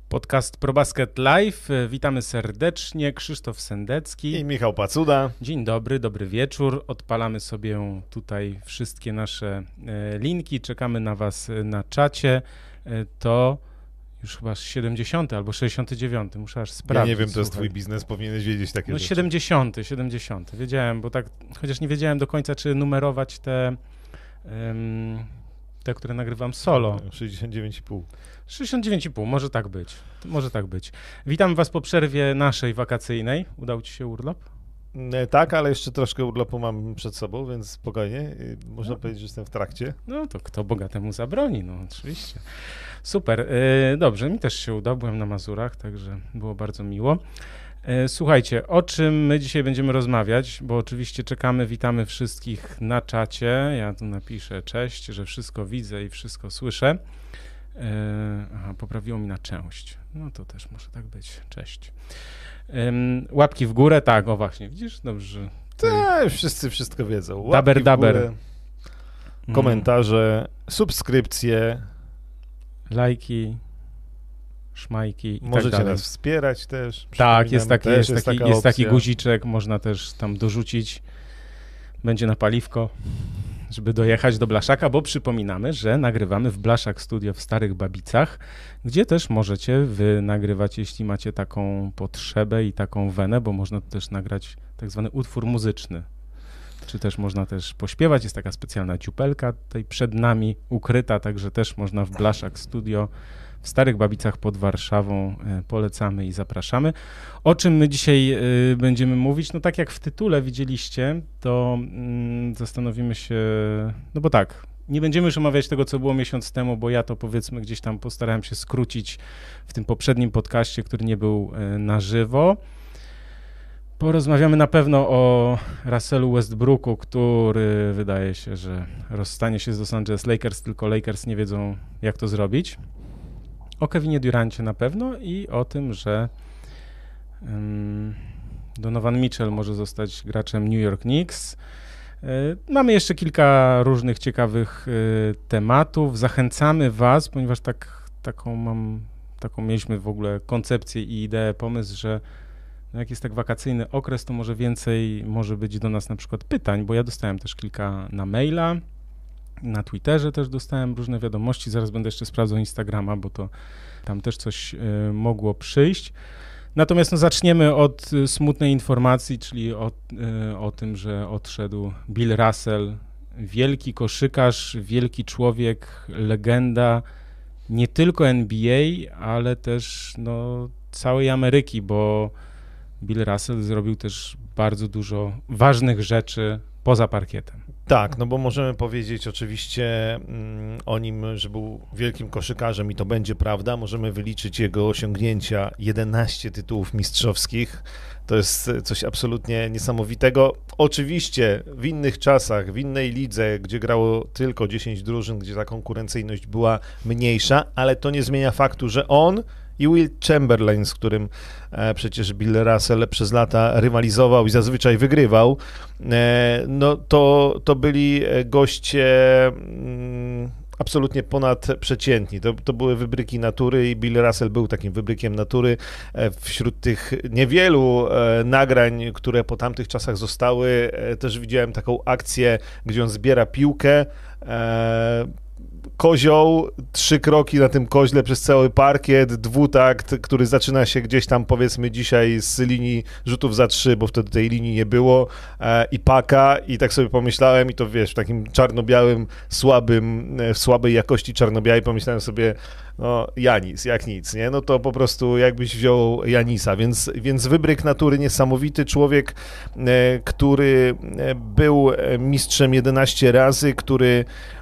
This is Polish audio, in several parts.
Podcast ProBasket Live. Witamy serdecznie. Krzysztof Sendecki i Michał Pacuda. Dzień dobry, dobry wieczór. Odpalamy sobie tutaj wszystkie nasze linki. Czekamy na was na czacie. To już chyba 70 albo 69. Muszę aż sprawdzić. Ja nie wiem, to jest twój biznes, powinieneś wiedzieć takie rzeczy. 70. Wiedziałem, bo tak, chociaż nie wiedziałem do końca, czy numerować te, które nagrywam solo. 69,5. 69,5, może tak być. Witam was po przerwie naszej wakacyjnej. Udał ci się urlop? Tak, ale jeszcze troszkę urlopu mam przed sobą, więc spokojnie. Można powiedzieć, że jestem w trakcie. No to kto bogatemu zabroni, no oczywiście. Super, dobrze, mi też się udało, byłem na Mazurach, także było bardzo miło. Słuchajcie, o czym my dzisiaj będziemy rozmawiać, bo oczywiście czekamy, witamy wszystkich na czacie. Ja tu napiszę cześć, że wszystko widzę i wszystko słyszę. Poprawiło mi na część. No to też może tak być. Cześć. Łapki w górę, tak, o właśnie, widzisz? Dobrze. Tak, już wszyscy wszystko wiedzą. Łapki w górę, komentarze, subskrypcje, lajki, szmajki i możecie tak dalej. nas wspierać też. Tak, jest taki opcja. guziczek, można też tam dorzucić. Będzie na paliwko, żeby dojechać do Blaszaka, bo przypominamy, że nagrywamy w Blaszak Studio w Starych Babicach, gdzie też możecie wy nagrywać, jeśli macie taką potrzebę i taką wenę, bo można też nagrać tak zwany utwór muzyczny. Czy też można też pośpiewać, jest taka specjalna dziupelka tutaj przed nami ukryta, także też można w Blaszak Studio w Starych Babicach pod Warszawą polecamy i zapraszamy. O czym my dzisiaj będziemy mówić? No tak jak w tytule widzieliście, to zastanowimy się, no bo tak, nie będziemy już omawiać tego, co było miesiąc temu, bo ja to powiedzmy gdzieś tam postarałem się skrócić w tym poprzednim podcaście, który nie był na żywo. Porozmawiamy na pewno o Russellu Westbrooku, który wydaje się, że rozstanie się z Los Angeles Lakers, tylko Lakers nie wiedzą, jak to zrobić. O Kevinie Durancie na pewno i o tym, że Donovan Mitchell może zostać graczem New York Knicks. Mamy jeszcze kilka różnych ciekawych tematów. Zachęcamy was, ponieważ taką mieliśmy w ogóle koncepcję i ideę, pomysł, że jak jest tak wakacyjny okres, to może więcej może być do nas na przykład pytań, bo ja dostałem też kilka na maila. Na Twitterze też dostałem różne wiadomości, zaraz będę jeszcze sprawdzał Instagrama, bo to tam też coś mogło przyjść. Natomiast zaczniemy od smutnej informacji, czyli o tym, że odszedł Bill Russell, wielki koszykarz, wielki człowiek, legenda nie tylko NBA, ale też całej Ameryki, bo Bill Russell zrobił też bardzo dużo ważnych rzeczy poza parkietem. Tak, no bo możemy powiedzieć oczywiście o nim, że był wielkim koszykarzem i to będzie prawda. Możemy wyliczyć jego osiągnięcia, 11 tytułów mistrzowskich. To jest coś absolutnie niesamowitego. Oczywiście w innych czasach, w innej lidze, gdzie grało tylko 10 drużyn, gdzie ta konkurencyjność była mniejsza, ale to nie zmienia faktu, że on i Will Chamberlain, z którym przecież Bill Russell przez lata rywalizował i zazwyczaj wygrywał, to byli goście absolutnie ponadprzeciętni. To były wybryki natury i Bill Russell był takim wybrykiem natury. Wśród tych niewielu nagrań, które po tamtych czasach zostały, też widziałem taką akcję, gdzie on zbiera piłkę, kozioł, 3 kroki na tym koźle przez cały parkiet, dwutakt, który zaczyna się gdzieś tam powiedzmy dzisiaj z linii rzutów za 3, bo wtedy tej linii nie było, i paka, i tak sobie pomyślałem, i to wiesz, w takim czarno-białym, słabej jakości czarno-białej pomyślałem sobie, Janis, jak nic, nie? No to po prostu jakbyś wziął Janisa, więc wybryk natury, niesamowity człowiek, który był mistrzem 11 razy, który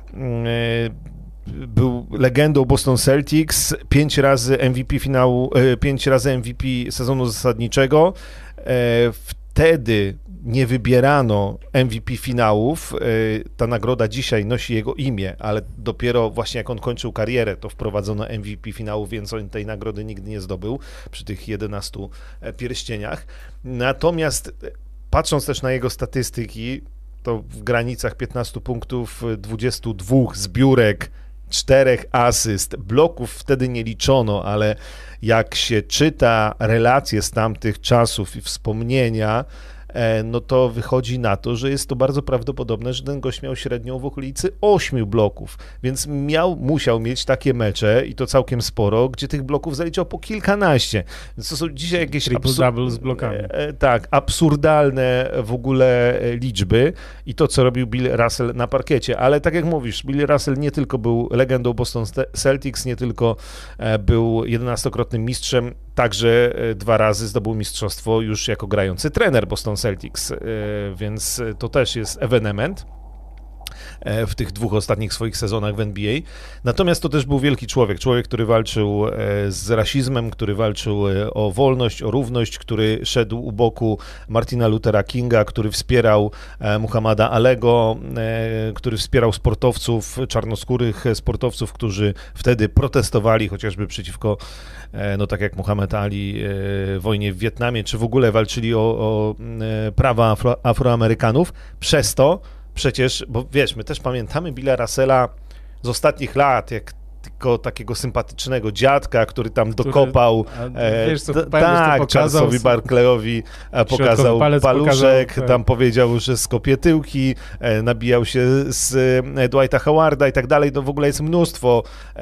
był legendą Boston Celtics, 5 razy MVP finału, 5 razy MVP sezonu zasadniczego. Wtedy nie wybierano MVP finałów. Ta nagroda dzisiaj nosi jego imię, ale dopiero właśnie jak on kończył karierę, to wprowadzono MVP finałów, więc on tej nagrody nigdy nie zdobył przy tych 11 pierścieniach. Natomiast patrząc też na jego statystyki, to w granicach 15 punktów, 22 zbiórek, 4 asyst, bloków wtedy nie liczono, ale jak się czyta relacje z tamtych czasów i wspomnienia, no to wychodzi na to, że jest to bardzo prawdopodobne, że ten gość miał średnią w okolicy 8 bloków, więc musiał mieć takie mecze i to całkiem sporo, gdzie tych bloków zaliczał po kilkanaście. Więc to są dzisiaj jakieś triple-double z blokami. Tak, absurdalne w ogóle liczby i to, co robił Bill Russell na parkiecie, ale tak jak mówisz, Bill Russell nie tylko był legendą Boston Celtics, nie tylko był 11-krotnym mistrzem, także 2 razy zdobył mistrzostwo już jako grający trener Boston Celtics, więc to też jest ewenement w tych 2 ostatnich swoich sezonach w NBA. Natomiast to też był wielki człowiek, który walczył z rasizmem, który walczył o wolność, o równość, który szedł u boku Martina Luthera Kinga, który wspierał Muhammada Alego, który wspierał sportowców, czarnoskórych sportowców, którzy wtedy protestowali chociażby przeciwko, no tak jak Muhammad Ali, wojnie w Wietnamie, czy w ogóle walczyli o prawa Afroamerykanów. Przez to przecież, bo wiesz, my też pamiętamy Billa Russella z ostatnich lat, jak tylko takiego sympatycznego dziadka, który tam dokopał, Charlesowi Barkleyowi pokazał paluszek, tam powiedział, że skopie tyłki, nabijał się z Dwighta Howarda i tak dalej. No w ogóle jest mnóstwo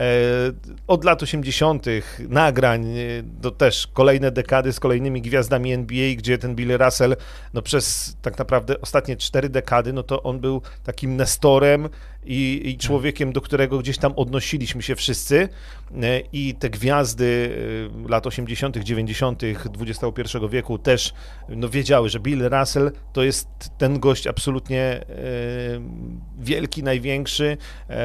od lat 80. nagrań, to też kolejne dekady z kolejnymi gwiazdami NBA, gdzie ten Bill Russell, no przez tak naprawdę ostatnie 4 dekady, no to on był takim nestorem i człowiekiem, do którego gdzieś tam odnosiliśmy się wszyscy i te gwiazdy lat 80., 90., XXI wieku też no, wiedziały, że Bill Russell to jest ten gość absolutnie wielki, największy.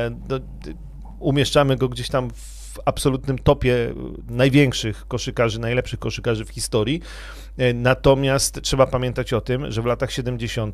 Umieszczamy go gdzieś tam w absolutnym topie największych koszykarzy, najlepszych koszykarzy w historii. Natomiast trzeba pamiętać o tym, że w latach 70.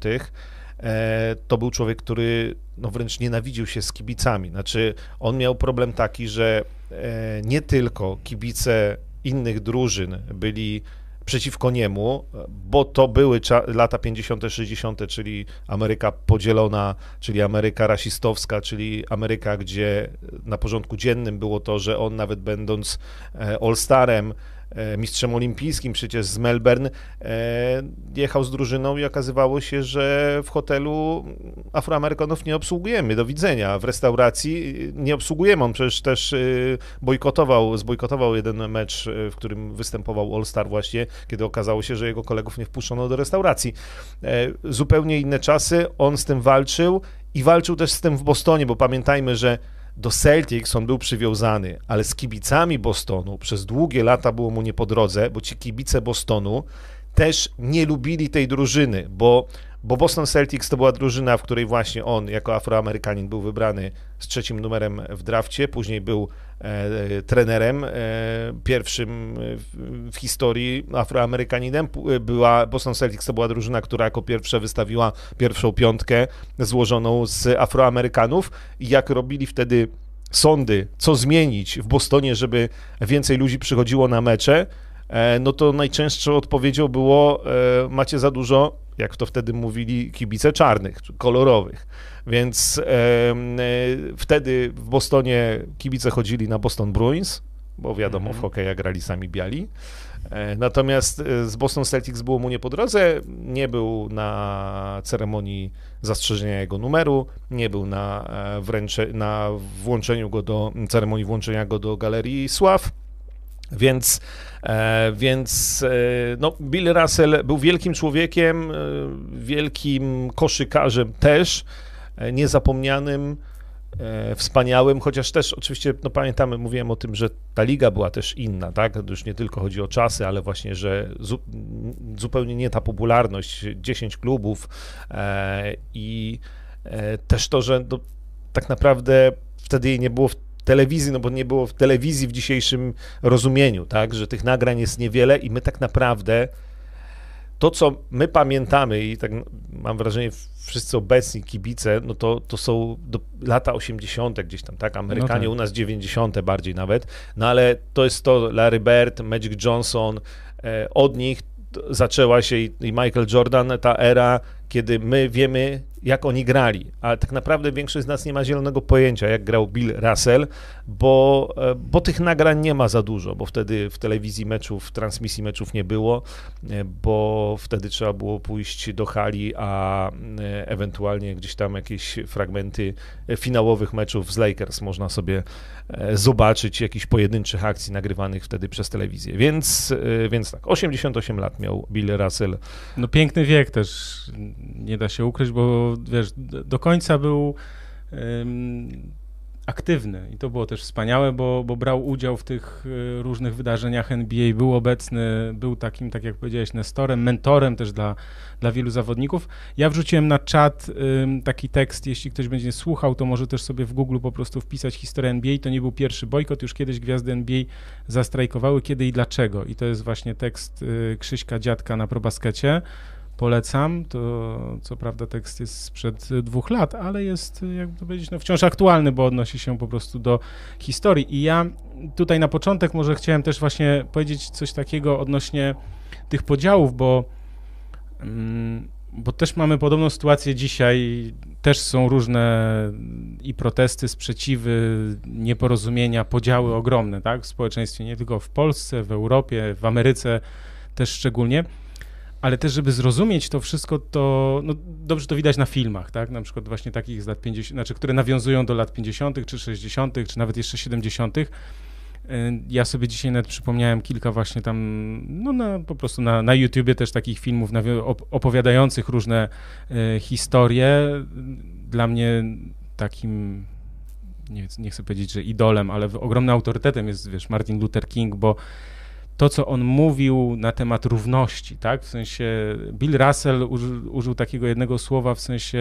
to był człowiek, który no wręcz nienawidził się z kibicami. Znaczy, on miał problem taki, że nie tylko kibice innych drużyn byli przeciwko niemu, bo to były lata 50., 60., czyli Ameryka podzielona, czyli Ameryka rasistowska, czyli Ameryka, gdzie na porządku dziennym było to, że on nawet będąc All-Starem, mistrzem olimpijskim przecież z Melbourne, jechał z drużyną i okazywało się, że w hotelu Afroamerykanów nie obsługujemy, do widzenia, w restauracji nie obsługujemy, on przecież też zbojkotował jeden mecz, w którym występował All-Star właśnie, kiedy okazało się, że jego kolegów nie wpuszczono do restauracji. Zupełnie inne czasy, on z tym walczył i walczył też z tym w Bostonie, bo pamiętajmy, że do Celtics on był przywiązany, ale z kibicami Bostonu przez długie lata było mu nie po drodze, bo ci kibice Bostonu też nie lubili tej drużyny, bo Boston Celtics to była drużyna, w której właśnie on jako Afroamerykanin był wybrany z 3. numerem w drafcie, później był trenerem, pierwszym w historii Afroamerykaninem. Boston Celtics to była drużyna, która jako pierwsza wystawiła pierwszą 5 złożoną z Afroamerykanów i jak robili wtedy sądy, co zmienić w Bostonie, żeby więcej ludzi przychodziło na mecze, no to najczęstszą odpowiedzią było macie za dużo, jak to wtedy mówili, kibice czarnych, kolorowych. Więc wtedy w Bostonie kibice chodzili na Boston Bruins, bo wiadomo, w hokeja grali sami biali. Natomiast z Boston Celtics było mu nie po drodze, nie był na ceremonii zastrzeżenia jego numeru, nie był na włączeniu go do ceremonii włączenia go do Galerii Sław. Więc no, Bill Russell był wielkim człowiekiem, wielkim koszykarzem też, niezapomnianym, wspaniałym, chociaż też oczywiście, no pamiętamy, mówiłem o tym, że ta liga była też inna, tak? To już nie tylko chodzi o czasy, ale właśnie, że zupełnie nie ta popularność, 10 klubów i też to, że no, tak naprawdę wtedy jej nie było w telewizji, no bo nie było w telewizji w dzisiejszym rozumieniu, tak, że tych nagrań jest niewiele i my tak naprawdę to, co my pamiętamy i tak mam wrażenie wszyscy obecni kibice, no to są lata 80. gdzieś tam, tak, Amerykanie, no tak. U nas 90. bardziej nawet, no ale to jest to Larry Bird, Magic Johnson, od nich zaczęła się i Michael Jordan, ta era, kiedy my wiemy, jak oni grali, ale tak naprawdę większość z nas nie ma zielonego pojęcia, jak grał Bill Russell, bo tych nagrań nie ma za dużo, bo wtedy w telewizji meczów, transmisji meczów nie było, bo wtedy trzeba było pójść do hali, a ewentualnie gdzieś tam jakieś fragmenty finałowych meczów z Lakers można sobie zobaczyć, jakichś pojedynczych akcji nagrywanych wtedy przez telewizję. Więc tak, 88 lat miał Bill Russell. No piękny wiek też, nie da się ukryć, bo wiesz, do końca był aktywny i to było też wspaniałe, bo brał udział w tych różnych wydarzeniach NBA, był obecny, był takim, tak jak powiedziałeś, nestorem, mentorem też dla wielu zawodników. Ja wrzuciłem na czat taki tekst, jeśli ktoś będzie słuchał, to może też sobie w Google po prostu wpisać historię NBA, to nie był pierwszy bojkot, już kiedyś gwiazdy NBA zastrajkowały, kiedy i dlaczego. I to jest właśnie tekst Krzyśka Dziadka na ProBaskecie. Polecam, to co prawda tekst jest sprzed 2 lat, ale jest, jakby to powiedzieć, no wciąż aktualny, bo odnosi się po prostu do historii. I ja tutaj na początek może chciałem też właśnie powiedzieć coś takiego odnośnie tych podziałów, bo też mamy podobną sytuację dzisiaj, też są różne i protesty, sprzeciwy, nieporozumienia, podziały ogromne, tak, w społeczeństwie, nie tylko w Polsce, w Europie, w Ameryce też szczególnie. Ale też, żeby zrozumieć to wszystko, to no dobrze to widać na filmach, tak? Na przykład właśnie takich z lat 50, znaczy, które nawiązują do lat 50., czy 60., czy nawet jeszcze 70. Ja sobie dzisiaj nawet przypomniałem kilka właśnie tam, no po prostu na YouTubie też takich filmów opowiadających różne historie. Dla mnie takim, nie chcę powiedzieć, że idolem, ale ogromnym autorytetem jest, wiesz, Martin Luther King, bo to, co on mówił na temat równości, tak, w sensie Bill Russell użył takiego jednego słowa w sensie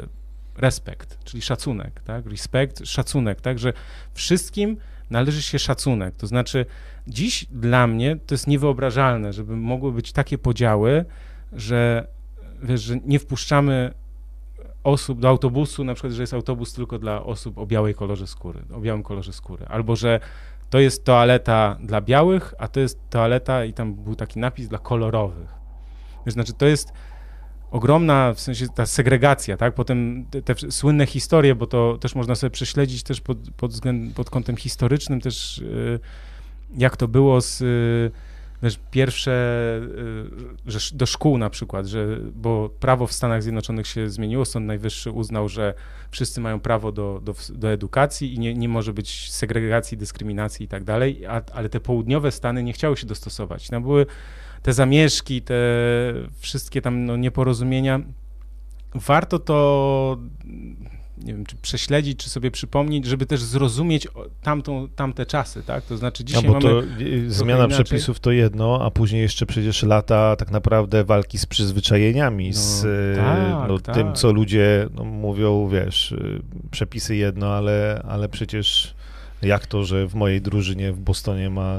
respekt, czyli szacunek, tak, respekt, szacunek, tak, że wszystkim należy się szacunek, to znaczy dziś dla mnie to jest niewyobrażalne, żeby mogły być takie podziały, że wiesz, że nie wpuszczamy osób do autobusu, na przykład, że jest autobus tylko dla osób o białym kolorze skóry, albo że to jest toaleta dla białych, a to jest toaleta i tam był taki napis dla kolorowych. Znaczy, to jest ogromna, w sensie ta segregacja, tak? Potem te słynne historie, bo to też można sobie prześledzić też pod kątem historycznym też, jak to było z, wiesz, pierwsze, że do szkół na przykład, bo prawo w Stanach Zjednoczonych się zmieniło, Sąd Najwyższy uznał, że wszyscy mają prawo do edukacji i nie może być segregacji, dyskryminacji i tak dalej, ale te południowe Stany nie chciały się dostosować. Tam były te zamieszki, te wszystkie tam nieporozumienia. Warto to, nie wiem, czy prześledzić, czy sobie przypomnieć, żeby też zrozumieć tamte czasy, tak? To znaczy dzisiaj bo to mamy zmiana przepisów to jedno, a później jeszcze przecież lata tak naprawdę walki z przyzwyczajeniami, z tym, co ludzie mówią, wiesz, przepisy jedno, ale przecież jak to, że w mojej drużynie w Bostonie ma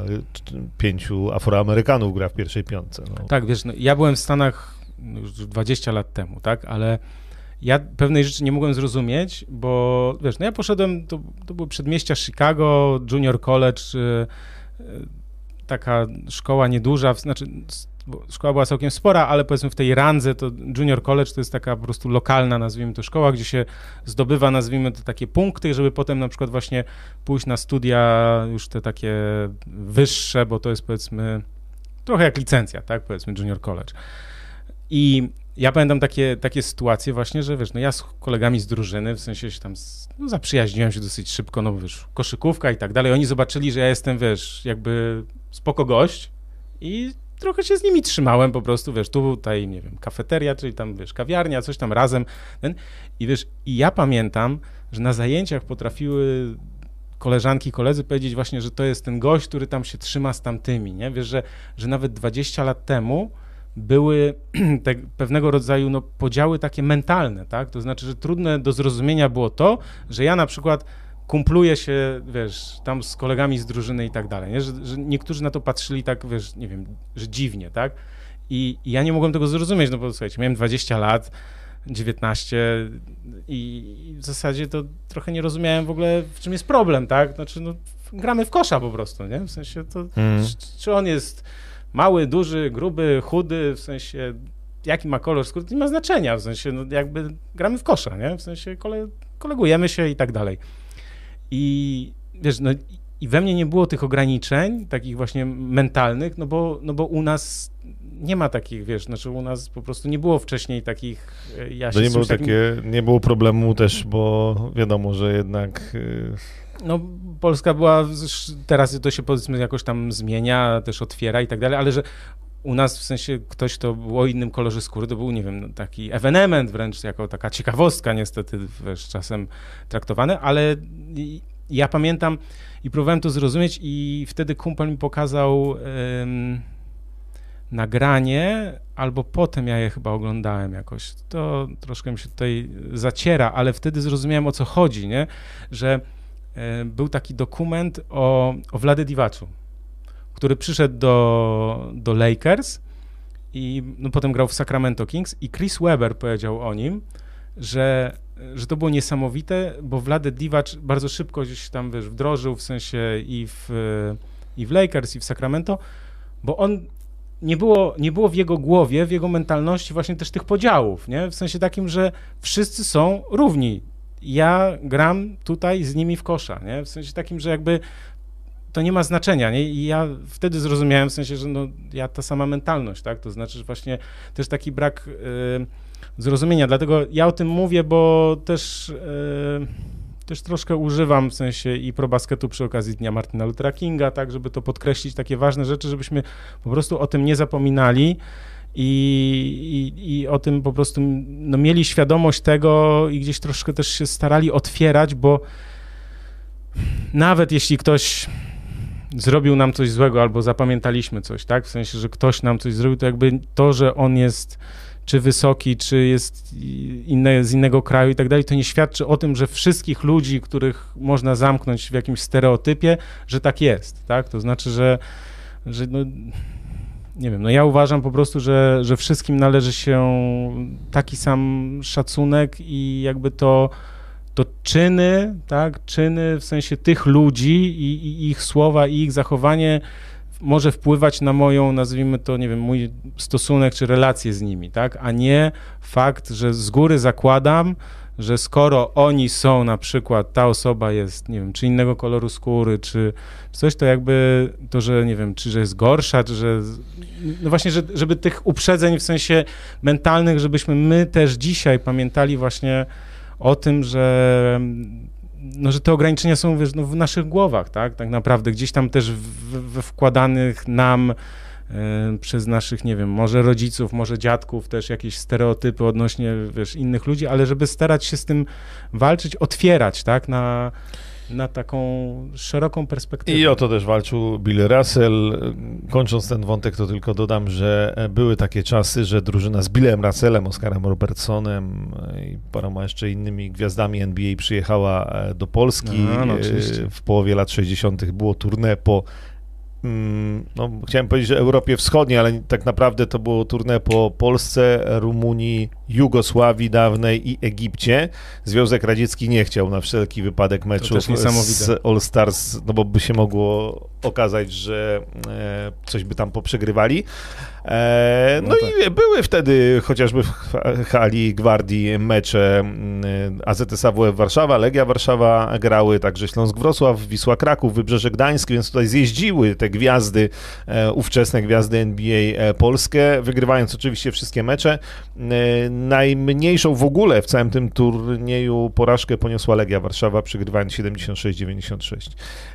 5 Afroamerykanów gra w pierwszej piątce. No. Tak, wiesz, ja byłem w Stanach już 20 lat temu, tak, ale ja pewnej rzeczy nie mogłem zrozumieć, bo wiesz, ja poszedłem, to były przedmieścia Chicago, Junior College, taka szkoła nieduża, znaczy szkoła była całkiem spora, ale powiedzmy w tej randze to Junior College to jest taka po prostu lokalna, nazwijmy to, szkoła, gdzie się zdobywa, nazwijmy to, takie punkty, żeby potem na przykład właśnie pójść na studia już te takie wyższe, bo to jest powiedzmy trochę jak licencja, tak, powiedzmy Junior College. I ja pamiętam takie sytuacje właśnie, że wiesz, ja z kolegami z drużyny, w sensie się tam zaprzyjaźniłem się dosyć szybko, no wiesz, koszykówka i tak dalej, oni zobaczyli, że ja jestem, wiesz, jakby spoko gość i trochę się z nimi trzymałem po prostu, wiesz, tutaj, nie wiem, kafeteria, czyli tam, wiesz, kawiarnia, coś tam razem, i wiesz, i ja pamiętam, że na zajęciach potrafiły koleżanki, koledzy powiedzieć właśnie, że to jest ten gość, który tam się trzyma z tamtymi, nie, wiesz, że nawet 20 lat temu były te pewnego rodzaju podziały takie mentalne, tak, to znaczy, że trudne do zrozumienia było to, że ja na przykład kumpluję się, wiesz, tam z kolegami z drużyny i tak dalej, nie? Że niektórzy na to patrzyli tak, wiesz, nie wiem, że dziwnie, tak? I ja nie mogłem tego zrozumieć, no bo słuchajcie, miałem 20 lat, 19 i w zasadzie to trochę nie rozumiałem w ogóle, w czym jest problem, tak? Znaczy, gramy w kosza po prostu, nie? W sensie to, czy on jest mały, duży, gruby, chudy, w sensie jaki ma kolor skóry, to nie ma znaczenia, w sensie, no jakby gramy w kosza, nie? W sensie kolegujemy się i tak dalej. I wiesz, no i we mnie nie było tych ograniczeń, takich właśnie mentalnych, no bo u nas nie ma takich, wiesz, znaczy u nas po prostu nie było wcześniej takich, nie było problemu też, bo wiadomo, że jednak... No Polska była, teraz to się powiedzmy jakoś tam zmienia, też otwiera i tak dalej, ale że u nas w sensie ktoś, kto był o innym kolorze skóry, to był, nie wiem, taki ewenement wręcz, jako taka ciekawostka niestety, wiesz, czasem traktowany, ale ja pamiętam i próbowałem to zrozumieć i wtedy kumpel mi pokazał nagranie, albo potem ja je chyba oglądałem jakoś. To troszkę mi się tutaj zaciera, ale wtedy zrozumiałem, o co chodzi, nie? Że był taki dokument o Vlade Divaczu, który przyszedł do Lakers i no, potem grał w Sacramento Kings i Chris Webber powiedział o nim, że to było niesamowite, bo Vlade Divac bardzo szybko gdzieś tam, wiesz, wdrożył w sensie i w Lakers, i w Sacramento, bo on nie było w jego głowie, w jego mentalności właśnie też tych podziałów, nie? W sensie takim, że wszyscy są równi. Ja gram tutaj z nimi w kosza, nie? W sensie takim, że jakby to nie ma znaczenia, nie? I ja wtedy zrozumiałem, w sensie, że no, ja ta sama mentalność, tak? To znaczy, że właśnie też taki brak zrozumienia, dlatego ja o tym mówię, bo też troszkę używam w sensie i ProBasketu przy okazji Dnia Martina Luthera Kinga, tak, żeby to podkreślić, takie ważne rzeczy, żebyśmy po prostu o tym nie zapominali i o tym po prostu no, mieli świadomość tego i gdzieś troszkę też się starali otwierać, bo nawet jeśli ktoś zrobił nam coś złego albo zapamiętaliśmy coś, tak, w sensie, że ktoś nam coś zrobił, to jakby to, że on jest czy wysoki, czy jest z innego kraju i tak dalej, to nie świadczy o tym, że wszystkich ludzi, których można zamknąć w jakimś stereotypie, że tak jest, tak? To znaczy, że no, nie wiem, no ja uważam po prostu, że wszystkim należy się taki sam szacunek i jakby to czyny, tak? Czyny w sensie tych ludzi i ich słowa i ich zachowanie może wpływać na moją, nazwijmy to, nie wiem, mój stosunek czy relacje z nimi, tak, a nie fakt, że z góry zakładam, że skoro oni są, na przykład ta osoba jest, nie wiem, czy innego koloru skóry, czy coś, to jakby to, że nie wiem, czy że jest gorsza, czy że, no właśnie, żeby tych uprzedzeń w sensie mentalnych, żebyśmy my też dzisiaj pamiętali właśnie o tym, że te ograniczenia są, wiesz, no, w naszych głowach, tak naprawdę, gdzieś tam też wkładanych nam przez naszych, nie wiem, może rodziców, może dziadków, też jakieś stereotypy odnośnie, wiesz, innych ludzi, ale żeby starać się z tym walczyć, otwierać, tak, na taką szeroką perspektywę. I o to też walczył Bill Russell. Kończąc ten wątek, to tylko dodam, że były takie czasy, że drużyna z Billem Russellem, Oscarem Robertsonem i paroma jeszcze innymi gwiazdami NBA przyjechała do Polski. W połowie lat 60. było tournée po chciałem powiedzieć, że Europie Wschodniej, ale tak naprawdę to było tournée po Polsce, Rumunii, Jugosławii dawnej i Egipcie. Związek Radziecki nie chciał na wszelki wypadek meczów z All Stars, no bo by się mogło okazać, że coś by tam poprzegrywali. No i były wtedy chociażby w hali Gwardii mecze AZS AWF Warszawa, Legia Warszawa grały, także Śląsk Wrocław, Wisła Kraków, Wybrzeże Gdańsk, więc tutaj zjeździły te gwiazdy, ówczesne gwiazdy NBA Polskie, wygrywając oczywiście wszystkie mecze. Najmniejszą w ogóle w całym tym turnieju porażkę poniosła Legia Warszawa, przegrywając 76-96.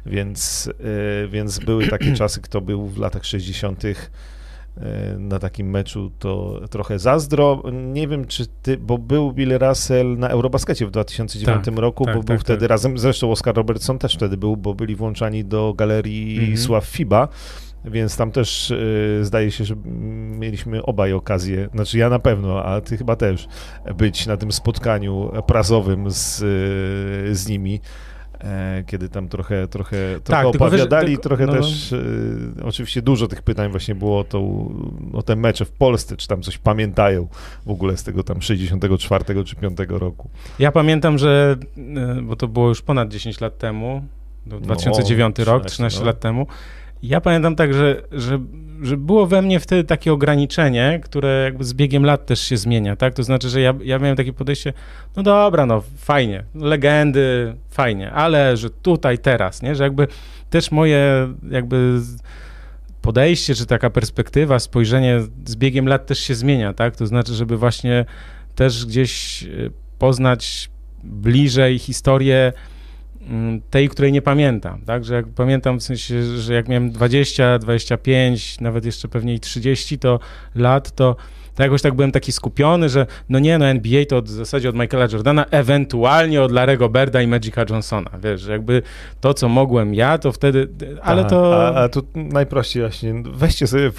Więc były takie czasy, kto był w latach 60. na takim meczu, to trochę zazdro. Nie wiem, czy bo był Bill Russell na Eurobaskecie w 2009 roku, bo był wtedy razem, zresztą Oscar Robertson też wtedy był, bo byli włączani do galerii sław FIBA, więc tam też zdaje się, że mieliśmy obaj okazję, znaczy ja na pewno, a ty chyba też, być na tym spotkaniu prasowym z nimi. Kiedy tam trochę opowiadali, wiesz, trochę też oczywiście dużo tych pytań właśnie było o te mecze w Polsce, czy tam coś pamiętają w ogóle z tego tam 64 czy 5 roku. Ja pamiętam, że, bo to było już ponad 10 lat temu, 2009 rok, 13 lat temu, Ja pamiętam tak, że było we mnie wtedy takie ograniczenie, które jakby z biegiem lat też się zmienia, tak? To znaczy, że ja miałem takie podejście, no dobra, no fajnie, legendy, fajnie, ale że tutaj, teraz, nie? Że jakby też moje jakby podejście, czy taka perspektywa, spojrzenie z biegiem lat też się zmienia, tak? To znaczy, żeby właśnie też gdzieś poznać bliżej historię tej, której nie pamiętam, tak, że jak pamiętam w sensie, że jak miałem 20, 25, nawet jeszcze pewnie i 30 to jakoś tak byłem taki skupiony, że no NBA to w zasadzie od Michaela Jordana, ewentualnie od Larry'ego Birda i Magica Johnsona, wiesz, że jakby to, co mogłem ja, to wtedy, ale to... A tu najprościej właśnie, weźcie sobie,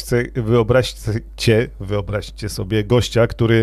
wyobraźcie sobie gościa, który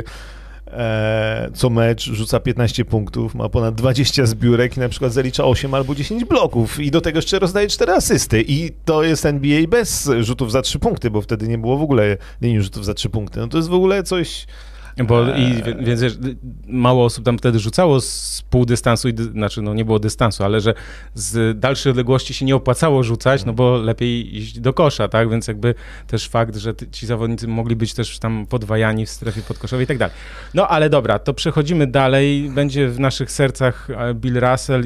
co mecz rzuca 15 punktów, ma ponad 20 zbiórek i na przykład zalicza 8 albo 10 bloków i do tego jeszcze rozdaje 4 asysty i to jest NBA bez rzutów za 3 punkty, bo wtedy nie było w ogóle linii rzutów za 3 punkty. No to jest w ogóle coś... Więc mało osób tam wtedy rzucało z pół dystansu, znaczy no nie było dystansu, ale że z dalszej odległości się nie opłacało rzucać, no bo lepiej iść do kosza, tak? Więc jakby też fakt, że ci zawodnicy mogli być też tam podwajani w strefie podkoszowej i tak dalej. No ale dobra, to przechodzimy dalej. Będzie w naszych sercach Bill Russell,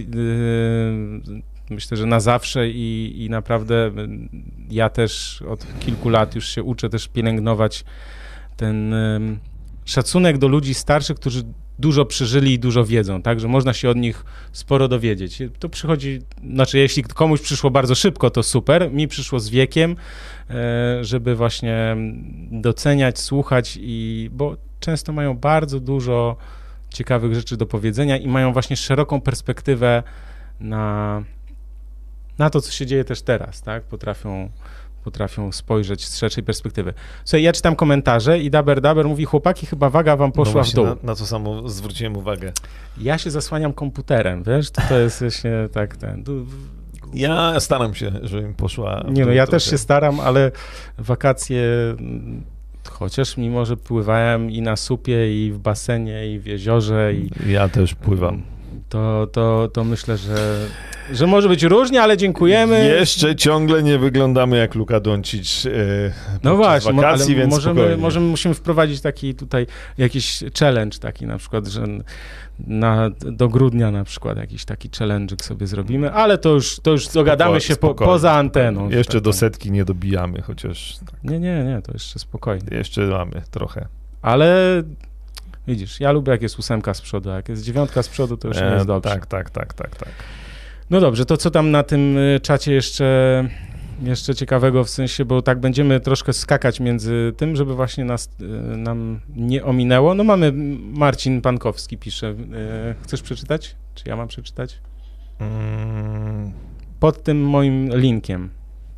myślę, że na zawsze i naprawdę ja też od kilku lat już się uczę też pielęgnować ten... szacunek do ludzi starszych, którzy dużo przeżyli i dużo wiedzą, tak, że można się od nich sporo dowiedzieć. To przychodzi, znaczy jeśli komuś przyszło bardzo szybko, to super, mi przyszło z wiekiem, żeby właśnie doceniać, słuchać bo często mają bardzo dużo ciekawych rzeczy do powiedzenia i mają właśnie szeroką perspektywę na to, co się dzieje też teraz, tak, potrafią spojrzeć z szerszej perspektywy. Słuchaj, ja czytam komentarze i Daber mówi, chłopaki, chyba waga wam poszła w dół. Na to samo zwróciłem uwagę. Ja się zasłaniam komputerem, wiesz, to jest właśnie tak Ja staram się, żeby mi poszła w dół. Nie no, ja też się staram, ale wakacje, chociaż mimo, że pływałem i na supie, i w basenie, i w jeziorze. Ja też pływam. To myślę, że może być różnie, ale dziękujemy. Jeszcze ciągle nie wyglądamy jak Luka Doncic no właśnie, wakacji, ale więc musimy wprowadzić taki tutaj jakiś challenge taki na przykład, że do grudnia na przykład jakiś taki challenge'ik sobie zrobimy, ale to już dogadamy się poza anteną. Jeszcze tak do setki nie dobijamy, chociaż... Tak. Nie, to jeszcze spokojnie. Jeszcze mamy trochę. Ale... Widzisz, ja lubię jak jest 8 z przodu, a jak jest 9 z przodu, to już nie jest dobrze. Tak. No dobrze, to co tam na tym czacie jeszcze ciekawego, w sensie, bo tak będziemy troszkę skakać między tym, żeby właśnie nam nie ominęło. No mamy, Marcin Pankowski pisze, chcesz przeczytać? Czy ja mam przeczytać? Pod tym moim linkiem.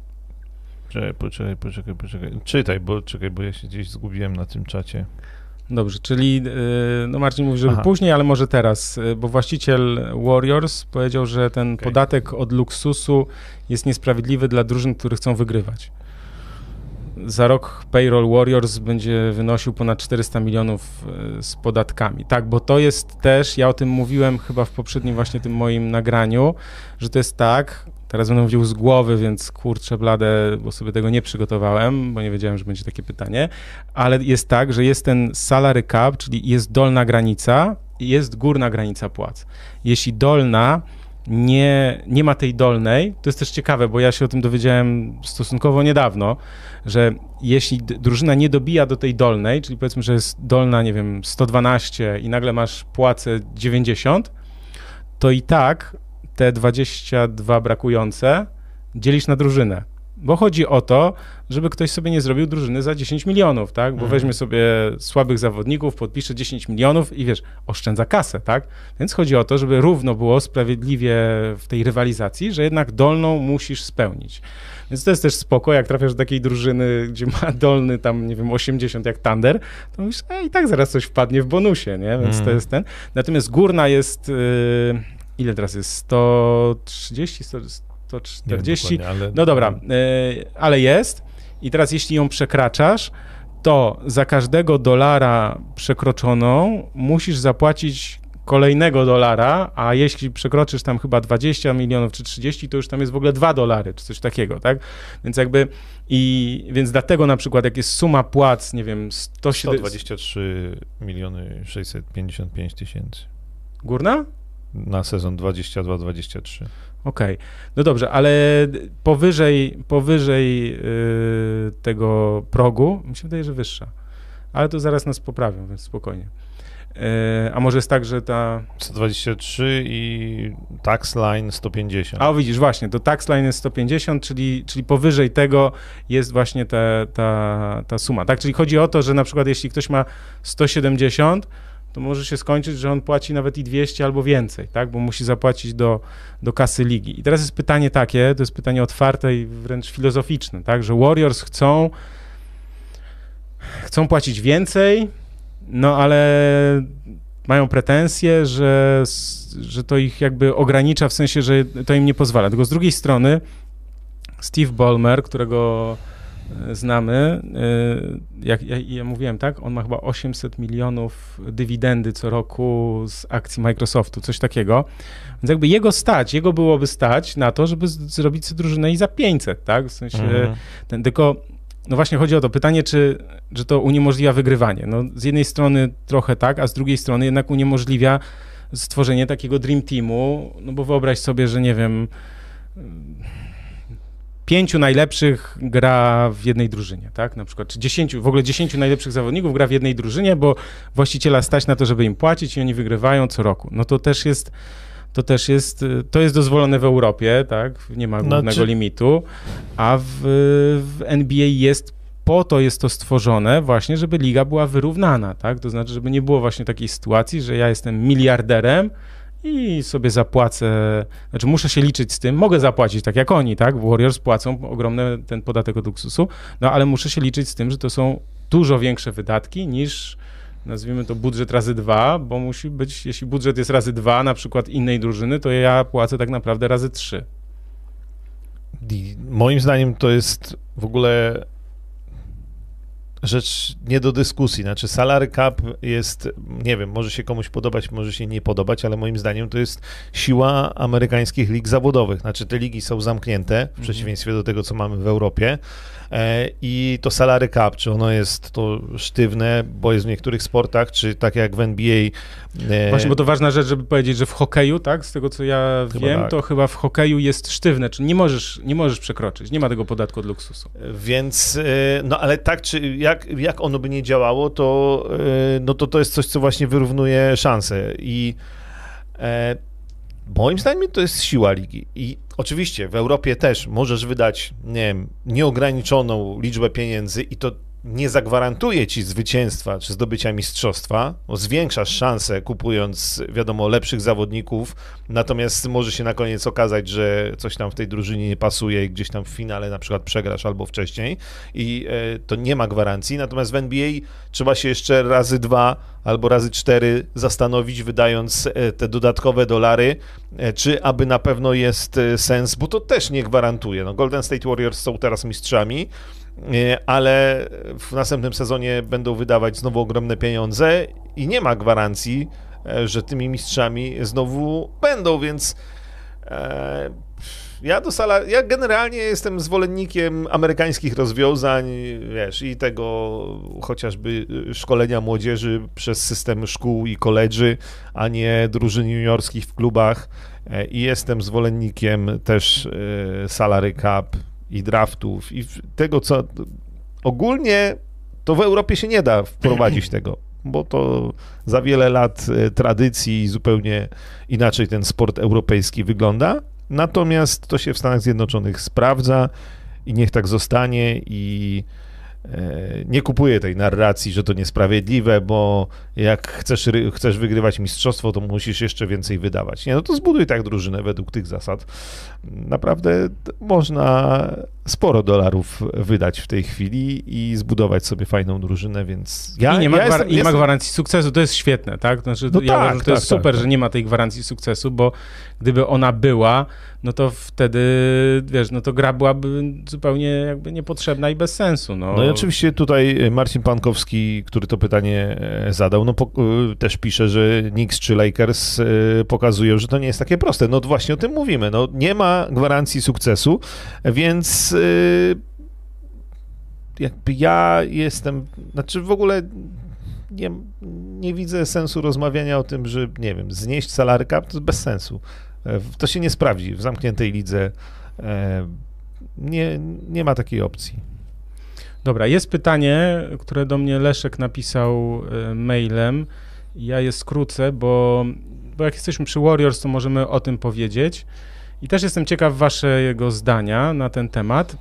Poczekaj. Czytaj, bo ja się gdzieś zgubiłem na tym czacie. Dobrze, czyli no Marcin mówi, żeby później, ale może teraz, bo właściciel Warriors powiedział, że ten podatek od luksusu jest niesprawiedliwy dla drużyn, które chcą wygrywać. Za rok payroll Warriors będzie wynosił ponad 400 milionów z podatkami. Tak, bo to jest też, ja o tym mówiłem chyba w poprzednim właśnie tym moim nagraniu, że to jest tak, teraz będę mówił z głowy, więc kurczę blade, bo sobie tego nie przygotowałem, bo nie wiedziałem, że będzie takie pytanie, ale jest tak, że jest ten salary cap, czyli jest dolna granica i jest górna granica płac. Jeśli dolna nie ma tej dolnej, to jest też ciekawe, bo ja się o tym dowiedziałem stosunkowo niedawno, że jeśli drużyna nie dobija do tej dolnej, czyli powiedzmy, że jest dolna, nie wiem, 112 i nagle masz płacę 90, to i tak te 22 brakujące dzielisz na drużynę. Bo chodzi o to, żeby ktoś sobie nie zrobił drużyny za 10 milionów, tak? Bo weźmie sobie słabych zawodników, podpisze 10 milionów i wiesz, oszczędza kasę, tak? Więc chodzi o to, żeby równo było sprawiedliwie w tej rywalizacji, że jednak dolną musisz spełnić. Więc to jest też spoko, jak trafiasz do takiej drużyny, gdzie ma dolny tam, nie wiem, 80 jak Thunder, to mówisz, i tak zaraz coś wpadnie w bonusie, nie? Więc to jest ten. Natomiast górna jest, ile teraz jest? 130, 140? No dobra, ale jest. I teraz jeśli ją przekraczasz, to za każdego dolara przekroczoną musisz zapłacić kolejnego dolara, a jeśli przekroczysz tam chyba 20 milionów czy 30, to już tam jest w ogóle $2 czy coś takiego, tak? Więc jakby więc dlatego na przykład jak jest suma płac, nie wiem, 123 655 000. Górna? Na sezon 22-23. Okej. No dobrze, ale powyżej tego progu, mi się wydaje, że wyższa. Ale to zaraz nas poprawią, więc spokojnie. A może jest tak, że ta... 123 i tax line 150. A widzisz, właśnie, to tax line jest 150, czyli powyżej tego jest właśnie ta suma, tak? Czyli chodzi o to, że na przykład jeśli ktoś ma 170, to może się skończyć, że on płaci nawet i 200 albo więcej, tak? Bo musi zapłacić do kasy ligi. I teraz jest pytanie takie, to jest pytanie otwarte i wręcz filozoficzne, tak? Że Warriors chcą płacić więcej, no ale mają pretensje, że to ich jakby ogranicza, w sensie, że to im nie pozwala. Tylko z drugiej strony Steve Ballmer, którego znamy, jak ja mówiłem, tak? On ma chyba 800 milionów dywidendy co roku z akcji Microsoftu, coś takiego. Więc jakby jego byłoby stać na to, żeby zrobić sobie drużynę i za 500, tak? W sensie, tylko no właśnie chodzi o to pytanie, że to uniemożliwia wygrywanie. No z jednej strony trochę tak, a z drugiej strony jednak uniemożliwia stworzenie takiego dream teamu, no bo wyobraź sobie, że nie wiem, 5 najlepszych gra w jednej drużynie, tak? Na przykład, czy 10 najlepszych zawodników gra w jednej drużynie, bo właściciela stać na to, żeby im płacić i oni wygrywają co roku. No to jest dozwolone w Europie, tak? Nie ma głównego limitu, a w NBA jest to stworzone właśnie, żeby liga była wyrównana, tak? To znaczy, żeby nie było właśnie takiej sytuacji, że ja jestem miliarderem i sobie zapłacę, znaczy muszę się liczyć z tym, mogę zapłacić tak jak oni, tak? Warriors płacą ogromny ten podatek od luksusu, no ale muszę się liczyć z tym, że to są dużo większe wydatki niż, nazwijmy to, budżet razy 2, bo musi być, jeśli budżet jest razy 2 na przykład innej drużyny, to ja płacę tak naprawdę razy 3. Moim zdaniem to jest w ogóle rzecz nie do dyskusji. Znaczy salary cap jest, nie wiem, może się komuś podobać, może się nie podobać, ale moim zdaniem to jest siła amerykańskich lig zawodowych. Znaczy te ligi są zamknięte, w przeciwieństwie do tego, co mamy w Europie. I to salary cap, czy ono jest to sztywne, bo jest w niektórych sportach, czy tak jak w NBA. Właśnie, bo to ważna rzecz, żeby powiedzieć, że w hokeju, tak, z tego co ja wiem, tak, to chyba w hokeju jest sztywne, czyli nie możesz przekroczyć, nie ma tego podatku od luksusu. Więc, no ale tak, czy jak ono by nie działało, to, no to jest coś, co właśnie wyrównuje szanse i moim zdaniem to jest siła ligi. I oczywiście w Europie też możesz wydać, nie wiem, nieograniczoną liczbę pieniędzy i to nie zagwarantuje ci zwycięstwa czy zdobycia mistrzostwa, bo zwiększasz szanse kupując, wiadomo, lepszych zawodników, natomiast może się na koniec okazać, że coś tam w tej drużynie nie pasuje i gdzieś tam w finale na przykład przegrasz albo wcześniej i to nie ma gwarancji, natomiast w NBA trzeba się jeszcze razy 2 albo razy 4 zastanowić, wydając te dodatkowe dolary, czy aby na pewno jest sens, bo to też nie gwarantuje. No, Golden State Warriors są teraz mistrzami, ale w następnym sezonie będą wydawać znowu ogromne pieniądze i nie ma gwarancji, że tymi mistrzami znowu będą, więc ja generalnie jestem zwolennikiem amerykańskich rozwiązań, wiesz, i tego chociażby szkolenia młodzieży przez system szkół i koledży, a nie drużyn juniorskich w klubach, i jestem zwolennikiem też salary cap i draftów i tego, co ogólnie to w Europie się nie da wprowadzić tego, bo to za wiele lat tradycji i zupełnie inaczej ten sport europejski wygląda, natomiast to się w Stanach Zjednoczonych sprawdza i niech tak zostanie i nie kupuję tej narracji, że to niesprawiedliwe, bo jak chcesz wygrywać mistrzostwo, to musisz jeszcze więcej wydawać. Nie, no to zbuduj tak drużynę według tych zasad. Naprawdę można sporo dolarów wydać w tej chwili i zbudować sobie fajną drużynę, więc nie ma gwarancji sukcesu, to jest świetne, tak? Znaczy, ja uważam, że to jest super, że nie ma tej gwarancji sukcesu, bo gdyby ona była, no to wtedy, wiesz, no to gra byłaby zupełnie jakby niepotrzebna i bez sensu. No i oczywiście tutaj Marcin Pankowski, który to pytanie zadał, też pisze, że Knicks czy Lakers pokazują, że to nie jest takie proste. No właśnie o tym mówimy. No nie ma gwarancji sukcesu, więc jakby ja jestem, znaczy w ogóle nie widzę sensu rozmawiania o tym, że nie wiem, znieść salary cap, to jest bez sensu. To się nie sprawdzi w zamkniętej lidze. Nie ma takiej opcji. Dobra, jest pytanie, które do mnie Leszek napisał mailem. Ja je skrócę, bo jak jesteśmy przy Warriors, to możemy o tym powiedzieć. I też jestem ciekaw waszego zdania na ten temat,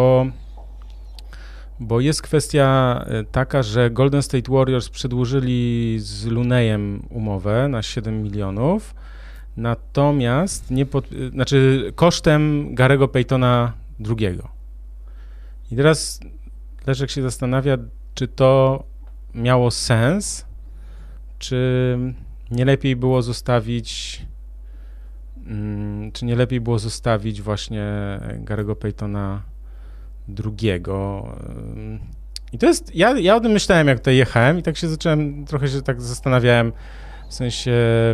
bo jest kwestia taka, że Golden State Warriors przedłużyli z Looneyem umowę na 7 milionów, natomiast kosztem Garego Paytona II. I teraz Leszek się zastanawia, czy to miało sens, czy nie lepiej było zostawić właśnie Garego Paytona II. I to jest, ja o tym myślałem, jak tutaj jechałem i tak się zacząłem, trochę się tak zastanawiałem, w sensie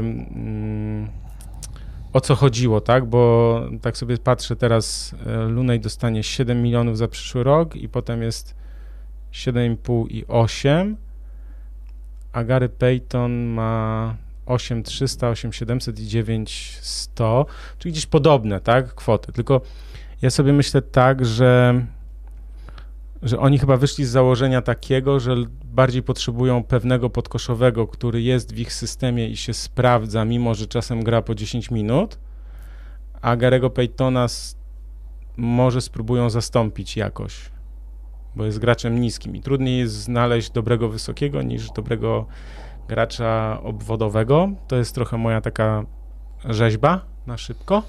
o co chodziło, tak, bo tak sobie patrzę teraz, Looney dostanie 7 milionów za przyszły rok i potem jest 7,5 i 8, a Gary Payton ma 8,300, 8,700 i 9,100, czyli gdzieś podobne, tak, kwoty, tylko ja sobie myślę tak, że oni chyba wyszli z założenia takiego, że bardziej potrzebują pewnego podkoszowego, który jest w ich systemie i się sprawdza, mimo że czasem gra po 10 minut, a Garego Paytona może spróbują zastąpić jakoś, bo jest graczem niskim i trudniej jest znaleźć dobrego wysokiego niż dobrego gracza obwodowego. To jest trochę moja taka rzeźba na szybko.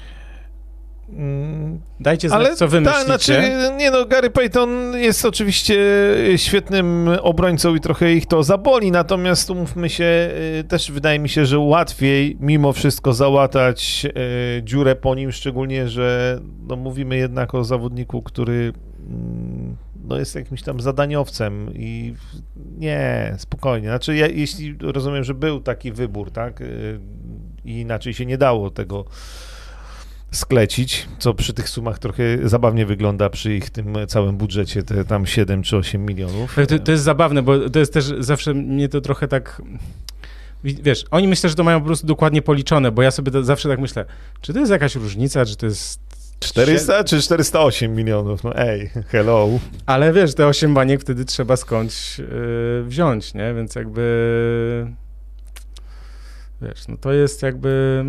Dajcie znać, co wy myślicie. Gary Payton jest oczywiście świetnym obrońcą i trochę ich to zaboli, natomiast umówmy się, też wydaje mi się, że łatwiej mimo wszystko załatać dziurę po nim, szczególnie, że mówimy jednak o zawodniku, który jest jakimś tam zadaniowcem i nie, spokojnie. Znaczy, jeśli rozumiem, że był taki wybór, tak, i inaczej się nie dało tego sklecić, co przy tych sumach trochę zabawnie wygląda przy ich tym całym budżecie, te tam 7 czy 8 milionów. To jest zabawne, bo to jest też zawsze mnie to trochę tak, wiesz, oni myślą, że to mają po prostu dokładnie policzone, bo ja sobie zawsze tak myślę, czy to jest jakaś różnica, czy to jest 400 czy 408 milionów? No hello. Ale wiesz, te 8 baniek wtedy trzeba skądś wziąć, nie? Więc jakby, wiesz, no to jest jakby...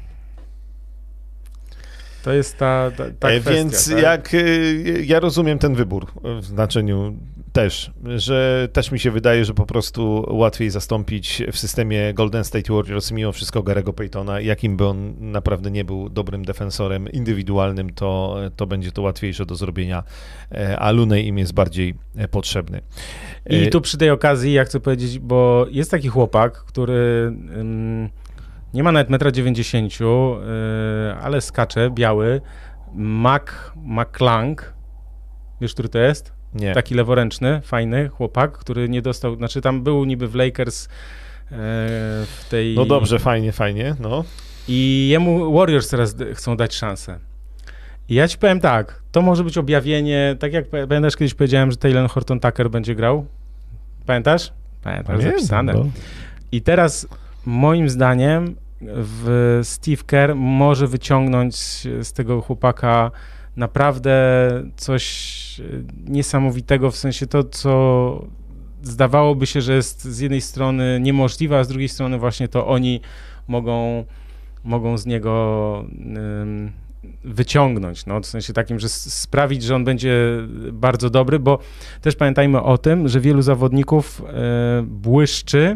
To jest ta kwestia. Więc tak? Ja rozumiem ten wybór w znaczeniu też, że też mi się wydaje, że po prostu łatwiej zastąpić w systemie Golden State Warriors mimo wszystko Garego Paytona, jakim by on naprawdę nie był dobrym defensorem indywidualnym, to będzie to łatwiejsze do zrobienia, a Looney im jest bardziej potrzebny. I tu przy tej okazji ja chcę powiedzieć, bo jest taki chłopak, który... nie ma nawet 1,90 m, ale skacze, biały. McClung. Wiesz, który to jest? Nie. Taki leworęczny, fajny chłopak, który nie dostał, znaczy tam był niby w Lakers w tej... No dobrze, fajnie, no. I jemu Warriors teraz chcą dać szansę. I ja ci powiem tak, to może być objawienie, tak jak pamiętasz, kiedyś powiedziałem, że Talen Horton-Tucker będzie grał? Pamiętasz? Pamiętam, zapisane. No. I teraz moim zdaniem Steve Kerr może wyciągnąć z tego chłopaka naprawdę coś niesamowitego, w sensie to, co zdawałoby się, że jest z jednej strony niemożliwe, a z drugiej strony właśnie to oni mogą z niego wyciągnąć, no, w sensie takim, że sprawić, że on będzie bardzo dobry, bo też pamiętajmy o tym, że wielu zawodników błyszczy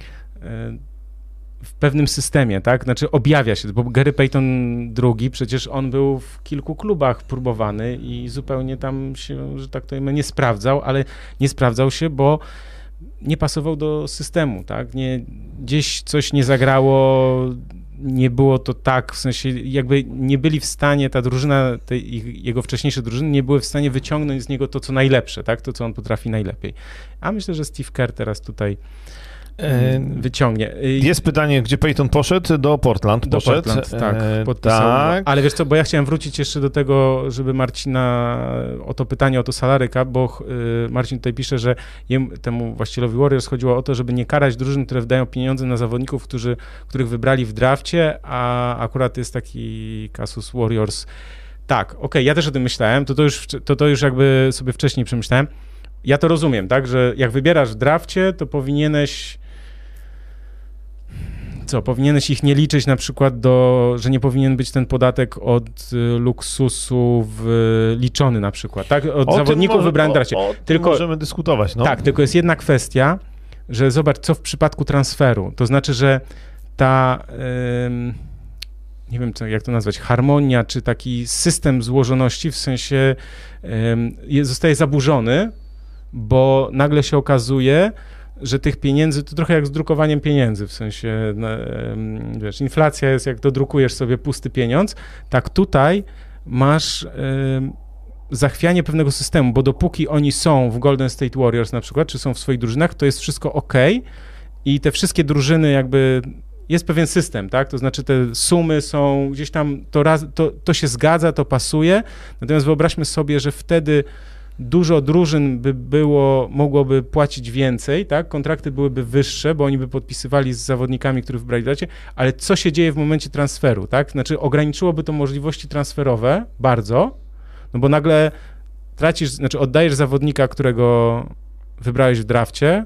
w pewnym systemie, tak? Znaczy objawia się, bo Gary Payton II, przecież on był w kilku klubach próbowany i zupełnie tam się, że tak to powiem, nie sprawdzał, ale nie sprawdzał się, bo nie pasował do systemu, tak? Gdzieś coś nie zagrało, nie było to tak, w sensie jakby nie byli w stanie, ta drużyna, jego wcześniejsze drużyny nie były w stanie wyciągnąć z niego to, co najlepsze, tak? To, co on potrafi najlepiej. A myślę, że Steve Kerr teraz tutaj wyciągnie. Jest pytanie, gdzie Peyton poszedł? Do Portland poszedł. Do Portland, tak. Podpisał. Tak. Ale wiesz co, bo ja chciałem wrócić jeszcze do tego, żeby Marcina o to pytanie, o to salary cap, bo Marcin tutaj pisze, że temu właścicielowi Warriors chodziło o to, żeby nie karać drużyn, które wydają pieniądze na zawodników, których wybrali w drafcie, a akurat jest taki kasus Warriors. Tak, okej, ja też o tym myślałem, to już jakby sobie wcześniej przemyślałem. Ja to rozumiem, tak, że jak wybierasz w drafcie, to powinieneś ich nie liczyć na przykład że nie powinien być ten podatek od luksusu liczony na przykład, tak? Od zawodników wybranych w drafcie. Tylko możemy dyskutować, no. Tak, tylko jest jedna kwestia, że zobacz, co w przypadku transferu. To znaczy, że ta, nie wiem, jak to nazwać, harmonia, czy taki system złożoności, w sensie zostaje zaburzony, bo nagle się okazuje, że tych pieniędzy, to trochę jak z drukowaniem pieniędzy, w sensie, wiesz, inflacja jest, jak dodrukujesz sobie pusty pieniądz, tak tutaj masz zachwianie pewnego systemu, bo dopóki oni są w Golden State Warriors na przykład, czy są w swoich drużynach, to jest wszystko okej i te wszystkie drużyny jakby, jest pewien system, tak, to znaczy te sumy są gdzieś tam, to się zgadza, to pasuje, natomiast wyobraźmy sobie, że wtedy dużo drużyn mogłoby płacić więcej, tak? Kontrakty byłyby wyższe, bo oni by podpisywali z zawodnikami, których wybrali w drafcie, ale co się dzieje w momencie transferu, tak? Znaczy ograniczyłoby to możliwości transferowe bardzo, no bo nagle oddajesz zawodnika, którego wybrałeś w drafcie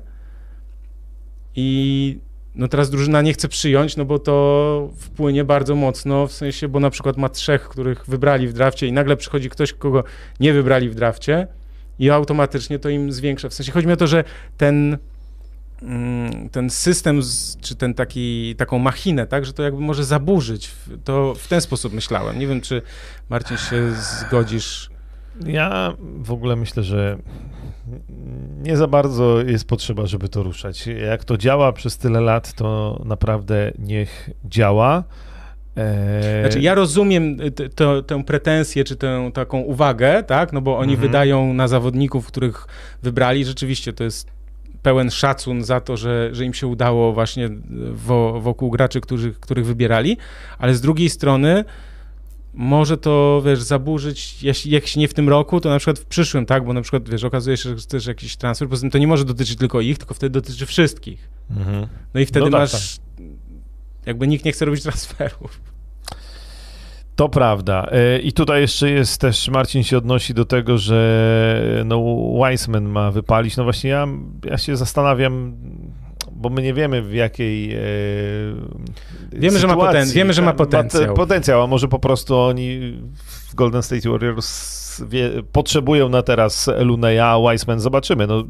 i no teraz drużyna nie chce przyjąć, no bo to wpłynie bardzo mocno, w sensie, bo na przykład ma 3, których wybrali w drafcie i nagle przychodzi ktoś, kogo nie wybrali w drafcie i automatycznie to im zwiększa. W sensie chodzi mi o to, że ten system, czy taką machinę, tak, że to jakby może zaburzyć. To w ten sposób myślałem. Nie wiem, czy Marcin się zgodzisz. Ja w ogóle myślę, że nie za bardzo jest potrzeba, żeby to ruszać. Jak to działa przez tyle lat, to naprawdę niech działa. Znaczy, ja rozumiem tę pretensję, czy tę taką uwagę, tak, no bo oni wydają na zawodników, których wybrali, rzeczywiście to jest pełen szacun za to, że im się udało właśnie wokół graczy, których wybierali, ale z drugiej strony może to, wiesz, zaburzyć, jeśli nie w tym roku, to na przykład w przyszłym, tak, bo na przykład, wiesz, okazuje się, że chcesz jakiś transfer, poza tym to nie może dotyczyć tylko ich, tylko wtedy dotyczy wszystkich. No i wtedy masz, jakby nikt nie chce robić transferów. To prawda. I tutaj jeszcze jest też, Marcin się odnosi do tego, że Wiseman ma wypalić. No właśnie ja się zastanawiam, bo my nie wiemy w jakiej wiemy, sytuacji, że ma potencjał. Potencjał, a może po prostu oni w Golden State Warriors potrzebują na teraz Luneya, a Wiseman zobaczymy. No,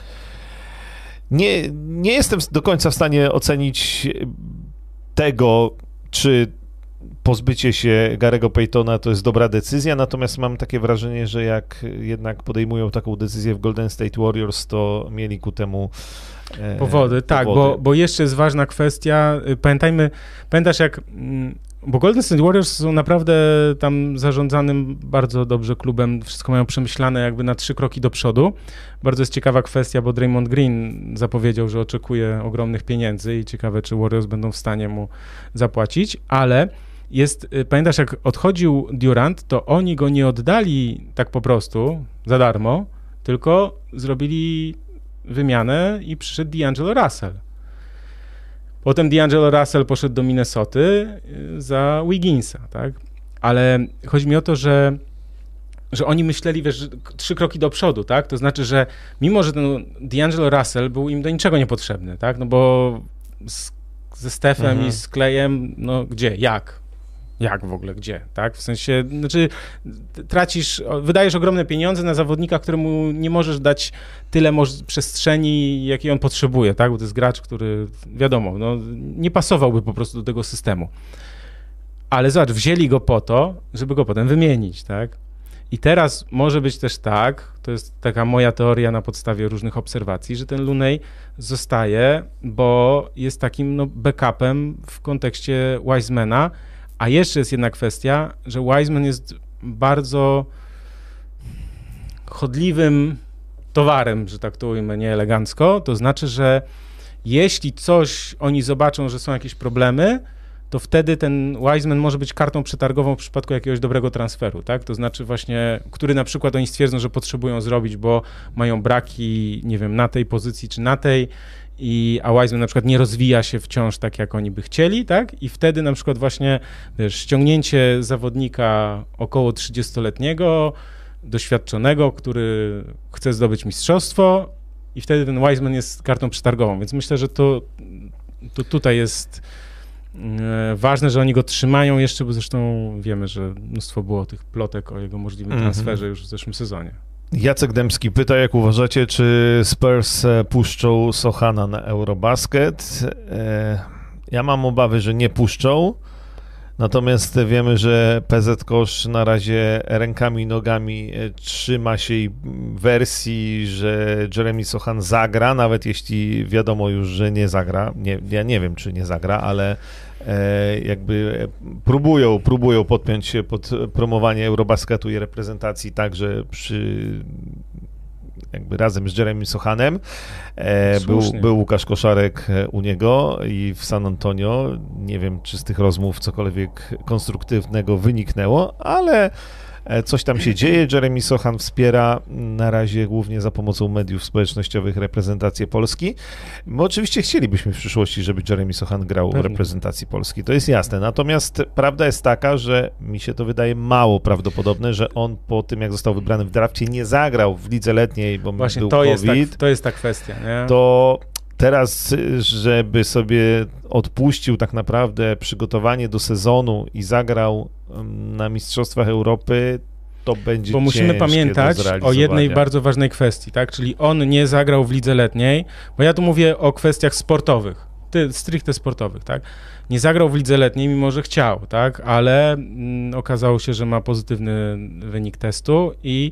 nie jestem do końca w stanie ocenić tego, czy pozbycie się Garego Paytona to jest dobra decyzja, natomiast mam takie wrażenie, że jak jednak podejmują taką decyzję w Golden State Warriors, to mieli ku temu powody. Tak, bo jeszcze jest ważna kwestia, pamiętasz jak, bo Golden State Warriors są naprawdę tam zarządzanym bardzo dobrze klubem, wszystko mają przemyślane jakby na 3 kroki do przodu. Bardzo jest ciekawa kwestia, bo Draymond Green zapowiedział, że oczekuje ogromnych pieniędzy i ciekawe, czy Warriors będą w stanie mu zapłacić, ale pamiętasz, jak odchodził Durant, to oni go nie oddali tak po prostu, za darmo, tylko zrobili wymianę i przyszedł D'Angelo Russell. Potem D'Angelo Russell poszedł do Minnesoty za Wigginsa, tak? Ale chodzi mi o to, że oni myśleli, wiesz, 3 kroki do przodu, tak? To znaczy, że mimo, że ten D'Angelo Russell był im do niczego niepotrzebny, tak? No bo ze Stephem i z Clayem, no gdzie, jak w ogóle, gdzie, tak? W sensie, znaczy wydajesz ogromne pieniądze na zawodnika, któremu nie możesz dać tyle przestrzeni, jakiej on potrzebuje, tak? Bo to jest gracz, który, wiadomo, no, nie pasowałby po prostu do tego systemu. Ale zobacz, wzięli go po to, żeby go potem wymienić, tak? I teraz może być też tak, to jest taka moja teoria na podstawie różnych obserwacji, że ten Looney zostaje, bo jest takim backupem w kontekście Wisemana, a jeszcze jest jedna kwestia, że Wiseman jest bardzo chodliwym towarem, że tak to ujmę nieelegancko, to znaczy, że jeśli coś oni zobaczą, że są jakieś problemy, to wtedy ten Wiseman może być kartą przetargową w przypadku jakiegoś dobrego transferu, tak? To znaczy właśnie, który na przykład oni stwierdzą, że potrzebują zrobić, bo mają braki, nie wiem, na tej pozycji czy na tej, a Wiseman na przykład nie rozwija się wciąż tak, jak oni by chcieli, tak? I wtedy na przykład właśnie, wiesz, ściągnięcie zawodnika około 30-letniego, doświadczonego, który chce zdobyć mistrzostwo i wtedy ten Wiseman jest kartą przetargową, więc myślę, że to tutaj jest ważne, że oni go trzymają jeszcze, bo zresztą wiemy, że mnóstwo było tych plotek o jego możliwym transferze już w zeszłym sezonie. Jacek Dębski pyta, jak uważacie, czy Spurs puszczą Sochana na Eurobasket? Ja mam obawy, że nie puszczą, natomiast wiemy, że PZ Kosz na razie rękami i nogami trzyma się wersji, że Jeremy Sochan zagra, nawet jeśli wiadomo już, że nie zagra. Ja nie wiem, czy nie zagra, ale jakby próbują podpiąć się pod promowanie Eurobasketu i reprezentacji także jakby razem z Jeremy Sochanem. Był Łukasz Koszarek u niego i w San Antonio. Nie wiem, czy z tych rozmów cokolwiek konstruktywnego wyniknęło, ale coś tam się dzieje. Jeremy Sochan wspiera na razie głównie za pomocą mediów społecznościowych reprezentację Polski. My oczywiście chcielibyśmy w przyszłości, żeby Jeremy Sochan grał w reprezentacji Polski, to jest jasne. Natomiast prawda jest taka, że mi się to wydaje mało prawdopodobne, że on po tym, jak został wybrany w drafcie, nie zagrał w lidze letniej, bo właśnie był COVID. To jest ta kwestia, nie? To teraz, żeby sobie odpuścił tak naprawdę przygotowanie do sezonu i zagrał na Mistrzostwach Europy, to będzie bo musimy pamiętać o jednej bardzo ważnej kwestii, tak? Czyli on nie zagrał w lidze letniej, bo ja tu mówię o kwestiach sportowych, stricte sportowych, tak? Nie zagrał w lidze letniej, mimo że chciał, tak? Ale okazało się, że ma pozytywny wynik testu i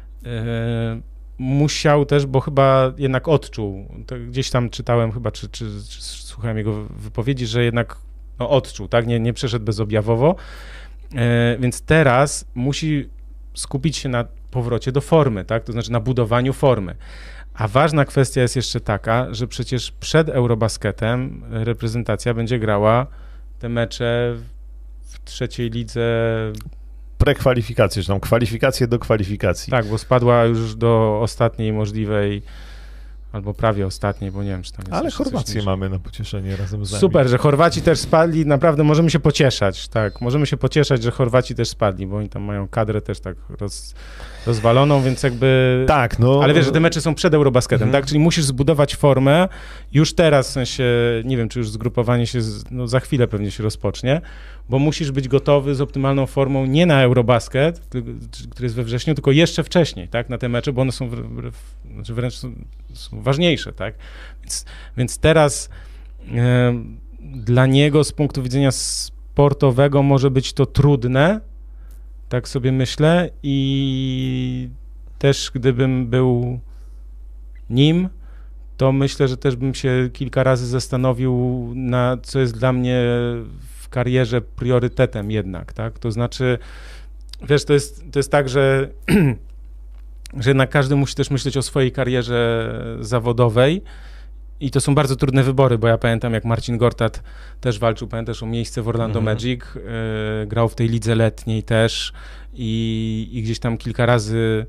musiał też, bo chyba jednak odczuł, gdzieś tam czytałem chyba, czy słuchałem jego wypowiedzi, że jednak odczuł, tak, nie przeszedł bezobjawowo, więc teraz musi skupić się na powrocie do formy, tak, to znaczy na budowaniu formy. A ważna kwestia jest jeszcze taka, że przecież przed Eurobasketem reprezentacja będzie grała te mecze w trzeciej lidze. Prekwalifikacje, czy tam kwalifikacje do kwalifikacji. Tak, bo spadła już do ostatniej możliwej, albo prawie ostatniej, bo nie wiem, czy tam jest. Ale Chorwację mamy na pocieszenie razem z nami. Super, że Chorwaci też spadli, naprawdę możemy się pocieszać, tak, możemy się pocieszać, że Chorwaci też spadli, bo oni tam mają kadrę też tak rozwaloną, więc jakby... Tak, no... Ale wiesz, że te mecze są przed Eurobasketem, tak, czyli musisz zbudować formę już teraz, w sensie, nie wiem, czy już zgrupowanie się, za chwilę pewnie się rozpocznie, bo musisz być gotowy z optymalną formą nie na Eurobasket, który jest we wrześniu, tylko jeszcze wcześniej, tak, na te mecze, bo one są wręcz są ważniejsze, tak, więc teraz dla niego z punktu widzenia sportowego może być to trudne, tak sobie myślę, i też gdybym był nim, to myślę, że też bym się kilka razy zastanowił, na co jest dla mnie w karierze priorytetem jednak, tak, to znaczy, wiesz, to jest tak, że jednak każdy musi też myśleć o swojej karierze zawodowej i to są bardzo trudne wybory, bo ja pamiętam, jak Marcin Gortat też walczył, pamiętasz, o miejsce w Orlando Magic, grał w tej lidze letniej też i gdzieś tam kilka razy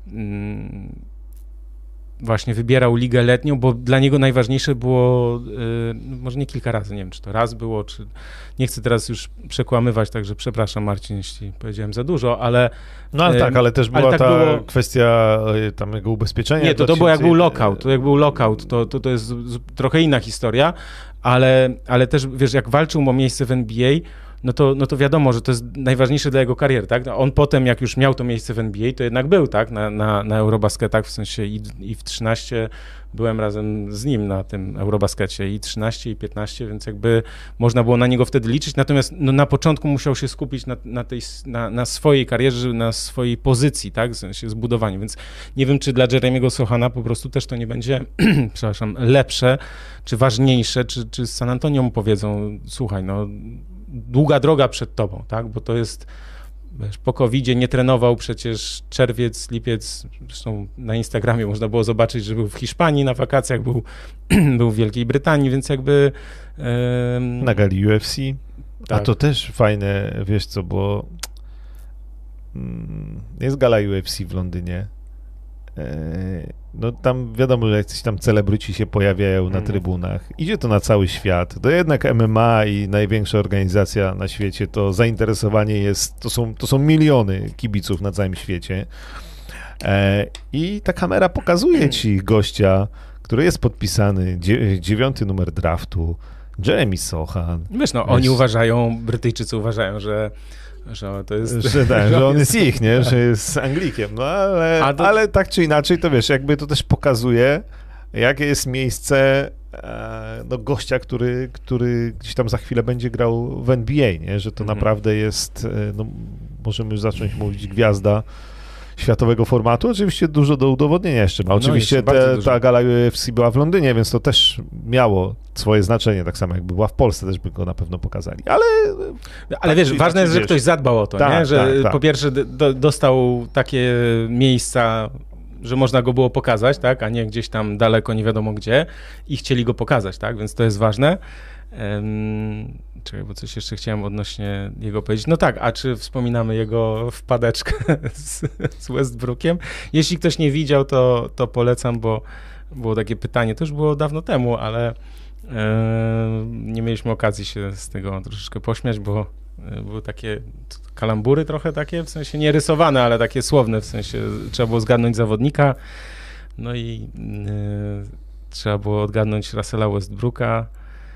właśnie wybierał ligę letnią, bo dla niego najważniejsze było, może nie kilka razy, nie wiem, czy to raz było, czy nie chcę teraz już przekłamywać, także przepraszam, Marcin, jeśli powiedziałem za dużo, ale... No ale tak, ale też była kwestia tam jego ubezpieczenia. Nie, to było jak był lockout, to jest trochę inna historia, ale też, wiesz, jak walczył o miejsce w NBA, no to wiadomo, że to jest najważniejsze dla jego kariery, tak? No on potem, jak już miał to miejsce w NBA, to jednak był, tak? Na Eurobasketach, w sensie i w 13 byłem razem z nim na tym Eurobaskecie i 13 i 15, więc jakby można było na niego wtedy liczyć, natomiast no, na początku musiał się skupić na swojej karierze, na swojej pozycji, tak? W sensie zbudowaniu, więc nie wiem, czy dla Jeremiego Sochana po prostu też to nie będzie, przepraszam, lepsze, czy ważniejsze, czy z San Antonio mu powiedzą, słuchaj, no długa droga przed tobą, tak? Bo to jest, wiesz, po COVID-zie nie trenował przecież czerwiec, lipiec, zresztą na Instagramie można było zobaczyć, że był w Hiszpanii na wakacjach, był w Wielkiej Brytanii, więc jakby... Na gali UFC. Tak. A to też fajne, wiesz co, bo jest gala UFC w Londynie. No tam wiadomo, że jacyś tam celebryci się pojawiają na trybunach. Idzie to na cały świat. To jednak MMA i największa organizacja na świecie, to zainteresowanie jest, to są miliony kibiców na całym świecie. I ta kamera pokazuje ci gościa, który jest podpisany, 9. numer draftu, Jeremy Sochan. Wiesz, no oni uważają, Brytyjczycy uważają, że to jest... Że on jest ich, nie? Że jest Anglikiem. No ale tak czy inaczej, to wiesz, jakby to też pokazuje, jakie jest miejsce no, gościa, który gdzieś tam za chwilę będzie grał w NBA, nie? Że to naprawdę jest, no, możemy już zacząć mówić, gwiazda światowego formatu. Oczywiście dużo do udowodnienia jeszcze ma. Oczywiście ta gala UFC była w Londynie, więc to też miało swoje znaczenie, tak samo jakby była w Polsce, też by go na pewno pokazali. Ale wiesz, ważne jest, że ktoś zadbał o to, nie? Że po pierwsze dostał takie miejsca, że można go było pokazać, tak? A nie gdzieś tam daleko, nie wiadomo gdzie i chcieli go pokazać, tak? Więc to jest ważne. Czekaj, bo coś jeszcze chciałem odnośnie jego powiedzieć. No tak, a czy wspominamy jego wpadeczkę z Westbrookiem? Jeśli ktoś nie widział, to polecam, bo było takie pytanie, to już było dawno temu, ale nie mieliśmy okazji się z tego troszeczkę pośmiać, bo były takie kalambury trochę takie, w sensie nie rysowane, ale takie słowne, w sensie trzeba było zgadnąć zawodnika, no i trzeba było odgadnąć Russella Westbrooka,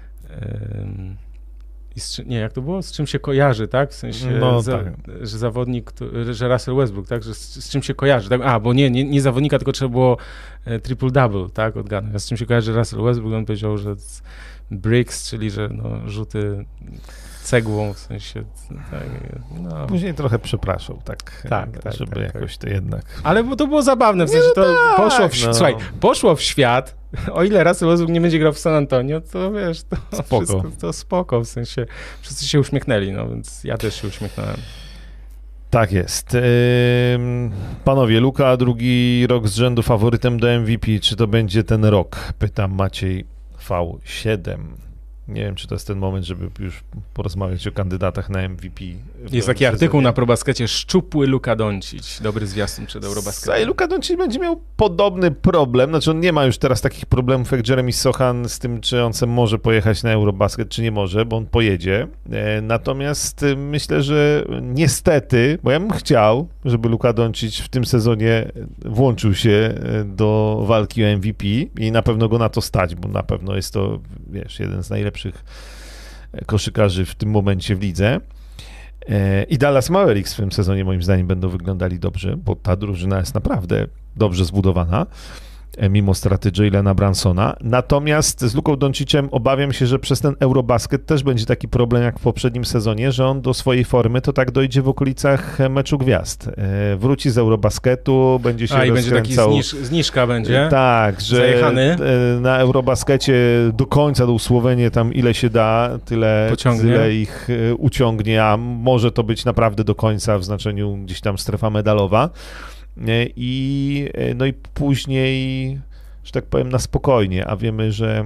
jak to było? Z czym się kojarzy, tak? W sensie, że zawodnik, że Russell Westbrook, tak? Że z czym się kojarzy, tak? Bo nie zawodnika, tylko trzeba było triple-double, tak? Odgadnąć. A z czym się kojarzy Russell Westbrook? On powiedział, że bricks, czyli że no, rzuty cegłą, w sensie... Tak, no. Później trochę przepraszał, żeby jakoś to jednak... Ale bo to było zabawne, w sensie słuchaj, poszło w świat, o ile Russell Westbrook nie będzie grał w San Antonio, to wiesz, to spoko, w sensie wszyscy się uśmiechnęli, no więc ja też się uśmiechnąłem. Tak jest. Panowie, Luka drugi rok z rzędu faworytem do MVP, czy to będzie ten rok? Pyta Maciej V7. Nie wiem, czy to jest ten moment, żeby już porozmawiać o kandydatach na MVP. Jest taki artykuł na ProBaskecie, szczupły Luka Doncic. Dobry zwiastun przed Eurobasketem. Luka Doncic będzie miał podobny problem, znaczy on nie ma już teraz takich problemów jak Jeremy Sochan z tym, czy on może pojechać na Eurobasket, czy nie może, bo on pojedzie. Natomiast myślę, że niestety, bo ja bym chciał, żeby Luka Doncic w tym sezonie włączył się do walki o MVP i na pewno go na to stać, bo na pewno jest to, wiesz, jeden z najlepszych koszykarzy w tym momencie w lidze. I Dallas Mavericks w tym sezonie moim zdaniem będą wyglądali dobrze, bo ta drużyna jest naprawdę dobrze zbudowana, mimo straty Jalena Brunsona. Natomiast z Luką Doncicem obawiam się, że przez ten Eurobasket też będzie taki problem jak w poprzednim sezonie, że on do swojej formy to tak dojdzie w okolicach meczu gwiazd. Wróci z Eurobasketu, będzie się rozkręcał. Będzie taki zniżka będzie. Tak, że zajechany. Na Eurobaskecie do końca, do usłowienia tam ile się da, tyle ich uciągnie, a może to być naprawdę do końca w znaczeniu gdzieś tam strefa medalowa. No i później, że tak powiem, na spokojnie, a wiemy, że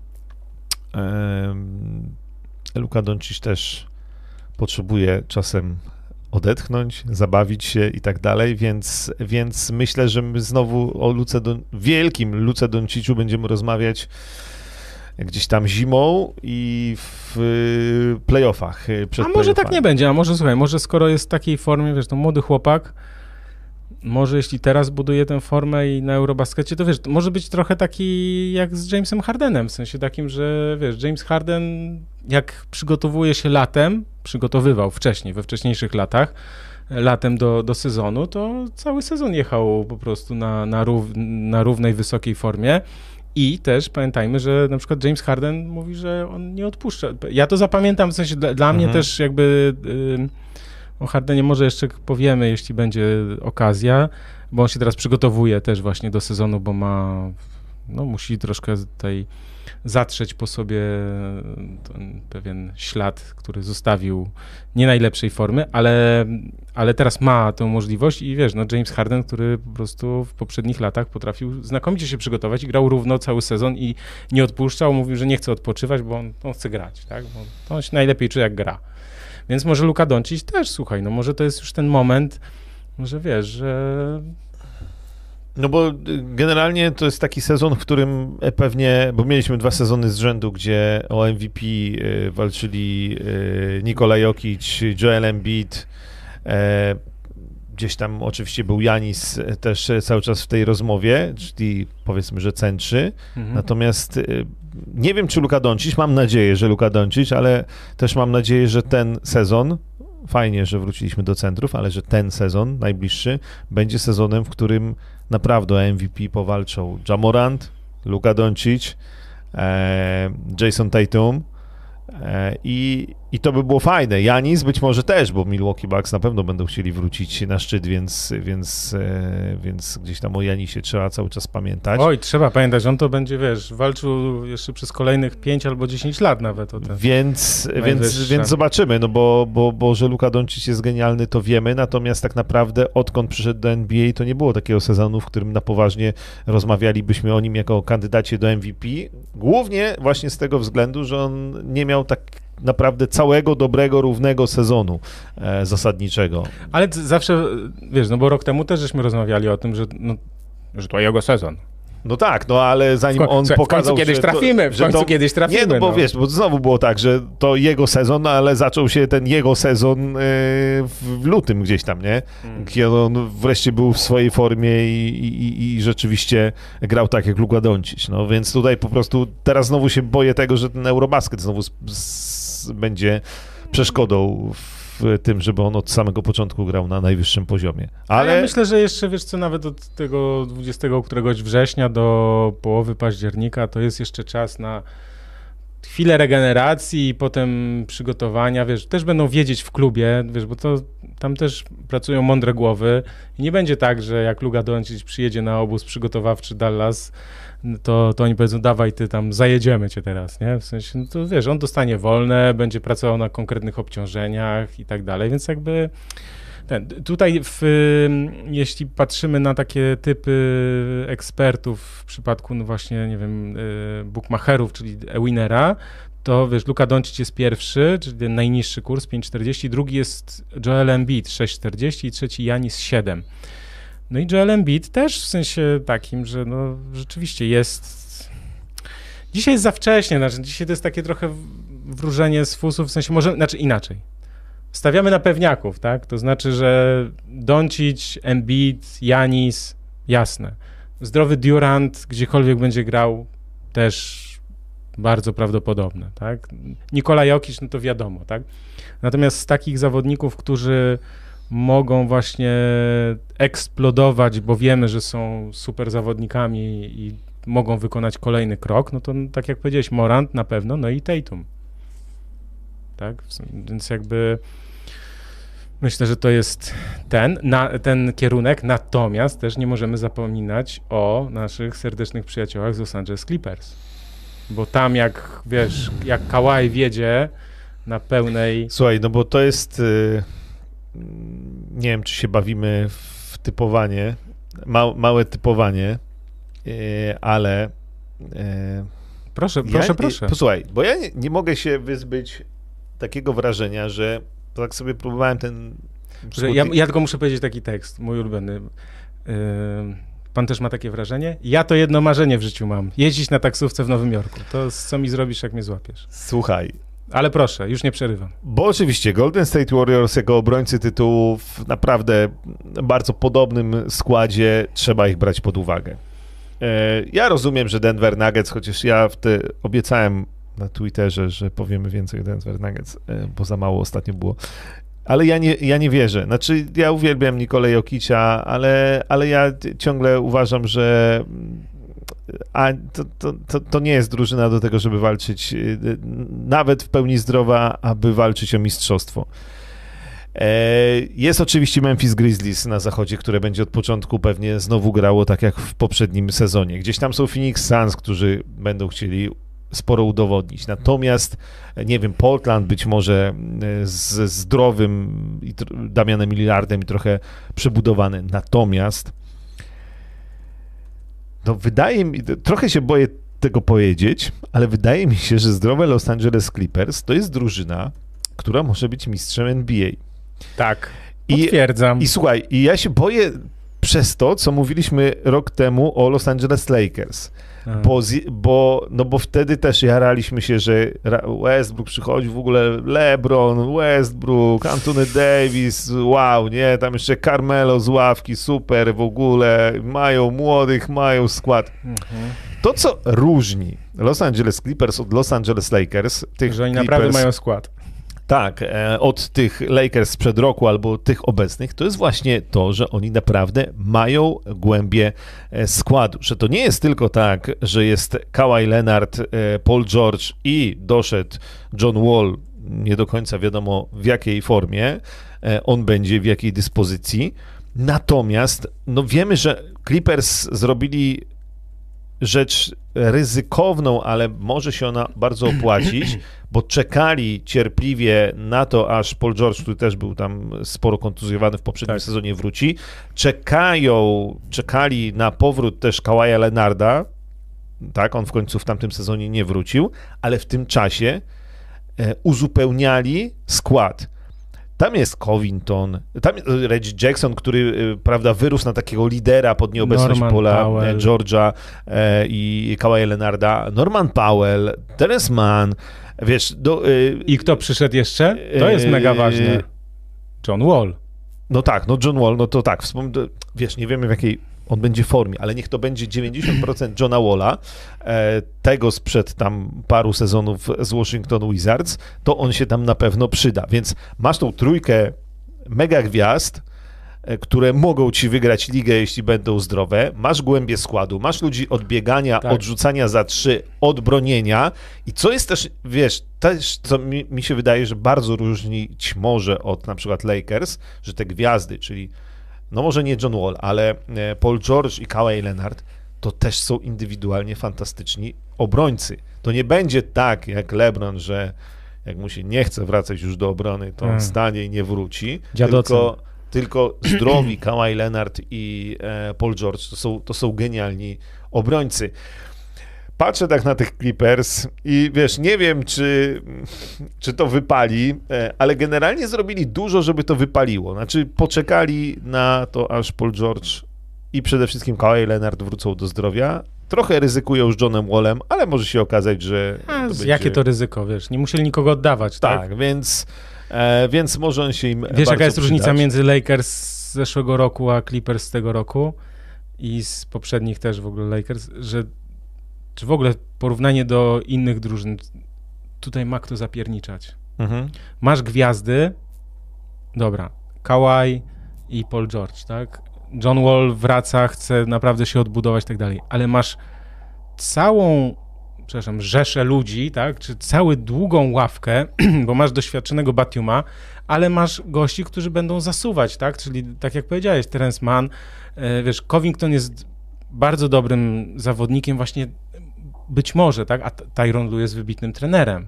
Luka Doncic też potrzebuje czasem odetchnąć, zabawić się i tak dalej, więc myślę, że my znowu o wielkim Luce Donciciu będziemy rozmawiać gdzieś tam zimą i w playoffach. A może tak nie będzie, a może słuchaj, może skoro jest w takiej formie, wiesz, to młody chłopak, może jeśli teraz buduje tę formę i na Eurobaskecie, to wiesz, to może być trochę taki jak z Jamesem Hardenem, w sensie takim, że wiesz, James Harden jak przygotowuje się przygotowywał wcześniej, we wcześniejszych latach, latem do sezonu, to cały sezon jechał po prostu na równej, wysokiej formie. I też pamiętajmy, że na przykład James Harden mówi, że on nie odpuszcza. Ja to zapamiętam, w sensie dla mnie też jakby o Hardenie może jeszcze powiemy, jeśli będzie okazja, bo on się teraz przygotowuje też właśnie do sezonu, bo musi troszkę tutaj zatrzeć po sobie ten pewien ślad, który zostawił nie najlepszej formy, ale teraz ma tę możliwość i wiesz, James Harden, który po prostu w poprzednich latach potrafił znakomicie się przygotować i grał równo cały sezon i nie odpuszczał, mówił, że nie chce odpoczywać, bo on chce grać, tak? Bo on się najlepiej czuje, jak gra. Więc może Luka Doncic też, słuchaj, może to jest już ten moment, że wiesz, że... No bo generalnie to jest taki sezon, w którym pewnie, bo mieliśmy 2 sezony z rzędu, gdzie o MVP walczyli Nikola Jokic, Joel Embiid, gdzieś tam oczywiście był Giannis też cały czas w tej rozmowie, czyli powiedzmy, że centrzy. Natomiast nie wiem, czy Luka Doncic, mam nadzieję, że Luka Doncic, ale też mam nadzieję, że ten sezon, fajnie, że wróciliśmy do centrów, ale że ten sezon, najbliższy, będzie sezonem, w którym naprawdę o MVP powalczą Ja Morant, Luka Doncic, Jason Tatum i to by było fajne. Giannis być może też, bo Milwaukee Bucks na pewno będą chcieli wrócić na szczyt, więc gdzieś tam o Giannisie trzeba cały czas pamiętać. Oj, trzeba pamiętać, on to będzie, wiesz, walczył jeszcze przez kolejnych 5 albo 10 lat nawet o ten. Więc zobaczymy, bo że Luka Doncic jest genialny, to wiemy, natomiast tak naprawdę odkąd przyszedł do NBA, to nie było takiego sezonu, w którym na poważnie rozmawialibyśmy o nim jako kandydacie do MVP, głównie właśnie z tego względu, że on nie miał tak naprawdę całego dobrego, równego sezonu zasadniczego. Ale zawsze, wiesz, bo rok temu też żeśmy rozmawiali o tym, że to jego sezon. No tak, ale zanim on pokazał, kiedyś trafimy, w końcu kiedyś trafimy. Nie, bo wiesz, bo znowu było tak, że to jego sezon, ale zaczął się ten jego sezon w lutym gdzieś tam, nie? Kiedy on wreszcie był w swojej formie i rzeczywiście grał tak jak Luka Doncic. No więc tutaj po prostu teraz znowu się boję tego, że ten Eurobasket znowu będzie przeszkodą w tym, żeby on od samego początku grał na najwyższym poziomie. Ale ja myślę, że jeszcze, wiesz co, nawet od tego 20 któregoś września do połowy października to jest jeszcze czas na chwilę regeneracji i potem przygotowania, wiesz, też będą wiedzieć w klubie, wiesz, bo to tam też pracują mądre głowy i nie będzie tak, że jak Luka Doncic przyjedzie na obóz przygotowawczy Dallas, to oni powiedzą, dawaj ty tam, zajedziemy cię teraz, nie? W sensie, to wiesz, on dostanie wolne, będzie pracował na konkretnych obciążeniach i tak dalej, więc jakby tutaj jeśli patrzymy na takie typy ekspertów w przypadku, właśnie, nie wiem, bookmacherów, czyli Winera, to wiesz, Luka Doncic jest pierwszy, czyli ten najniższy kurs, 5,40, drugi jest Joel Embiid, 6,40 i trzeci Giannis, 7. No i Joel Embiid też w sensie takim, że rzeczywiście jest... Dzisiaj jest za wcześnie, dzisiaj to jest takie trochę wróżenie z fusów, w sensie inaczej. Stawiamy na pewniaków, tak? To znaczy, że Doncic, Embiid, Giannis, jasne. Zdrowy Durant, gdziekolwiek będzie grał, też bardzo prawdopodobne, tak? Nikola Jokic, to wiadomo, tak? Natomiast z takich zawodników, którzy mogą właśnie eksplodować, bo wiemy, że są super zawodnikami i mogą wykonać kolejny krok, to tak jak powiedziałeś, Morant na pewno, i Tatum. Tak? Więc jakby myślę, że to jest ten kierunek, natomiast też nie możemy zapominać o naszych serdecznych przyjaciołach z Los Angeles Clippers. Bo tam jak Kawhi wiedzie na pełnej... Słuchaj, bo to jest... nie wiem, czy się bawimy w typowanie, małe typowanie, ale... Proszę. Posłuchaj, bo ja nie mogę się wyzbyć takiego wrażenia, że tak sobie próbowałem Ja tylko muszę powiedzieć taki tekst, mój ulubiony. Pan też ma takie wrażenie? Ja to jedno marzenie w życiu mam. Jeździć na taksówce w Nowym Jorku. To co mi zrobisz, jak mnie złapiesz? Słuchaj, Ale proszę, już nie przerywam. Bo oczywiście Golden State Warriors jako obrońcy tytułu w naprawdę bardzo podobnym składzie, trzeba ich brać pod uwagę. Ja rozumiem, że Denver Nuggets, chociaż ja obiecałem na Twitterze, że powiemy więcej o Denver Nuggets, bo za mało ostatnio było. Ale ja nie wierzę. Znaczy, ja uwielbiam Nikolę Jokicia, ale ja ciągle uważam, że to nie jest drużyna do tego, żeby walczyć, nawet w pełni zdrowa, aby walczyć o mistrzostwo. Jest oczywiście Memphis Grizzlies na zachodzie, które będzie od początku pewnie znowu grało tak jak w poprzednim sezonie. Gdzieś tam są Phoenix Suns, którzy będą chcieli sporo udowodnić. Natomiast, nie wiem, Portland być może z zdrowym Damianem Lillardem i trochę przebudowany. Natomiast no wydaje mi, trochę się boję tego powiedzieć, ale wydaje mi się, że zdrowe Los Angeles Clippers to jest drużyna, która może być mistrzem NBA. Tak, potwierdzam. I słuchaj, ja się boję przez to, co mówiliśmy rok temu o Los Angeles Lakers. Bo wtedy też jaraliśmy się, że Westbrook przychodzi, w ogóle LeBron, Westbrook, Anthony Davis, wow, nie, tam jeszcze Carmelo z ławki, super, w ogóle mają młodych, mają skład. To, co różni Los Angeles Clippers od Los Angeles Lakers, że oni naprawdę mają skład. Tak, od tych Lakers sprzed roku albo tych obecnych, to jest właśnie to, że oni naprawdę mają głębię składu. Że to nie jest tylko tak, że jest Kawhi Leonard, Paul George i doszedł John Wall, nie do końca wiadomo w jakiej formie on będzie, w jakiej dyspozycji. Natomiast no wiemy, że Clippers zrobili rzecz ryzykowną, ale może się ona bardzo opłacić, bo czekali cierpliwie na to, aż Paul George, który też był tam sporo kontuzjowany w poprzednim sezonie, wróci. Czekali na powrót też Kawaja Leonarda, tak, on w końcu w tamtym sezonie nie wrócił, ale w tym czasie uzupełniali skład. Tam jest Covington, tam jest Reggie Jackson, który, prawda, wyrósł na takiego lidera pod nieobecność Paula George'a i Kawaja Leonarda. Norman Powell, Terence Mann, wiesz... I kto przyszedł jeszcze? To jest mega ważne. John Wall. No tak, no John Wall, no to tak, wiesz, nie wiemy w jakiej on będzie w formie, ale niech to będzie 90% Johna Walla, tego sprzed tam paru sezonów z Washington Wizards, to on się tam na pewno przyda. Więc masz tą trójkę mega gwiazd, które mogą ci wygrać ligę, jeśli będą zdrowe. Masz głębię składu, masz ludzi od biegania, od rzucania za 3, od bronienia. I co jest też, wiesz, też co mi się wydaje, że bardzo różnić może od na przykład Lakers, że te gwiazdy, czyli no może nie John Wall, ale Paul George i Kawhi Leonard, to też są indywidualnie fantastyczni obrońcy. To nie będzie tak jak LeBron, że jak mu się nie chce wracać już do obrony, to on stanie i nie wróci. Tylko zdrowi Kawhi Leonard i Paul George to są genialni obrońcy. Patrzę tak na tych Clippers i wiesz, nie wiem, czy to wypali, ale generalnie zrobili dużo, żeby to wypaliło. Znaczy poczekali na to, aż Paul George i przede wszystkim Kawhi Leonard wrócą do zdrowia. Trochę ryzykują z Johnem Wallem, ale może się okazać, że... Jakie to ryzyko, wiesz? Nie musieli nikogo oddawać, tak? Tak, więc może on się im Wiesz, jaka jest przydać. różnica między Lakers z zeszłego roku, a Clippers z tego roku i z poprzednich też w ogóle Lakers, że czy w ogóle porównanie do innych drużyn, tutaj ma kto zapierniczać. Masz gwiazdy, dobra, Kawhi i Paul George, tak? John Wall wraca, chce naprawdę się odbudować i tak dalej, ale masz całą, rzeszę ludzi, tak? Czy całą długą ławkę, bo masz doświadczonego Batuma, ale masz gości, którzy będą zasuwać, tak? Czyli tak jak powiedziałeś, Terence Mann, wiesz, Covington jest bardzo dobrym zawodnikiem, właśnie być może, tak? A Tyronn Lue jest wybitnym trenerem.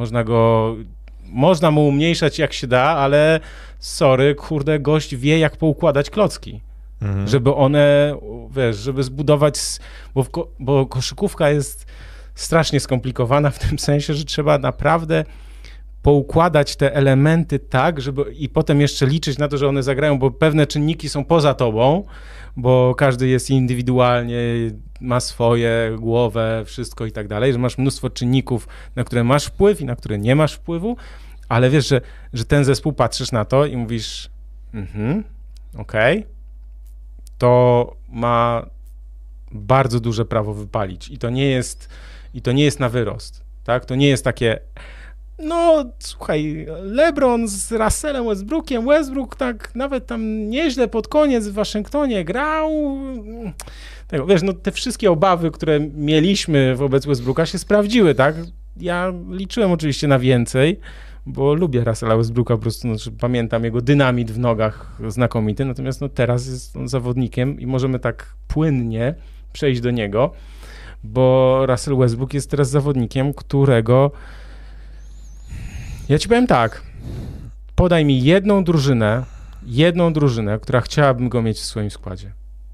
Można mu umniejszać jak się da, ale sorry, kurde, gość wie jak poukładać klocki. Żeby one, wiesz, żeby zbudować, bo koszykówka jest strasznie skomplikowana w tym sensie, że trzeba naprawdę poukładać te elementy tak, żeby i potem jeszcze liczyć na to, że one zagrają, bo pewne czynniki są poza tobą, bo każdy jest indywidualnie ma swoje, głowę, wszystko i tak dalej, że masz mnóstwo czynników, na które masz wpływ i na które nie masz wpływu, ale wiesz, że ten zespół, patrzysz na to i mówisz, okej, to ma bardzo duże prawo wypalić i to nie jest na wyrost, tak? To nie jest takie, no słuchaj, LeBron z Russellem Westbrookiem, Westbrook tak nawet tam nieźle pod koniec w Waszyngtonie grał, tego, wiesz, no te wszystkie obawy, które mieliśmy wobec Westbrooka się sprawdziły, tak? Ja liczyłem oczywiście na więcej, bo lubię Russella Westbrooka, po prostu pamiętam jego dynamit w nogach znakomity, natomiast no, teraz jest on zawodnikiem i możemy tak płynnie przejść do niego, bo Russell Westbrook jest teraz zawodnikiem, którego ja ci powiem tak, podaj mi jedną drużynę, która chciałaby go mieć w swoim składzie.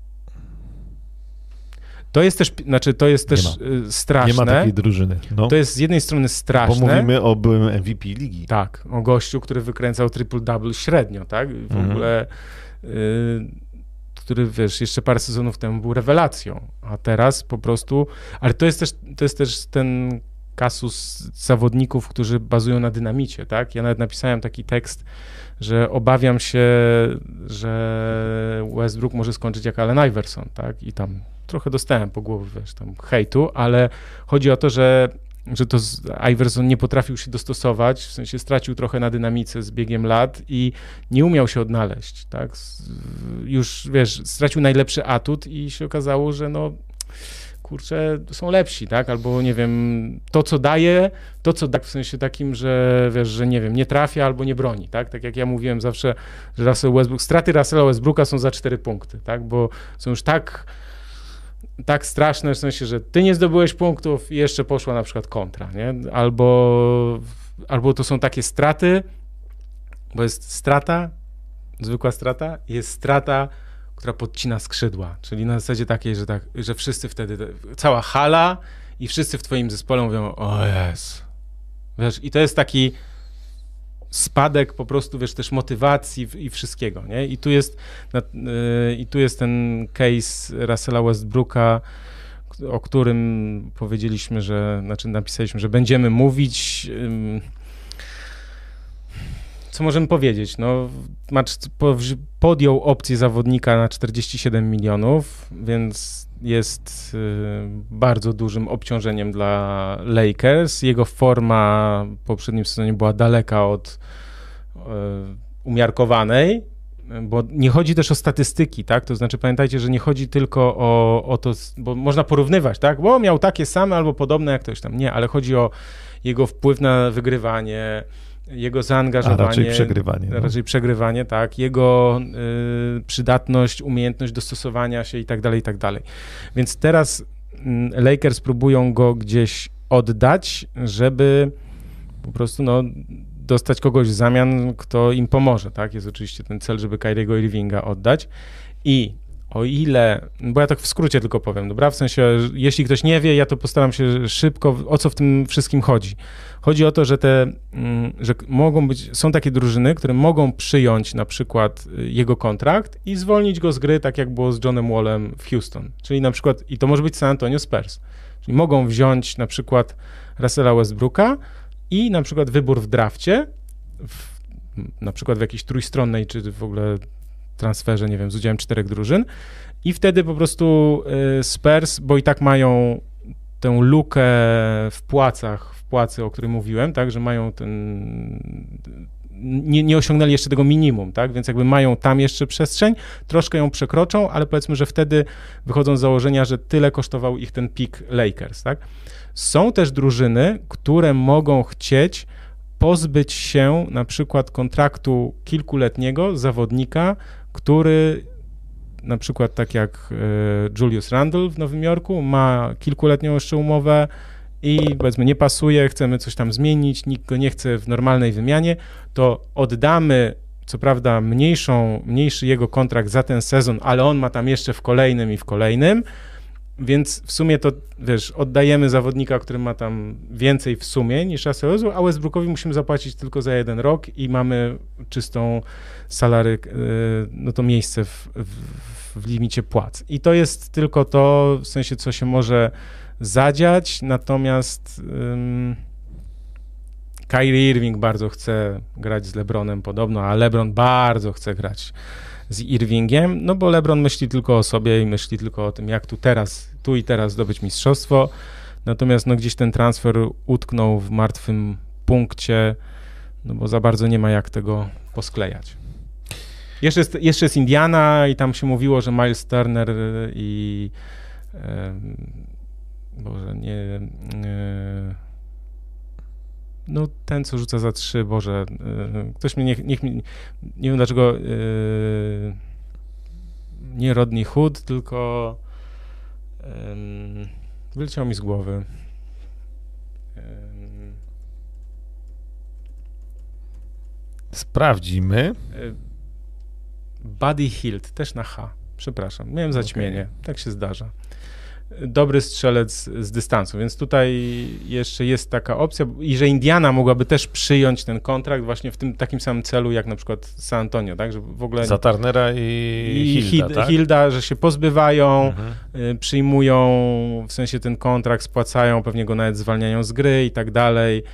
To jest też, straszne. Nie ma takiej drużyny. No. To jest z jednej strony straszne. Bo mówimy o byłym MVP ligi. Tak, o gościu, który wykręcał triple-double średnio, tak? W ogóle, który, wiesz, jeszcze parę sezonów temu był rewelacją, a teraz po prostu, ale to jest też ten kasus zawodników, którzy bazują na dynamicie, tak? Ja nawet napisałem taki tekst, że obawiam się, że Westbrook może skończyć jak Allen Iverson, tak? I tam trochę dostałem po głowie, wiesz, tam hejtu, ale chodzi o to, że to Iverson nie potrafił się dostosować, w sensie stracił trochę na dynamice z biegiem lat i nie umiał się odnaleźć, tak? Już, wiesz, stracił najlepszy atut i się okazało, że no kurczę, są lepsi, tak? Albo nie wiem, to co daje w sensie takim, że wiesz, że nie wiem, nie trafia albo nie broni, tak? Tak jak ja mówiłem zawsze, że straty Russella Westbrooka są za 4 punkty, tak? Bo są już tak straszne, w sensie, że ty nie zdobyłeś punktów i jeszcze poszła na przykład kontra, nie? Albo to są takie straty, bo jest strata, zwykła strata, jest strata, która podcina skrzydła, czyli na zasadzie takiej, że wszyscy wtedy, cała hala i wszyscy w twoim zespole mówią, o jest, wiesz, i to jest taki spadek po prostu, wiesz, też motywacji i wszystkiego, nie? I tu jest ten case Russella Westbrooka, o którym powiedzieliśmy, napisaliśmy, że będziemy mówić. Co możemy powiedzieć? No, podjął opcję zawodnika na 47 milionów, więc jest bardzo dużym obciążeniem dla Lakers. Jego forma w poprzednim sezonie była daleka od umiarkowanej, bo nie chodzi też o statystyki, tak? To znaczy pamiętajcie, że nie chodzi tylko o to, bo można porównywać, tak? Bo miał takie same albo podobne jak ktoś tam. Nie, ale chodzi o jego wpływ na wygrywanie, jego zaangażowanie. Raczej przegrywanie, tak. Jego przydatność, umiejętność dostosowania się i tak dalej, i tak dalej. Więc teraz Lakers próbują go gdzieś oddać, żeby po prostu dostać kogoś w zamian, kto im pomoże, tak. Jest oczywiście ten cel, żeby Kyriego Irvinga oddać i o ile, bo ja tak w skrócie tylko powiem, dobra? W sensie, jeśli ktoś nie wie, ja to postaram się szybko, o co w tym wszystkim chodzi. Chodzi o to, że są takie drużyny, które mogą przyjąć na przykład jego kontrakt i zwolnić go z gry, tak jak było z Johnem Wallem w Houston. Czyli na przykład, i to może być San Antonio Spurs. Czyli mogą wziąć na przykład Russella Westbrooka i na przykład wybór w drafcie, na przykład w jakiejś trójstronnej, czy w ogóle transferze, nie wiem, z udziałem 4 drużyn i wtedy po prostu Spurs, bo i tak mają tę lukę w płacy, o której mówiłem, tak, że mają nie osiągnęli jeszcze tego minimum, tak, więc jakby mają tam jeszcze przestrzeń, troszkę ją przekroczą, ale powiedzmy, że wtedy wychodzą z założenia, że tyle kosztował ich ten pick Lakers, tak. Są też drużyny, które mogą chcieć pozbyć się na przykład kontraktu kilkuletniego zawodnika, który na przykład tak jak Julius Randle w Nowym Jorku ma kilkuletnią jeszcze umowę i powiedzmy nie pasuje, chcemy coś tam zmienić, nikt go nie chce w normalnej wymianie, to oddamy co prawda mniejszy jego kontrakt za ten sezon, ale on ma tam jeszcze w kolejnym Więc w sumie to, wiesz, oddajemy zawodnika, który ma tam więcej w sumie niż Russell Westbrook, a Westbrookowi musimy zapłacić tylko za 1 rok i mamy czystą salary, no to miejsce w limicie płac. I to jest tylko to, w sensie, co się może zadziać, natomiast Kyrie Irving bardzo chce grać z LeBronem podobno, a LeBron bardzo chce grać z Irvingiem, no bo LeBron myśli tylko o sobie i myśli tylko o tym, jak tu i teraz zdobyć mistrzostwo, natomiast no gdzieś ten transfer utknął w martwym punkcie, no bo za bardzo nie ma jak tego posklejać. Jeszcze jest Indiana i tam się mówiło, że Miles Turner i no ten, co rzuca za 3, Boże, ktoś mnie, nie wiem dlaczego, nie Rodney Hood, tylko wyleciał mi z głowy. Sprawdzimy. Buddy Hield, też na H, przepraszam, miałem zaćmienie, tak się zdarza. Dobry strzelec z dystansu, więc tutaj jeszcze jest taka opcja i że Indiana mogłaby też przyjąć ten kontrakt właśnie w tym takim samym celu jak na przykład San Antonio, tak, że w ogóle... Za Turnera i Hilda, tak? Hilda, że się pozbywają, przyjmują w sensie ten kontrakt, spłacają, pewnie go nawet zwalniają z gry i tak dalej.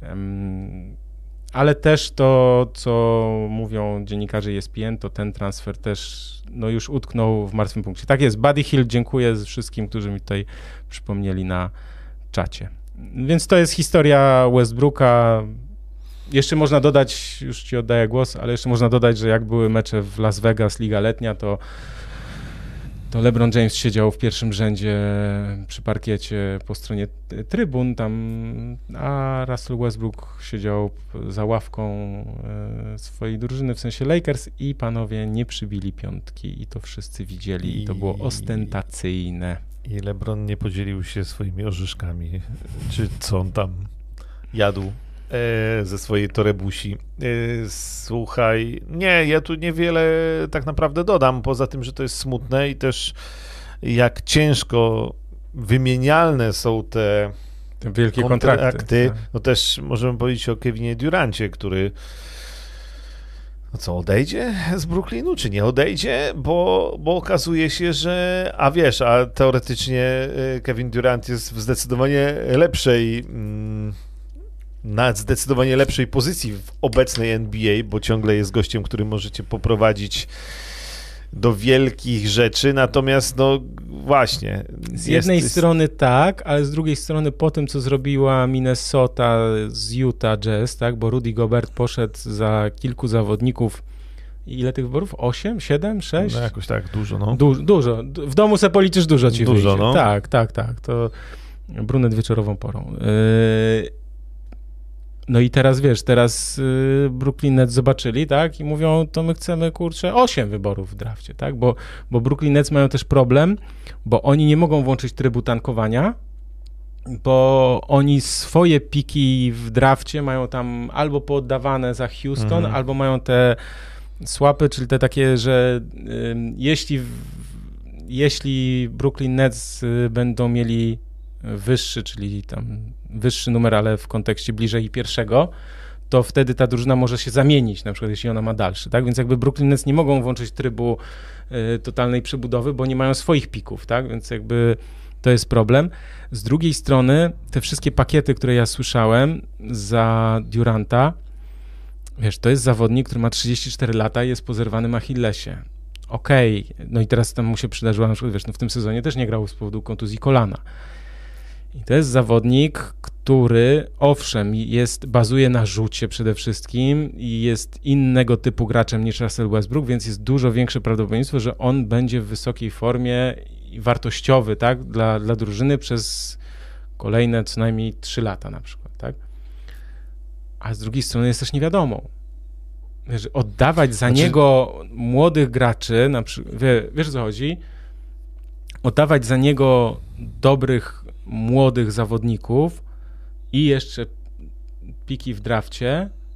Ale też to, co mówią dziennikarze ESPN, to ten transfer też no już utknął w martwym punkcie. Tak jest, Buddy Hield, dziękuję wszystkim, którzy mi tutaj przypomnieli na czacie. Więc to jest historia Westbrooka. Jeszcze można dodać, już ci oddaję głos, ale jeszcze można dodać, że jak były mecze w Las Vegas, Liga Letnia, to LeBron James siedział w pierwszym rzędzie przy parkiecie po stronie trybun tam, a Russell Westbrook siedział za ławką swojej drużyny, w sensie Lakers i panowie nie przybili piątki i to wszyscy widzieli i to było ostentacyjne. I LeBron nie podzielił się swoimi orzyszkami, czy co on tam jadł ze swojej torebusi. Słuchaj, nie, ja tu niewiele tak naprawdę dodam, poza tym, że to jest smutne i też jak ciężko wymienialne są te wielkie kontrakty. No też możemy powiedzieć o Kevinie Durancie, który no co, odejdzie z Brooklynu, czy nie odejdzie? Bo okazuje się, że a teoretycznie Kevin Durant jest w zdecydowanie na zdecydowanie lepszej pozycji w obecnej NBA, bo ciągle jest gościem, który możecie poprowadzić do wielkich rzeczy, natomiast no właśnie. Z jednej strony tak, ale z drugiej strony po tym, co zrobiła Minnesota z Utah Jazz, tak, bo Rudy Gobert poszedł za kilku zawodników. Ile tych wyborów? 8, 7, 6? No jakoś tak, dużo, no. Dużo. W domu se policzysz, dużo ci wyjdzie. No. Tak. To brunet wieczorową porą. No i teraz Brooklyn Nets zobaczyli, tak, i mówią, to my chcemy, 8 wyborów w drafcie, tak, bo Brooklyn Nets mają też problem, bo oni nie mogą włączyć trybu tankowania, bo oni swoje piki w drafcie mają tam albo pooddawane za Houston, albo mają te swapy, czyli te takie, że jeśli Brooklyn Nets będą mieli wyższy, czyli tam wyższy numer, ale w kontekście bliżej pierwszego, to wtedy ta drużyna może się zamienić, na przykład jeśli ona ma dalszy, tak? Więc jakby Brooklyn Nets nie mogą włączyć trybu totalnej przebudowy, bo nie mają swoich pików, tak? Więc jakby to jest problem. Z drugiej strony te wszystkie pakiety, które ja słyszałem za Duranta, to jest zawodnik, który ma 34 lata i jest po zerwanym Achillesie. Okej, no i teraz tam mu się przydarzyła, na przykład, w tym sezonie też nie grał z powodu kontuzji kolana. I to jest zawodnik, który owszem, bazuje na rzucie przede wszystkim i jest innego typu graczem niż Russell Westbrook, więc jest dużo większe prawdopodobieństwo, że on będzie w wysokiej formie i wartościowy, tak, dla drużyny przez kolejne co najmniej 3 lata na przykład, tak? A z drugiej strony jest też nie wiadomo. Oddawać za niego młodych graczy, na przykład, wiesz o co chodzi? Oddawać za niego dobrych młodych zawodników i jeszcze piki w drafcie,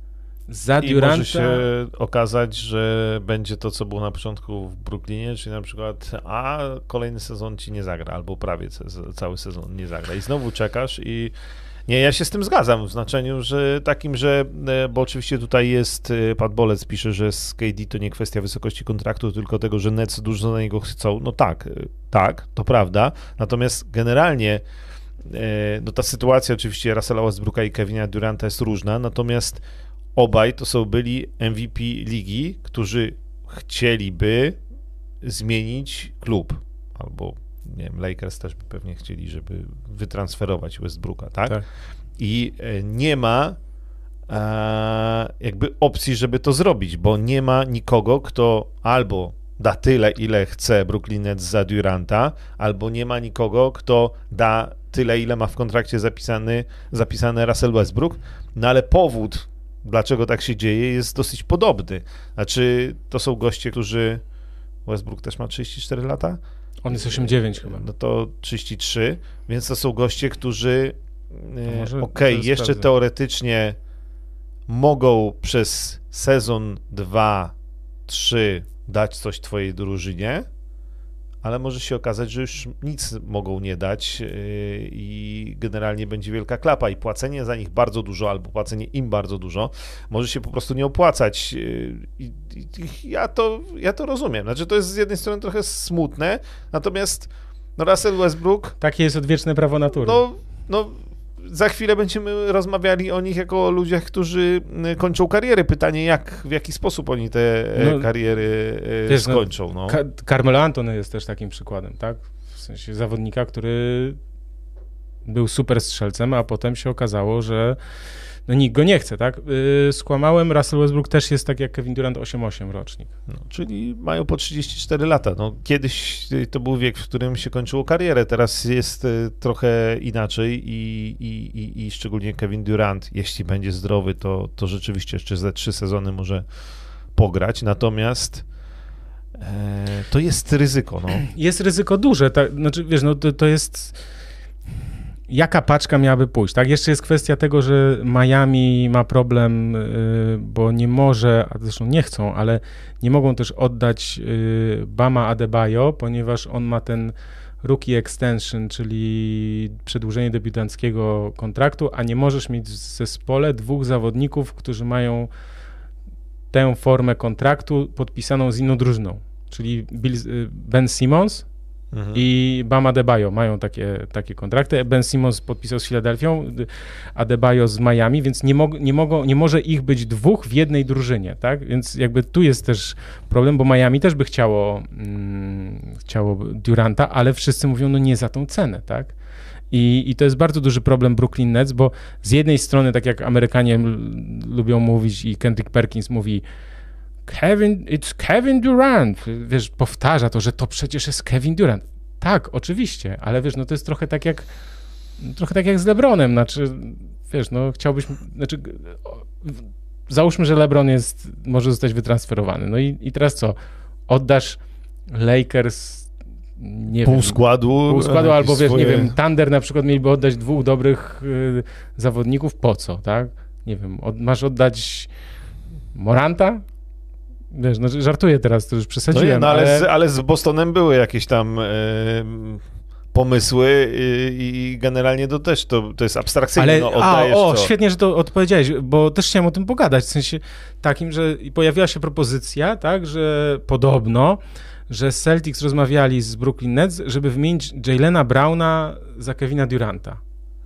za I Duranta... może się okazać, że będzie to, co było na początku w Brooklynie, czyli na przykład kolejny sezon ci nie zagra, albo prawie cały sezon nie zagra. I znowu czekasz i nie, ja się z tym zgadzam w znaczeniu, że takim, że, bo oczywiście tutaj jest, Pat Bolec pisze, że z KD to nie kwestia wysokości kontraktu, tylko tego, że Nets dużo na niego chcą. No tak, to prawda. Natomiast generalnie no ta sytuacja oczywiście Russella Westbrooka i Kevina Duranta jest różna, natomiast obaj to są byli MVP ligi, którzy chcieliby zmienić klub, albo nie wiem, Lakers też by pewnie chcieli, żeby wytransferować Westbrooka, tak? I nie ma jakby opcji, żeby to zrobić, bo nie ma nikogo, kto albo da tyle, ile chce Brooklyn Nets za Duranta, albo nie ma nikogo, kto da tyle, ile ma w kontrakcie zapisany Russell Westbrook, no ale powód, dlaczego tak się dzieje, jest dosyć podobny. Znaczy, to są goście, którzy... Westbrook też ma 34 lata? On jest 8,9 chyba. No to 33, więc to są goście, którzy jeszcze sprawdzę. Teoretycznie mogą przez sezon 2-3 dać coś twojej drużynie, ale może się okazać, że już nic mogą nie dać i generalnie będzie wielka klapa i płacenie za nich bardzo dużo albo płacenie im bardzo dużo może się po prostu nie opłacać. Ja to rozumiem. Znaczy to jest z jednej strony trochę smutne, natomiast no Russell Westbrook... Takie jest odwieczne prawo natury. No, za chwilę będziemy rozmawiali o nich jako o ludziach, którzy kończą kariery. Pytanie, w jaki sposób oni te kariery skończą. No. Carmelo Anthony jest też takim przykładem, tak? W sensie zawodnika, który był super strzelcem, a potem się okazało, że no nikt go nie chce, tak? Skłamałem, Russell Westbrook też jest tak jak Kevin Durant, 8,8 rocznik. No, czyli mają po 34 lata. No, kiedyś to był wiek, w którym się kończyło karierę, teraz jest trochę inaczej i szczególnie Kevin Durant, jeśli będzie zdrowy, to rzeczywiście jeszcze ze 3 sezony może pograć, natomiast to jest ryzyko. No. Jest ryzyko duże, tak? Znaczy, wiesz, no to jest... Jaka paczka miałaby pójść, tak? Jeszcze jest kwestia tego, że Miami ma problem, bo nie może, a zresztą nie chcą, ale nie mogą też oddać Bama Adebayo, ponieważ on ma ten rookie extension, czyli przedłużenie debiutanckiego kontraktu, a nie możesz mieć w zespole 2 zawodników, którzy mają tę formę kontraktu podpisaną z inną drużyną, czyli Ben Simmons i Bam Adebayo mają takie kontrakty. Ben Simmons podpisał z Filadelfią, Adebayo z Miami, więc nie może ich być 2 w jednej drużynie, tak? Więc jakby tu jest też problem, bo Miami też by chciało Duranta, ale wszyscy mówią, no nie za tą cenę, tak? I to jest bardzo duży problem Brooklyn Nets, bo z jednej strony, tak jak Amerykanie lubią mówić i Kendrick Perkins mówi, it's Kevin Durant, wiesz, powtarza to, że to przecież jest Kevin Durant. Tak, oczywiście, ale wiesz, no to jest trochę tak jak z LeBronem, znaczy, wiesz, no chciałbyś, znaczy, załóżmy, że LeBron może zostać wytransferowany, no i teraz co, oddasz Lakers, nie pół wiem, składu albo wiesz, nie wiem, Thunder na przykład mieliby oddać 2 dobrych zawodników, po co, tak? Nie wiem, masz oddać Moranta? Wiesz, no żartuję teraz, to już przesadziłem. No ale z Bostonem były jakieś tam pomysły i generalnie to też to jest abstrakcyjne. Świetnie, że to odpowiedziałeś, bo też chciałem o tym pogadać, w sensie takim, że pojawiła się propozycja, tak, że podobno, że Celtics rozmawiali z Brooklyn Nets, żeby wymienić Jaylena Browna za Kevina Duranta.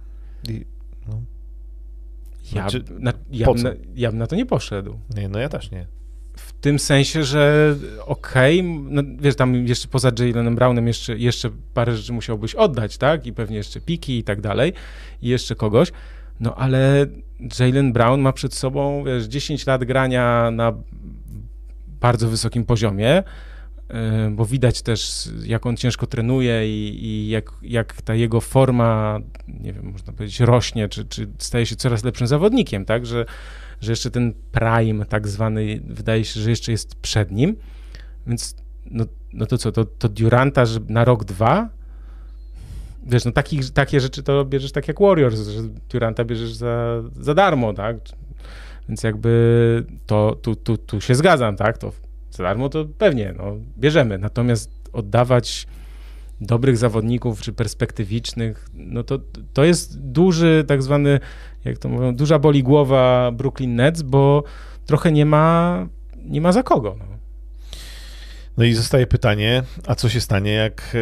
Ja bym na to nie poszedł. Nie, no ja też nie. W tym sensie, że no wiesz, tam jeszcze poza Jaylenem Brownem jeszcze parę rzeczy musiałbyś oddać, tak? I pewnie jeszcze piki i tak dalej. I jeszcze kogoś. No ale Jaylen Brown ma przed sobą, wiesz, 10 lat grania na bardzo wysokim poziomie, bo widać też, jak on ciężko trenuje i jak ta jego forma, nie wiem, można powiedzieć, rośnie, czy staje się coraz lepszym zawodnikiem, tak? Że jeszcze ten prime tak zwany, wydaje się, że jeszcze jest przed nim, więc no to co, to Duranta że na rok, 2? Wiesz, no takie rzeczy to bierzesz tak jak Warriors, że Duranta bierzesz za darmo, tak? Więc jakby tu się zgadzam, tak? To za darmo to pewnie, no, bierzemy. Natomiast oddawać dobrych zawodników czy perspektywicznych, no to jest duży, tak zwany, jak to mówią, duża boli głowa Brooklyn Nets, bo trochę nie ma za kogo. No i zostaje pytanie, a co się stanie, jak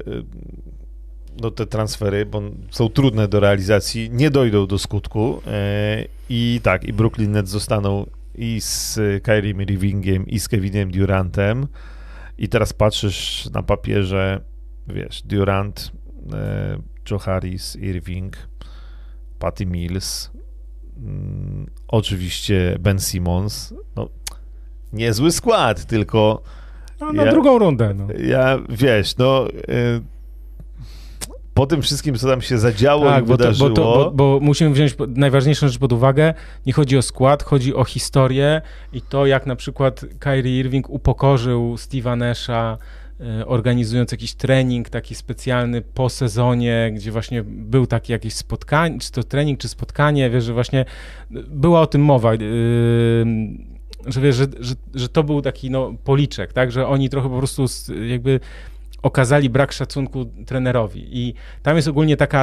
te transfery, bo są trudne do realizacji, nie dojdą do skutku i tak, i Brooklyn Nets zostaną i z Kyriem Irvingiem, i z Kevinem Durantem i teraz patrzysz na papierze, wiesz, Durant, Joe Harris, Irving, Patty Mills, oczywiście Ben Simmons, no niezły skład, tylko na drugą rundę. No. Wiesz, po tym wszystkim, co tam się zadziało i wydarzyło... Bo musimy wziąć najważniejszą rzecz pod uwagę. Nie chodzi o skład, chodzi o historię i to, jak na przykład Kyrie Irving upokorzył Steve'a Nasha, organizując jakiś trening taki specjalny po sezonie, gdzie właśnie był takie jakieś spotkanie, czy to trening, czy spotkanie, wiesz, że właśnie była o tym mowa, że wiesz, że to był taki policzek, tak, że oni trochę po prostu jakby okazali brak szacunku trenerowi i tam jest ogólnie taka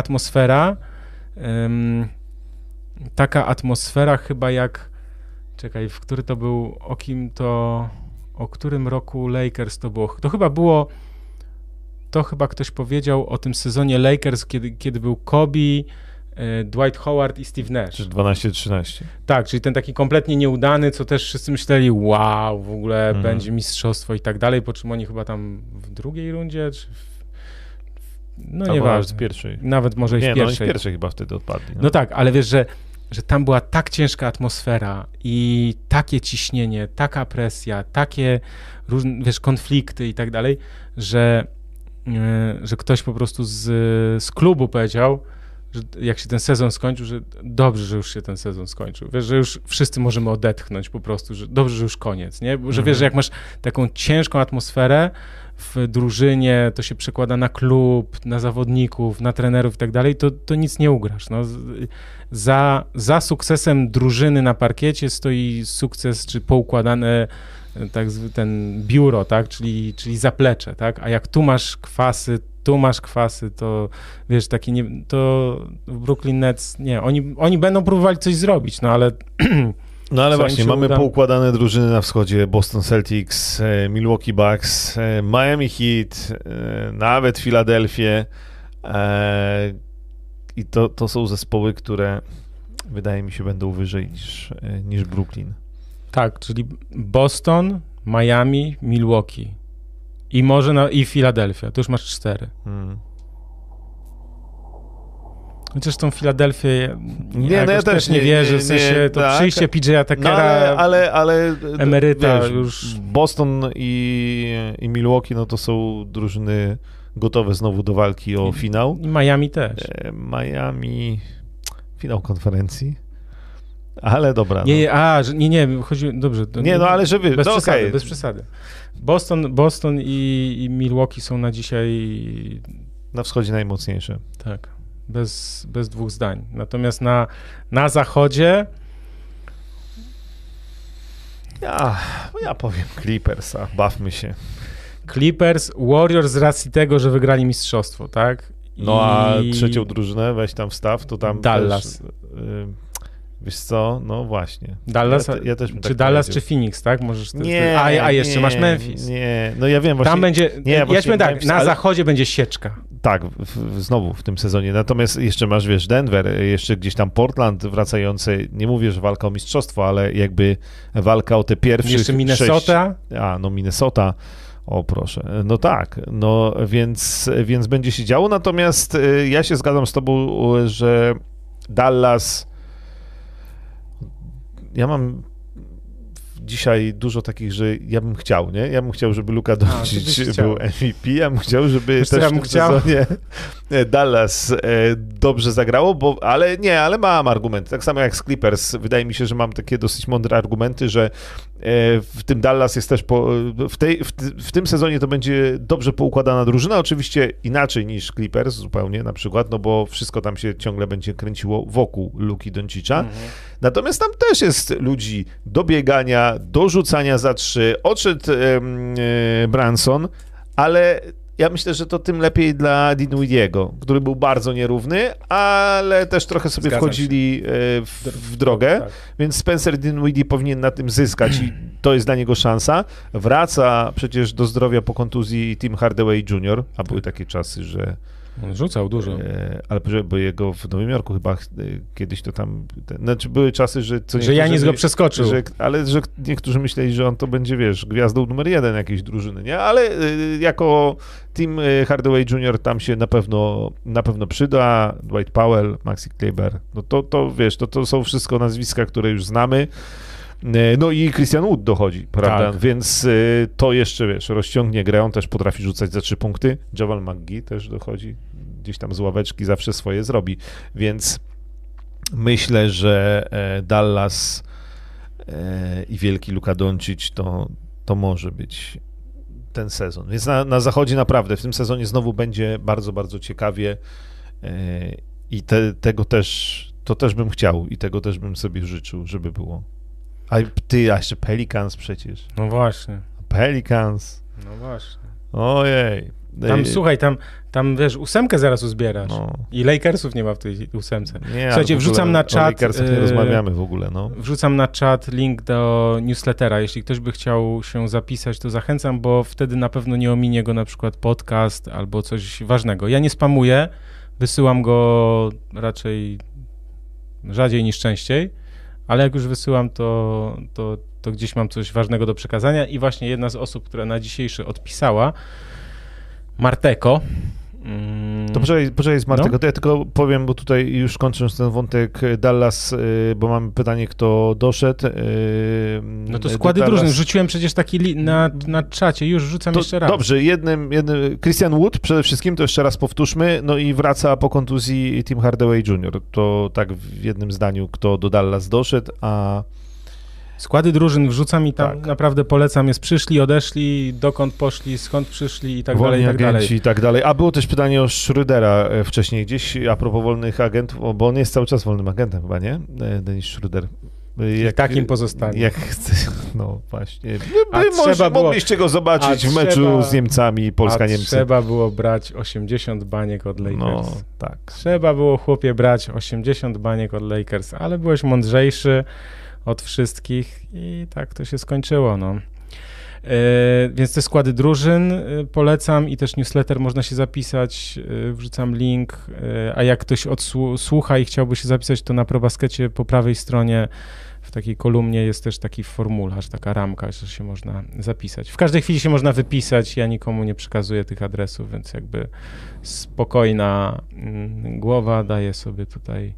atmosfera chyba jak, czekaj, w który to był, o którym roku Lakers to było, to chyba ktoś powiedział o tym sezonie Lakers, kiedy był Kobe, Dwight Howard i Steve Nash. Czy 12-13. Tak, czyli ten taki kompletnie nieudany, co też wszyscy myśleli, wow, w ogóle będzie mistrzostwo i tak dalej, po czym oni chyba tam w drugiej rundzie, czy nieważne. W pierwszej. Nawet może i w pierwszej. Nie, w pierwszej chyba wtedy odpadli. No tak, ale wiesz, że tam była tak ciężka atmosfera i takie ciśnienie, taka presja, takie różne, wiesz, konflikty i tak dalej, że ktoś po prostu z klubu powiedział, że jak się ten sezon skończył, że dobrze, że już się ten sezon skończył. Wiesz, że już wszyscy możemy odetchnąć po prostu, że dobrze, że już koniec, nie? Że wiesz, że jak masz taką ciężką atmosferę w drużynie, to się przekłada na klub, na zawodników, na trenerów i tak dalej, to nic nie ugrasz. No. Za sukcesem drużyny na parkiecie stoi sukces, czy poukładane ten biuro, tak? Czyli zaplecze, tak? A jak tu masz kwasy, to wiesz, to w Brooklyn Nets, nie, oni będą próbowali coś zrobić, no ale... No ale właśnie, mamy poukładane drużyny na wschodzie, Boston Celtics, Milwaukee Bucks, Miami Heat, nawet Filadelfię i to są zespoły, które wydaje mi się będą wyżej niż Brooklyn. Tak, czyli Boston, Miami, Milwaukee. I może i Filadelfia, to już masz 4. Chociaż tą Filadelfię ja też nie wierzę, w sensie to tak, przyjście PJ'a Tuckera, ale emeryta wiesz, już... Boston i Milwaukee, no to są drużyny gotowe znowu do walki o finał. I Miami też. Miami, finał konferencji. Ale dobra. Nie, chodzi, dobrze. Ale żeby... Bez przesady. Boston i Milwaukee są na dzisiaj... Na wschodzie najmocniejsze. Tak, bez dwóch zdań. Natomiast na zachodzie... Ja powiem Clippersa, bawmy się. Clippers, Warriors z racji tego, że wygrali mistrzostwo, tak? A trzecią drużynę weź tam wstaw, to tam Dallas. Też, wiesz co? No właśnie. Dallas, ja też bym czy tak Dallas, powiedział. czy Phoenix, tak? Możesz jeszcze masz Memphis. Nie, no ja wiem właśnie. Tam będzie, ja powiem tak, Memphis, na zachodzie będzie sieczka. Tak, znowu w tym sezonie. Natomiast jeszcze masz, wiesz, Denver, jeszcze gdzieś tam Portland wracający. Nie mówię, że walka o mistrzostwo, ale jakby walka o te pierwszych jeszcze Minnesota. 6... Minnesota. O proszę, no tak, no więc będzie się działo, natomiast ja się zgadzam z tobą, że Dallas, ja mam dzisiaj dużo takich, że ja bym chciał, nie? Ja bym chciał, żeby Luka Doncic był MVP, ja bym chciał, żeby też w tym sezonie Dallas dobrze zagrało, ale mam argumenty. Tak samo jak z Clippers. Wydaje mi się, że mam takie dosyć mądre argumenty, że w tym Dallas jest też w tym sezonie to będzie dobrze poukładana drużyna. Oczywiście inaczej niż Clippers zupełnie na przykład, no bo wszystko tam się ciągle będzie kręciło wokół Luki Doncicza. Natomiast tam też jest ludzi do biegania, do rzucania za 3. Odszedł Brunson, ale ja myślę, że to tym lepiej dla Dinwidiego, który był bardzo nierówny, ale też trochę sobie wchodzili w drogę, tak. Więc Spencer Dinwiddie powinien na tym zyskać i to jest dla niego szansa. Wraca przecież do zdrowia po kontuzji Tim Hardaway Jr., a były takie czasy, że on rzucał dużo. Ale bo jego w Nowym Jorku chyba kiedyś to tam... Znaczy były czasy, że... Że Janis go przeskoczył. Ale że niektórzy myśleli, że on to będzie, gwiazdą numer 1 jakiejś drużyny, nie? Ale jako Tim Hardaway Jr. tam się na pewno przyda. Dwight Powell, Maxi Kleber. No to są wszystko nazwiska, które już znamy. No i Christian Wood dochodzi, prawda? Tak. Więc to jeszcze, rozciągnie grę, on też potrafi rzucać za 3 punkty. Jamal McGee też dochodzi, gdzieś tam z ławeczki zawsze swoje zrobi. Więc myślę, że Dallas i wielki Luka Doncic to może być ten sezon. Więc na zachodzie naprawdę w tym sezonie znowu będzie bardzo, bardzo ciekawie i tego też bym chciał i tego też bym sobie życzył, żeby było. A jeszcze Pelicans przecież. No właśnie. Pelicans. No właśnie. Ojej. Słuchaj, tam wiesz, 8 zaraz uzbierasz. No. I Lakersów nie ma w tej 8. Słuchajcie, wrzucam na czat... O Lakersach nie rozmawiamy w ogóle, no. Wrzucam na czat link do newslettera. Jeśli ktoś by chciał się zapisać, to zachęcam, bo wtedy na pewno nie ominie go na przykład podcast albo coś ważnego. Ja nie spamuję, wysyłam go raczej rzadziej niż częściej. Ale jak już wysyłam, to gdzieś mam coś ważnego do przekazania i właśnie jedna z osób, która na dzisiejszy odpisała, Marteko. To poczekaj z Marteko, to ja tylko powiem, bo tutaj już kończąc ten wątek Dallas, bo mamy pytanie, kto doszedł. No to składy drużyn, rzuciłem przecież taki na czacie, już rzucam jeszcze raz. Dobrze, jednym Christian Wood przede wszystkim, to jeszcze raz powtórzmy, no i wraca po kontuzji Tim Hardaway Jr. To tak w jednym zdaniu, kto do Dallas doszedł, a... Składy drużyn wrzucam i tam naprawdę polecam, przyszli, odeszli, dokąd poszli, skąd przyszli i tak dalej, i tak dalej. I tak dalej. A było też pytanie o Schrödera wcześniej gdzieś, a propos wolnych agentów, bo on jest cały czas wolnym agentem chyba, nie? Dennis Schröder. Takim pozostanie. Jak chce, no właśnie. Mogliście go zobaczyć w meczu z Niemcami, Polska-Niemcy. Trzeba było brać 80 baniek od Lakers. No, tak. Trzeba było, chłopie, brać 80 baniek od Lakers, ale byłeś mądrzejszy od wszystkich i tak to się skończyło, no. Więc te składy drużyn polecam i też newsletter można się zapisać, wrzucam link, a jak ktoś słucha i chciałby się zapisać, to na ProBaskecie po prawej stronie w takiej kolumnie jest też taki formularz, taka ramka, że się można zapisać. W każdej chwili się można wypisać, ja nikomu nie przekazuję tych adresów, więc jakby spokojna głowa daje sobie tutaj,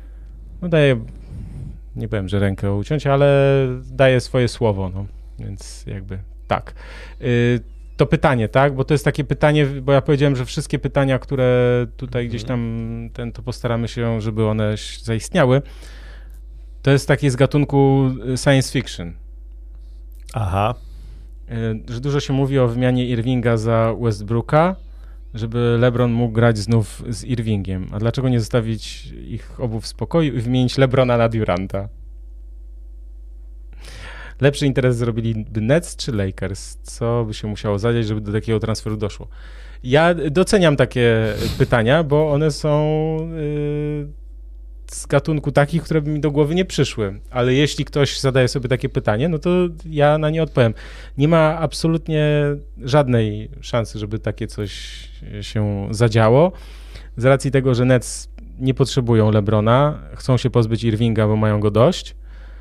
no daje, nie powiem, że rękę uciąć, ale daje swoje słowo, no. Więc jakby tak. To pytanie, tak? Bo to jest takie pytanie, bo ja powiedziałem, że wszystkie pytania, które tutaj gdzieś tam to postaramy się, żeby one zaistniały. To jest takie z gatunku science fiction. Aha. Że dużo się mówi o wymianie Irvinga za Westbrooka, żeby LeBron mógł grać znów z Irvingiem. A dlaczego nie zostawić ich obu w spokoju i wymienić LeBrona na Duranta? Lepszy interes zrobiliby Nets czy Lakers? Co by się musiało zadziać, żeby do takiego transferu doszło? Ja doceniam takie pytania, bo one są z gatunku takich, które by mi do głowy nie przyszły. Ale jeśli ktoś zadaje sobie takie pytanie, no to ja na nie odpowiem. Nie ma absolutnie żadnej szansy, żeby takie coś się zadziało. Z racji tego, że Nets nie potrzebują LeBrona, chcą się pozbyć Irvinga, bo mają go dość.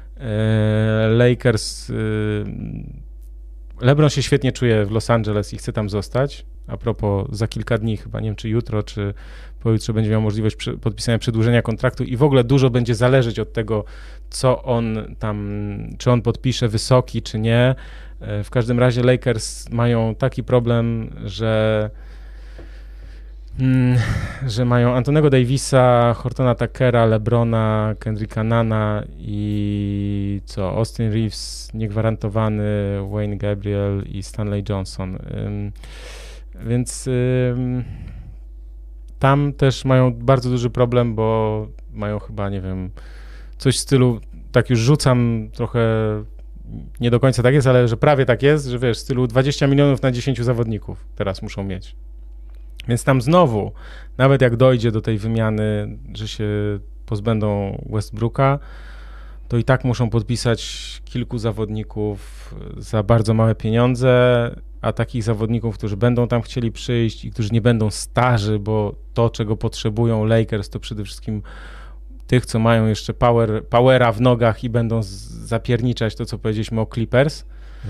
Lakers, LeBron się świetnie czuje w Los Angeles i chce tam zostać. A propos, za kilka dni chyba, nie wiem czy jutro, czy pojutrze będzie miał możliwość podpisania przedłużenia kontraktu i w ogóle dużo będzie zależeć od tego, co on tam, czy on podpisze wysoki, czy nie. W każdym razie Lakers mają taki problem, że że mają Antonego Davisa, Hortona Tuckera, LeBrona, Kendricka Nana i Austin Reeves niegwarantowany, Wayne Gabriel i Stanley Johnson. Więc tam też mają bardzo duży problem, bo mają chyba, nie wiem, coś w stylu, tak już rzucam trochę, nie do końca tak jest, ale że prawie tak jest, że wiesz, w stylu 20 milionów na 10 zawodników teraz muszą mieć. Więc tam znowu, nawet jak dojdzie do tej wymiany, że się pozbędą Westbrooka, to i tak muszą podpisać kilku zawodników za bardzo małe pieniądze, a takich zawodników, którzy będą tam chcieli przyjść i którzy nie będą starzy, bo to, czego potrzebują Lakers, to przede wszystkim tych, co mają jeszcze powera w nogach i będą zapierniczać to, co powiedzieliśmy o Clippers,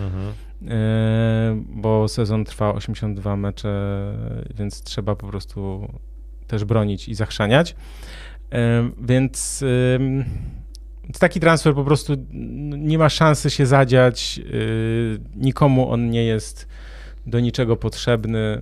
bo sezon trwa 82 mecze, więc trzeba po prostu też bronić i zachrzaniać. Więc taki transfer po prostu nie ma szansy się zadziać, nikomu on nie jest do niczego potrzebny,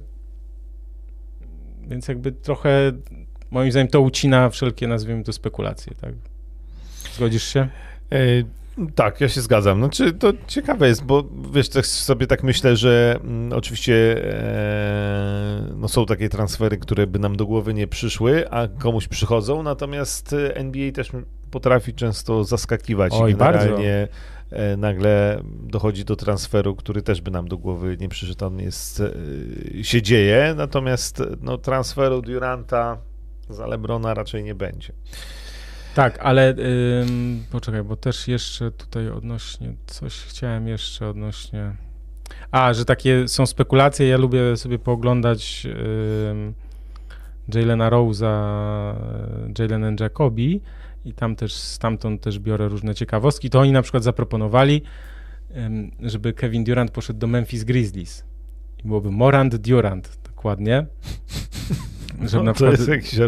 więc jakby trochę moim zdaniem to ucina wszelkie, nazwijmy to, spekulacje, tak? Zgodzisz się? Tak, ja się zgadzam. Znaczy, to ciekawe jest, bo wiesz, tak sobie tak myślę, że oczywiście no są takie transfery, które by nam do głowy nie przyszły, a komuś przychodzą, natomiast NBA też potrafi często zaskakiwać. Oj, i generalnie bardzo. Nagle dochodzi do transferu, który też by nam do głowy nie przyszedł, on jest, się dzieje, natomiast no, transferu Duranta za LeBrona raczej nie będzie. Tak, ale poczekaj, bo też jeszcze tutaj coś chciałem jeszcze odnośnie... że takie są spekulacje, ja lubię sobie pooglądać Jalena Rose'a, Jalen Jacobi i tam też stamtąd też biorę różne ciekawostki. To oni na przykład zaproponowali, żeby Kevin Durant poszedł do Memphis Grizzlies. I byłoby Morant Durant, dokładnie. Żeby na przykład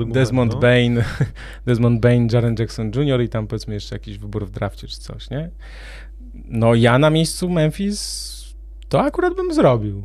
Desmond Bain, Jaren Jackson Jr. i tam powiedzmy jeszcze jakiś wybór w drafcie czy coś, nie? No ja na miejscu Memphis to akurat bym zrobił.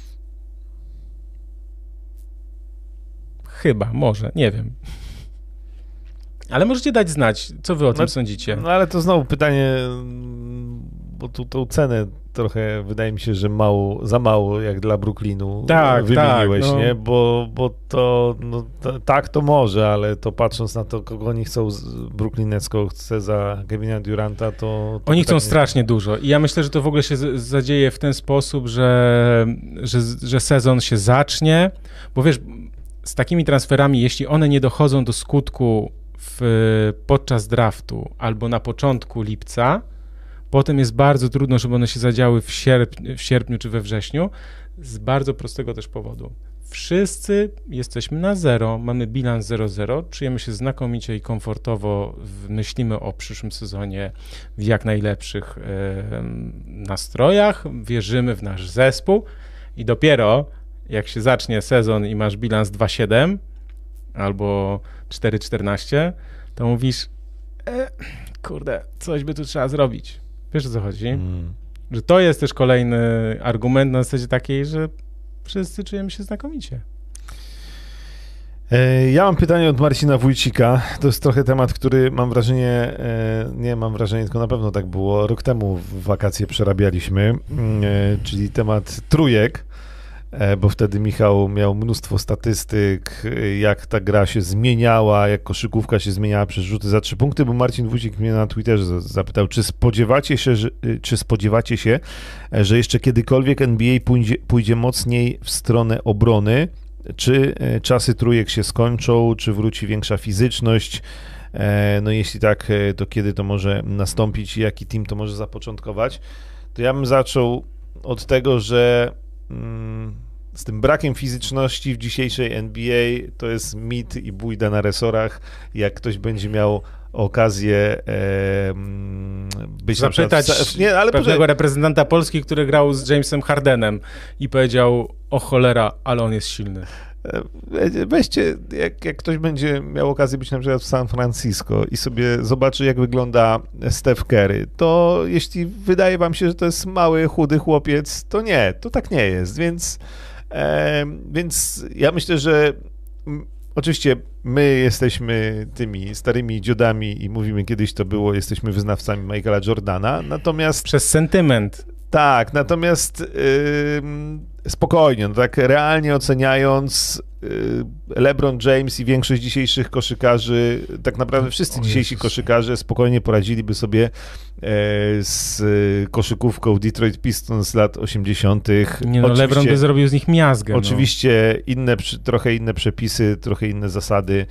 Chyba, może, nie wiem. Ale możecie dać znać, co wy o tym sądzicie. No ale to znowu pytanie, bo tu tą cenę trochę wydaje mi się, że za mało jak dla Brooklynu wymieniłeś, tak, no. Nie? Bo to, no, tak to może, ale to patrząc na to, kogo oni chcą, Brooklyn Nets chce za Kevina Duranta, to oni chcą tak strasznie dużo i ja myślę, że to w ogóle się zadzieje w ten sposób, że sezon się zacznie, bo wiesz, z takimi transferami, jeśli one nie dochodzą do skutku podczas draftu albo na początku lipca, potem jest bardzo trudno, żeby one się zadziały w sierpniu czy we wrześniu, z bardzo prostego też powodu. Wszyscy jesteśmy na zero, mamy bilans 0-0, czujemy się znakomicie i komfortowo, myślimy o przyszłym sezonie w jak najlepszych nastrojach, wierzymy w nasz zespół i dopiero jak się zacznie sezon i masz bilans 2-7 albo 4-14, to mówisz, kurde, coś by tu trzeba zrobić. Wiesz, o co chodzi? Że to jest też kolejny argument na zasadzie takiej, że wszyscy czujemy się znakomicie. Ja mam pytanie od Marcina Wójcika. To jest trochę temat, który mam wrażenie, tylko na pewno tak było, rok temu w wakacje przerabialiśmy, czyli temat trójek, bo wtedy Michał miał mnóstwo statystyk, jak ta gra się zmieniała, jak koszykówka się zmieniała przez rzuty za 3 punkty, bo Marcin Wójcik mnie na Twitterze zapytał, czy spodziewacie się, że jeszcze kiedykolwiek NBA pójdzie mocniej w stronę obrony, czy czasy trójek się skończą, czy wróci większa fizyczność, no jeśli tak, to kiedy to może nastąpić i jaki team to może zapoczątkować, to ja bym zaczął od tego, że z tym brakiem fizyczności w dzisiejszej NBA to jest mit i bójda na resorach. Jak ktoś będzie miał okazję być zapytać pewnego reprezentanta Polski, który grał z Jamesem Hardenem i powiedział, o cholera, ale on jest silny. Weźcie, jak ktoś będzie miał okazję być na przykład w San Francisco i sobie zobaczy, jak wygląda Steph Curry, to jeśli wydaje wam się, że to jest mały, chudy chłopiec, to nie, to tak nie jest, więc ja myślę, że Oczywiście my jesteśmy tymi starymi dziodami i mówimy, kiedyś to było, jesteśmy wyznawcami Michaela Jordana, natomiast... Przez sentyment. Tak, natomiast spokojnie, no tak realnie oceniając, LeBron James i większość dzisiejszych koszykarzy, tak naprawdę wszyscy dzisiejsi koszykarze spokojnie poradziliby sobie z koszykówką Detroit Pistons z lat 80. Nie no, LeBron by zrobił z nich miazgę. Oczywiście trochę inne przepisy, trochę inne zasady,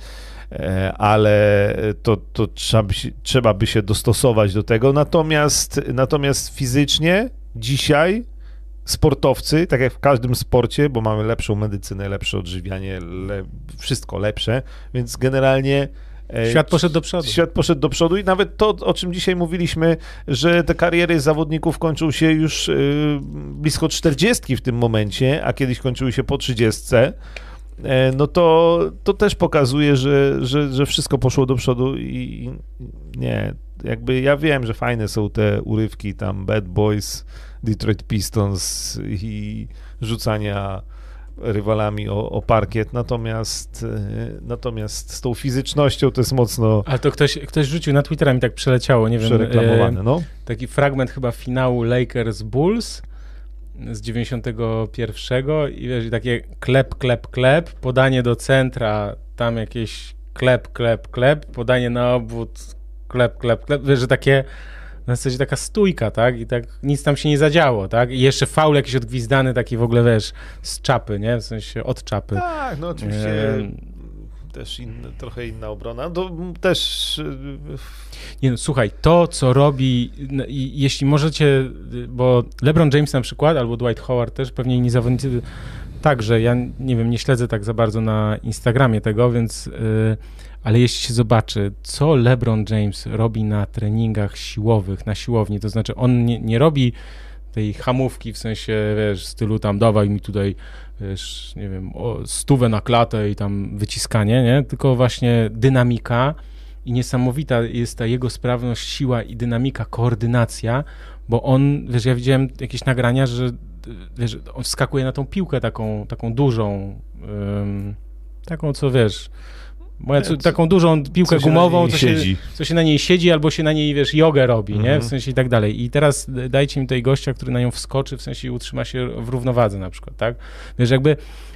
ale to trzeba by się dostosować do tego. Natomiast fizycznie dzisiaj sportowcy, tak jak w każdym sporcie, bo mamy lepszą medycynę, lepsze odżywianie, wszystko lepsze, więc generalnie świat poszedł do przodu. Świat poszedł do przodu i nawet to, o czym dzisiaj mówiliśmy, że te kariery zawodników kończą się już blisko 40 w tym momencie, a kiedyś kończyły się po 30, no to też pokazuje, że wszystko poszło do przodu i nie, jakby ja wiem, że fajne są te urywki tam Bad Boys, Detroit Pistons i rzucania rywalami o parkiet, natomiast z tą fizycznością to jest mocno... Ale to ktoś rzucił na Twittera, mi tak przeleciało, nie wiem, przereklamowane, no. Taki fragment chyba finału Lakers-Bulls z 91 i wiesz, takie klep, podanie do centra, tam jakieś klep, podanie na obwód, klep, wiesz, że takie na zasadzie taka stójka, tak? I tak nic tam się nie zadziało, tak? I jeszcze faul jakiś odgwizdany, taki w ogóle, wiesz, z czapy, nie? W sensie od czapy. Tak, no oczywiście też trochę inna obrona. To też... Nie no, słuchaj, to co robi, jeśli możecie, bo LeBron James na przykład, albo Dwight Howard też, pewnie inni zawodnicy także, ja nie wiem, nie śledzę tak za bardzo na Instagramie tego, więc... Ale jeśli się zobaczy, co LeBron James robi na treningach siłowych, na siłowni, to znaczy on nie robi tej hamówki w sensie, wiesz, stylu tam dawaj mi tutaj, wiesz, nie wiem, 100 na klatę i tam wyciskanie, nie? Tylko właśnie dynamika i niesamowita jest ta jego sprawność, siła i dynamika, koordynacja, bo on, wiesz, ja widziałem jakieś nagrania, że wiesz, on wskakuje na tą piłkę taką dużą, taką, co wiesz... taką dużą piłkę gumową, co się na niej siedzi, albo się na niej, wiesz, jogę robi, nie? W sensie i tak dalej. I teraz dajcie mi tutaj gościa, który na nią wskoczy, w sensie utrzyma się w równowadze na przykład, tak? Wiesz, jakby,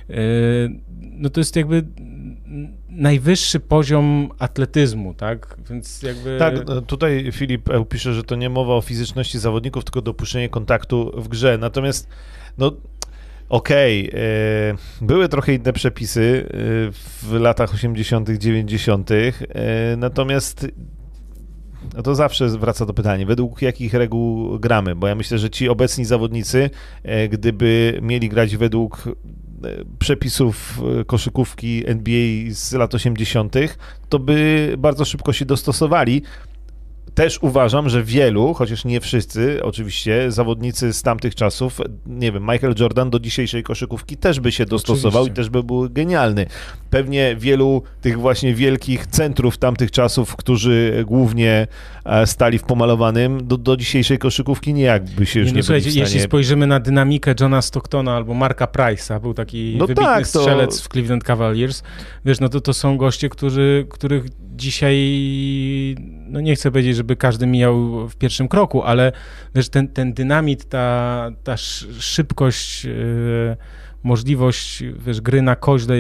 no to jest jakby najwyższy poziom atletyzmu, tak? Więc jakby... Tak, tutaj Filip pisze, że to nie mowa o fizyczności zawodników, tylko dopuszczenie kontaktu w grze. Natomiast, no... Okej, były trochę inne przepisy w latach 80., 90., natomiast no to zawsze wraca do pytania, według jakich reguł gramy, bo ja myślę, że ci obecni zawodnicy, gdyby mieli grać według przepisów koszykówki NBA z lat 80., to by bardzo szybko się dostosowali. Też uważam, że wielu, chociaż nie wszyscy, oczywiście, zawodnicy z tamtych czasów, nie wiem, Michael Jordan do dzisiejszej koszykówki też by się dostosował oczywiście. I też by był genialny. Pewnie wielu tych właśnie wielkich centrów tamtych czasów, którzy głównie stali w pomalowanym, do dzisiejszej koszykówki nijak by się już nie byli w stanie... Jeśli spojrzymy na dynamikę Johna Stocktona albo Marka Price'a, był taki wybitny strzelec w Cleveland Cavaliers, wiesz, no to są goście, których dzisiaj, no nie chcę powiedzieć, żeby każdy mijał w pierwszym kroku, ale wiesz, ten dynamit, ta szybkość, możliwość, wiesz, gry na koźle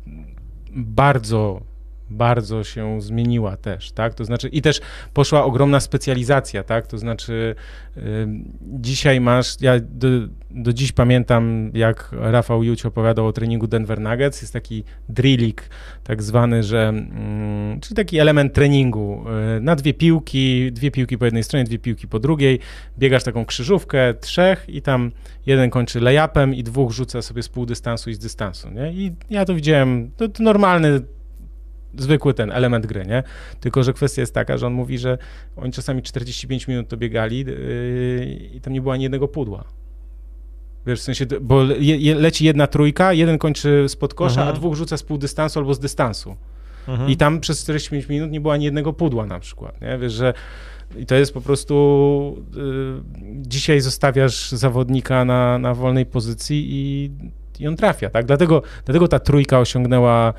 bardzo się zmieniła też, tak? To znaczy i też poszła ogromna specjalizacja, tak? To znaczy dzisiaj ja do dziś pamiętam, jak Rafał Juć opowiadał o treningu Denver Nuggets, jest taki drillik tak zwany, czyli taki element treningu na dwie piłki po jednej stronie, dwie piłki po drugiej, biegasz taką krzyżówkę, 3 i tam jeden kończy layupem i 2 rzuca sobie z pół dystansu i z dystansu, nie? I ja to widziałem, to normalny zwykły ten element gry, nie? Tylko że kwestia jest taka, że on mówi, że oni czasami 45 minut to biegali i tam nie było ani jednego pudła. Wiesz, w sensie, bo leci jedna trójka, jeden kończy spod kosza, a 2 rzuca z pół dystansu albo z dystansu. I tam przez 45 minut nie było ani jednego pudła na przykład, nie? Wiesz, że i to jest po prostu dzisiaj zostawiasz zawodnika na wolnej pozycji i on trafia, tak? Dlatego ta trójka osiągnęła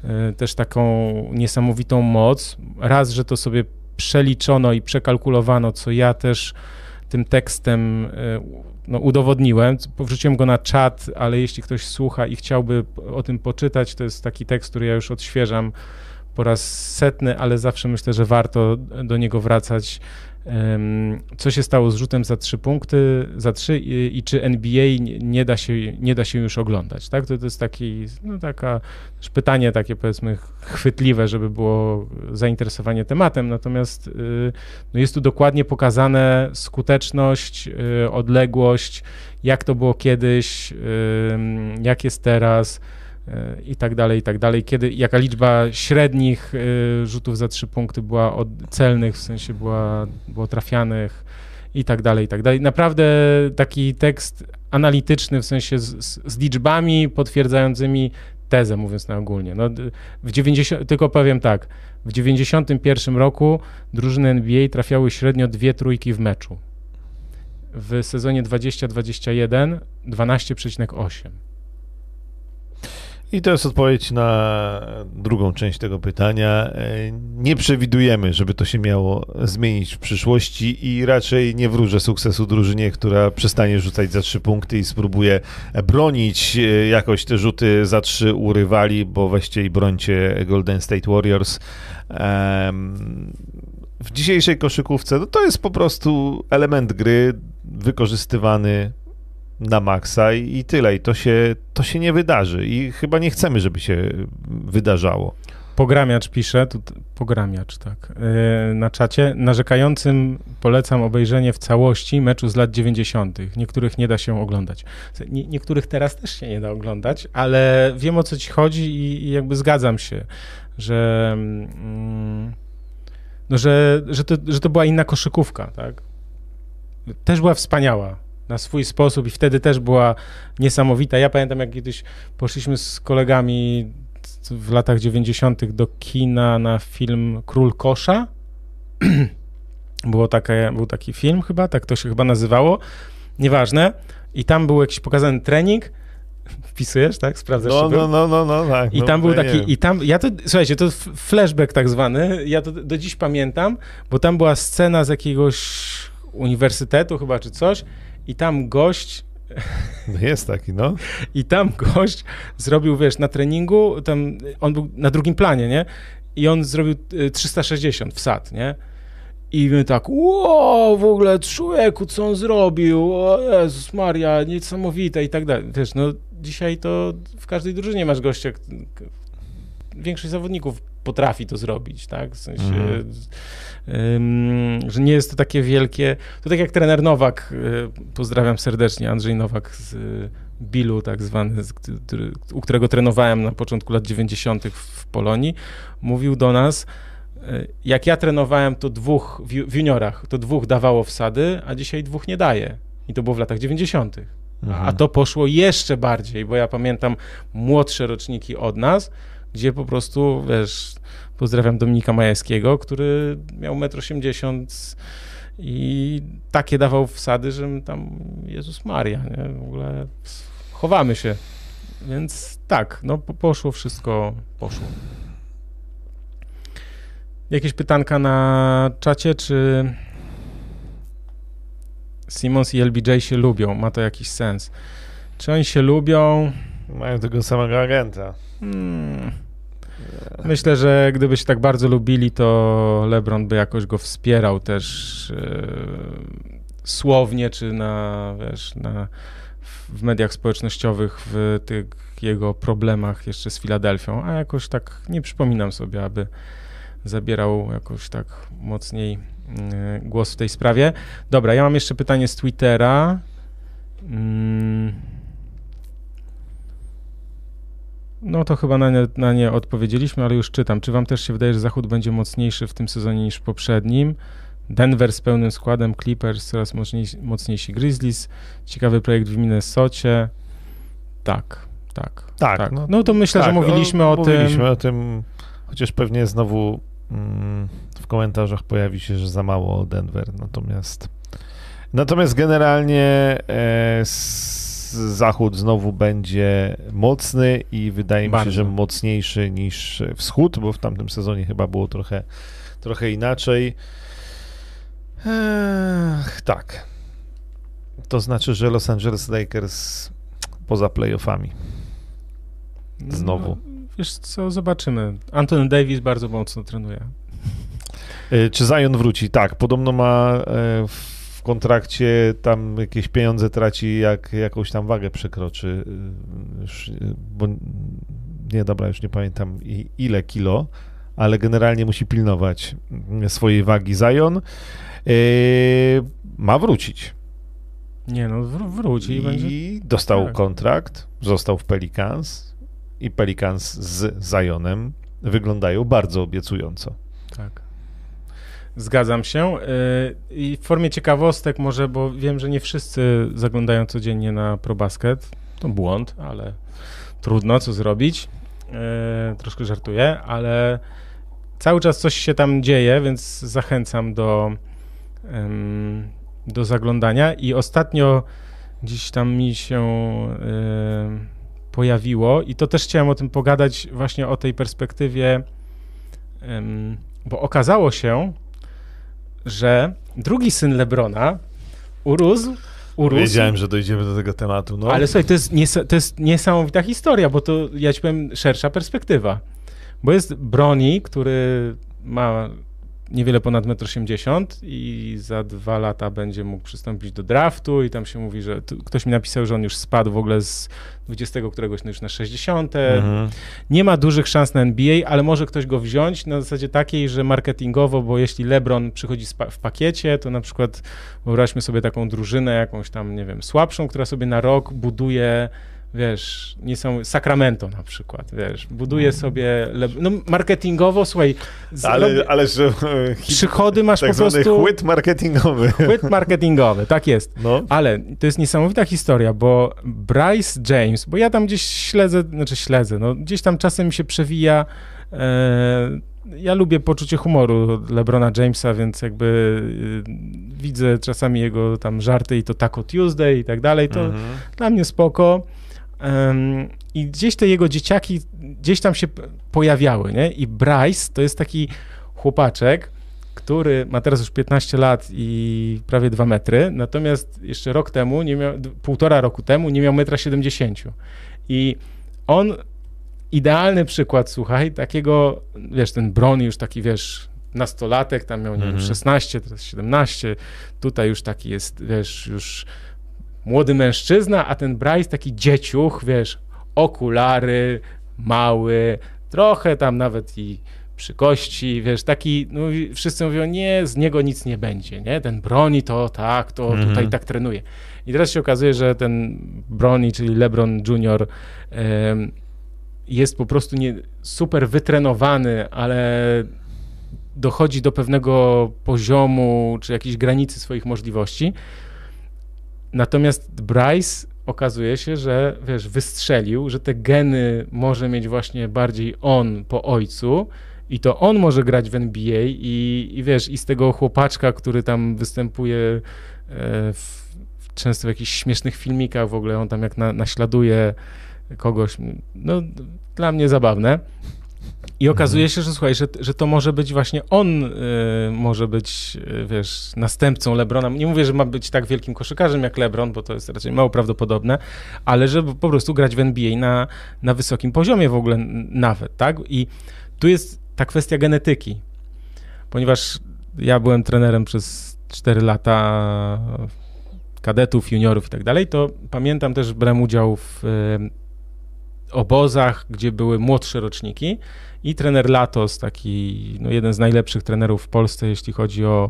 też taką niesamowitą moc. Raz, że to sobie przeliczono i przekalkulowano, co ja też tym tekstem udowodniłem. Wrzuciłem go na czat, ale jeśli ktoś słucha i chciałby o tym poczytać, to jest taki tekst, który ja już odświeżam po raz 100, ale zawsze myślę, że warto do niego wracać. Co się stało z rzutem za 3 punkty, za 3 i czy NBA nie da się już oglądać, tak? To jest taki, taka też pytanie takie, powiedzmy, chwytliwe, żeby było zainteresowanie tematem, natomiast jest tu dokładnie pokazane skuteczność, odległość, jak to było kiedyś, jak jest teraz, i tak dalej, jaka liczba średnich rzutów za 3 punkty była celnych, w sensie było trafianych i tak dalej. Naprawdę taki tekst analityczny, w sensie z liczbami potwierdzającymi tezę, mówiąc ogólnie. Tylko powiem tak, w 91 roku drużyny NBA trafiały średnio 2 trójki w meczu. W sezonie 20-21 12,8. I to jest odpowiedź na drugą część tego pytania. Nie przewidujemy, żeby to się miało zmienić w przyszłości i raczej nie wróżę sukcesu drużynie, która przestanie rzucać za 3 punkty i spróbuje bronić jakoś te rzuty za 3 u rywali, bo weźcie i brońcie Golden State Warriors. W dzisiejszej koszykówce to jest po prostu element gry wykorzystywany na maksa i tyle. I to się nie wydarzy i chyba nie chcemy, żeby się wydarzało. Pogramiacz pisze, pogramiacz, tak, na czacie, narzekającym polecam obejrzenie w całości meczu z lat 90. Niektórych nie da się oglądać. Niektórych teraz też się nie da oglądać, ale wiem, o co ci chodzi i jakby zgadzam się, że to była inna koszykówka, tak? Też była wspaniała na swój sposób i wtedy też była niesamowita. Ja pamiętam, jak kiedyś poszliśmy z kolegami w latach 90. do kina na film Król Kosza. Był taki film chyba, tak to się chyba nazywało. Nieważne. I tam był jakiś pokazany trening. Wpisujesz, tak? Sprawdzasz, czy był? Tak. I tam był taki, słuchajcie, to flashback tak zwany, ja to do dziś pamiętam, bo tam była scena z jakiegoś uniwersytetu chyba, czy coś, i tam gość... Jest taki, no. I tam gość zrobił, wiesz, na treningu, on był na drugim planie, nie? I on zrobił 360 wsad, nie? I my tak, w ogóle człowieku, co on zrobił? O Jezus Maria, niesamowite i tak dalej. Wiesz, dzisiaj to w każdej drużynie masz gościa, większość zawodników potrafi to zrobić, tak? W sensie, że nie jest to takie wielkie... To tak jak trener Nowak, pozdrawiam serdecznie, Andrzej Nowak z Bilu, tak zwany, u którego trenowałem na początku lat 90. w Polonii, mówił do nas, jak ja trenowałem, to w juniorach, to 2 dawało wsady, a dzisiaj 2 nie daje. I to było w latach 90. A to poszło jeszcze bardziej, bo ja pamiętam młodsze roczniki od nas, gdzie po prostu, wiesz, pozdrawiam Dominika Majewskiego, który miał 1,80 m i takie dawał wsady, że tam, Jezus Maria, nie? W ogóle chowamy się. Więc tak, poszło wszystko, poszło. Jakieś pytanka na czacie, czy Simmons i LBJ się lubią? Ma to jakiś sens? Czy oni się lubią? Mają tego samego agenta. Myślę, że gdyby się tak bardzo lubili, to LeBron by jakoś go wspierał też słownie, czy w mediach społecznościowych, w tych jego problemach jeszcze z Filadelfią, a jakoś tak nie przypominam sobie, aby zabierał jakoś tak mocniej głos w tej sprawie. Dobra, ja mam jeszcze pytanie z Twittera. To chyba na nie odpowiedzieliśmy, ale już czytam. Czy wam też się wydaje, że Zachód będzie mocniejszy w tym sezonie niż w poprzednim? Denver z pełnym składem, Clippers coraz mocniejsi Grizzlies, ciekawy projekt w Minnesocie. Tak. To myślę, że mówiliśmy o tym, chociaż pewnie znowu w komentarzach pojawi się, że za mało Denver, natomiast generalnie zachód znowu będzie mocny i wydaje mi się, że Bardzo. mocniejszy niż wschód, bo w tamtym sezonie chyba było trochę inaczej. Tak. To znaczy, że Los Angeles Lakers poza playoffami. Znowu. No, wiesz co, zobaczymy. Anthony Davis bardzo mocno trenuje. Czy Zion wróci? Tak, podobno ma w kontrakcie tam jakieś pieniądze traci, jak jakąś tam wagę przekroczy. Bo nie, dobra, już nie pamiętam ile kilo, ale generalnie musi pilnować swojej wagi Zion. Ma wrócić. Nie no, wróci i będzie... dostał tak. kontrakt, został w Pelicans i Pelicans z Zionem wyglądają bardzo obiecująco. Tak. Zgadzam się. I w formie ciekawostek może, bo wiem, że nie wszyscy zaglądają codziennie na ProBasket. To błąd, ale trudno, co zrobić. Troszkę żartuję, ale cały czas coś się tam dzieje, więc zachęcam do zaglądania. I ostatnio gdzieś tam mi się pojawiło i to też chciałem o tym pogadać, właśnie o tej perspektywie, bo okazało się, że drugi syn LeBrona urósł. Wiedziałem, że dojdziemy do tego tematu. No. Ale słuchaj, to jest niesamowita historia, bo to, ja ci powiem, szersza perspektywa. Bo jest Bronny, który ma niewiele ponad 1,80 m i za 2 lata będzie mógł przystąpić do draftu i tam się mówi, że ktoś mi napisał, że on już spadł w ogóle z 20 któregoś już na 60. Nie ma dużych szans na NBA, ale może ktoś go wziąć na zasadzie takiej, że marketingowo, bo jeśli LeBron przychodzi w pakiecie, to na przykład wyobraźmy sobie taką drużynę jakąś tam, nie wiem, słabszą, która sobie na rok buduje, wiesz, Sacramento na przykład, wiesz, buduje sobie, no marketingowo, słuchaj, ale że przychody masz tak po prostu... chłyt marketingowy. Chwyt marketingowy, tak jest. No. Ale to jest niesamowita historia, bo Bryce James, bo ja tam gdzieś śledzę, no gdzieś tam czasem mi się przewija, ja lubię poczucie humoru LeBrona Jamesa, więc jakby widzę czasami jego tam żarty i to Taco Tuesday i tak dalej, to dla mnie spoko. I gdzieś te jego dzieciaki gdzieś tam się pojawiały, nie? I Bryce to jest taki chłopaczek, który ma teraz już 15 lat i prawie 2 metry, natomiast jeszcze rok temu, półtora roku temu nie miał 1,70 m. I on, idealny przykład, słuchaj, takiego, wiesz, ten Bronny już taki, wiesz, nastolatek, tam miał, nie wiem, 16, teraz 17, tutaj już taki jest, wiesz, już młody mężczyzna, a ten Bryce taki dzieciuch, wiesz, okulary, mały, trochę tam nawet i przy kości, wiesz, taki, no wszyscy mówią, nie, z niego nic nie będzie, nie, ten Bronny to tak, to tutaj tak trenuje. I teraz się okazuje, że ten Bronny, czyli LeBron Jr. Jest po prostu super wytrenowany, ale dochodzi do pewnego poziomu, czy jakiejś granicy swoich możliwości. Natomiast Bryce okazuje się, że wiesz, wystrzelił, że te geny może mieć właśnie bardziej on po ojcu i to on może grać w NBA i wiesz, i z tego chłopaczka, który tam występuje często w jakichś śmiesznych filmikach w ogóle, on tam jak naśladuje kogoś, no dla mnie zabawne. I okazuje się, że słuchaj, że to może być właśnie on, może być, wiesz, następcą LeBrona. Nie mówię, że ma być tak wielkim koszykarzem jak LeBron, bo to jest raczej mało prawdopodobne, ale żeby po prostu grać w NBA na wysokim poziomie w ogóle nawet, tak? I tu jest ta kwestia genetyki, ponieważ ja byłem trenerem przez 4 lata kadetów, juniorów i tak dalej, to pamiętam też, brałem udział w obozach, gdzie były młodsze roczniki i trener Latos, taki no, jeden z najlepszych trenerów w Polsce, jeśli chodzi o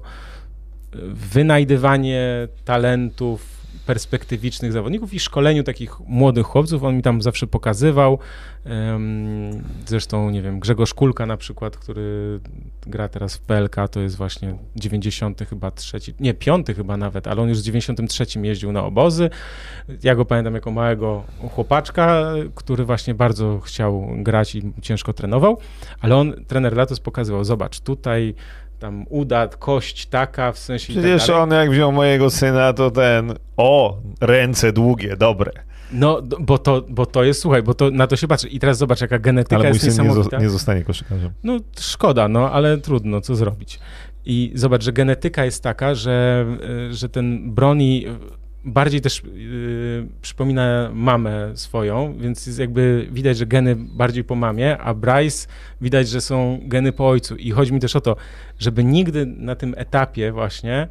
wynajdywanie talentów, perspektywicznych zawodników i szkoleniu takich młodych chłopców, on mi tam zawsze pokazywał. Zresztą, nie wiem, Grzegorz Kulka na przykład, który gra teraz w PLK, to jest właśnie 90 chyba trzeci, nie, 5 chyba nawet, ale on już w 93 jeździł na obozy. Ja go pamiętam jako małego chłopaczka, który właśnie bardzo chciał grać i ciężko trenował, ale on, trener Latos pokazywał, zobacz, tutaj tam uda, kość taka, w sensie Przecież i tak on jak wziął mojego syna, to ręce długie, dobre. No, bo to jest, słuchaj, bo to, na to się patrzy. I teraz zobacz, jaka genetyka Ale mój jest syn niesamowita. nie zostanie koszykarzem. No, szkoda, no, ale trudno, co zrobić. I zobacz, że genetyka jest taka, że ten Brony bardziej też przypomina mamę swoją, więc jest jakby widać, że geny bardziej po mamie, a Bryce widać, że są geny po ojcu. I chodzi mi też o to, żeby nigdy na tym etapie właśnie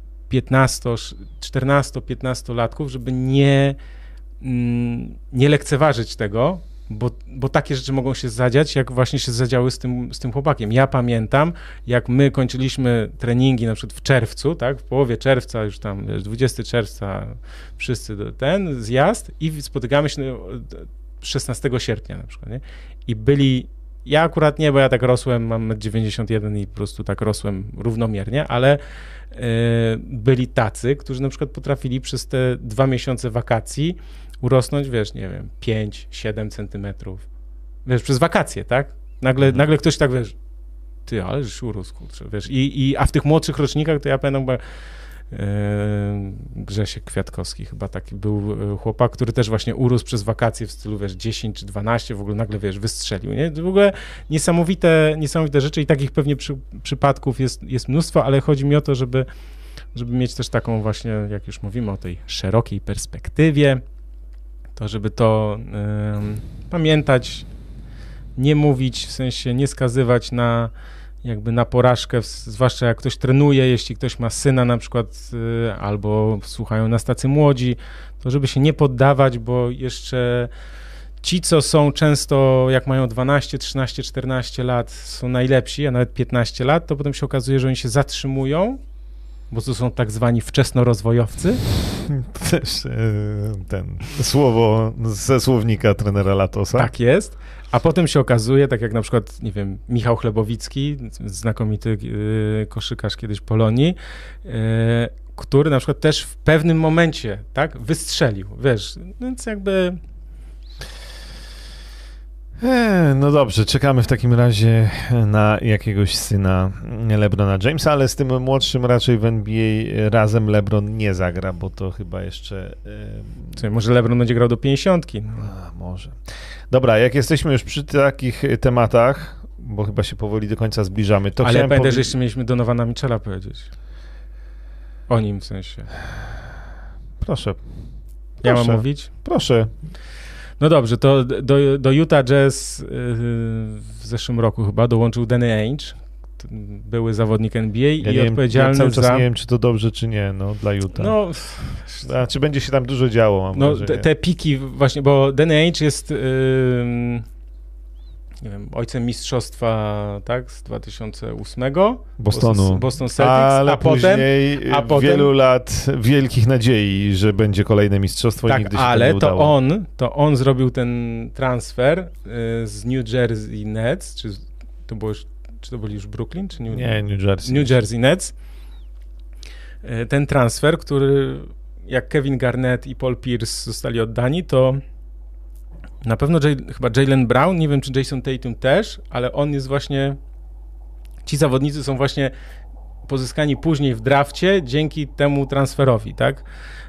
14-15 latków, żeby nie lekceważyć tego, bo takie rzeczy mogą się zadziać, jak właśnie się zadziały z tym chłopakiem. Ja pamiętam, jak my kończyliśmy treningi na przykład w czerwcu, tak, w połowie czerwca, już tam 20 czerwca, wszyscy zjazd i spotykamy się 16 sierpnia na przykład, nie? I ja akurat nie, bo ja tak rosłem, mam 1,91 m i po prostu tak rosłem równomiernie, ale byli tacy, którzy na przykład potrafili przez te 2 miesiące wakacji urosnąć, wiesz, nie wiem, 5-7 centymetrów. Wiesz, przez wakacje, tak? Nagle ktoś tak, wiesz, ty, ale żeś urósł, kurczę, wiesz. A w tych młodszych rocznikach to ja pamiętam, bo Grzesiek Kwiatkowski chyba taki był chłopak, który też właśnie urósł przez wakacje w stylu, wiesz, 10 czy 12, w ogóle nagle, wiesz, wystrzelił, nie? To w ogóle niesamowite rzeczy i takich pewnie przypadków jest mnóstwo, ale chodzi mi o to, żeby mieć też taką właśnie, jak już mówimy o tej szerokiej perspektywie, to żeby to pamiętać, nie mówić, w sensie nie skazywać na porażkę, zwłaszcza jak ktoś trenuje, jeśli ktoś ma syna na przykład, albo słuchają nas tacy młodzi, to żeby się nie poddawać, bo jeszcze ci, co są często, jak mają 12, 13, 14 lat, są najlepsi, a nawet 15 lat, to potem się okazuje, że oni się zatrzymują, bo to są tak zwani wczesnorozwojowcy. Też słowo ze słownika trenera Latosa. Tak jest. A potem się okazuje, tak jak na przykład, nie wiem, Michał Chlebowicki, znakomity koszykarz kiedyś Polonii, który na przykład też w pewnym momencie, tak, wystrzelił, wiesz, więc jakby... No dobrze, czekamy w takim razie na jakiegoś syna LeBrona Jamesa, ale z tym młodszym raczej w NBA razem LeBron nie zagra, bo to chyba jeszcze... Może LeBron będzie grał do 50. No. Może. Dobra, jak jesteśmy już przy takich tematach, bo chyba się powoli do końca zbliżamy, to ale pamiętaj, że jeszcze mieliśmy Donowana Mitchella powiedzieć. O nim w sensie. Proszę. Ja mam mówić? Proszę. No dobrze, to do Utah Jazz w zeszłym roku chyba dołączył Danny Ainge, były zawodnik NBA i odpowiedzialny cały czas za... nie wiem, czy to dobrze, czy nie, dla Utah. No, czy będzie się tam dużo działo, mam wrażenie. Te piki właśnie, bo Danny Ainge jest nie wiem, ojcem mistrzostwa, tak, z 2008 Bostonu. Boston Celtics, ale a potem wielu lat wielkich nadziei, że będzie kolejne mistrzostwo i nigdy się to nie udało. Ale to on zrobił ten transfer z New Jersey Nets, czy to byli już Brooklyn, czy nie, New Jersey. New Jersey Nets. Ten transfer, który jak Kevin Garnett i Paul Pierce zostali oddani, to na pewno chyba Jaylen Brown, nie wiem czy Jason Tatum też, ale on jest właśnie, ci zawodnicy są właśnie pozyskani później w drafcie dzięki temu transferowi, tak?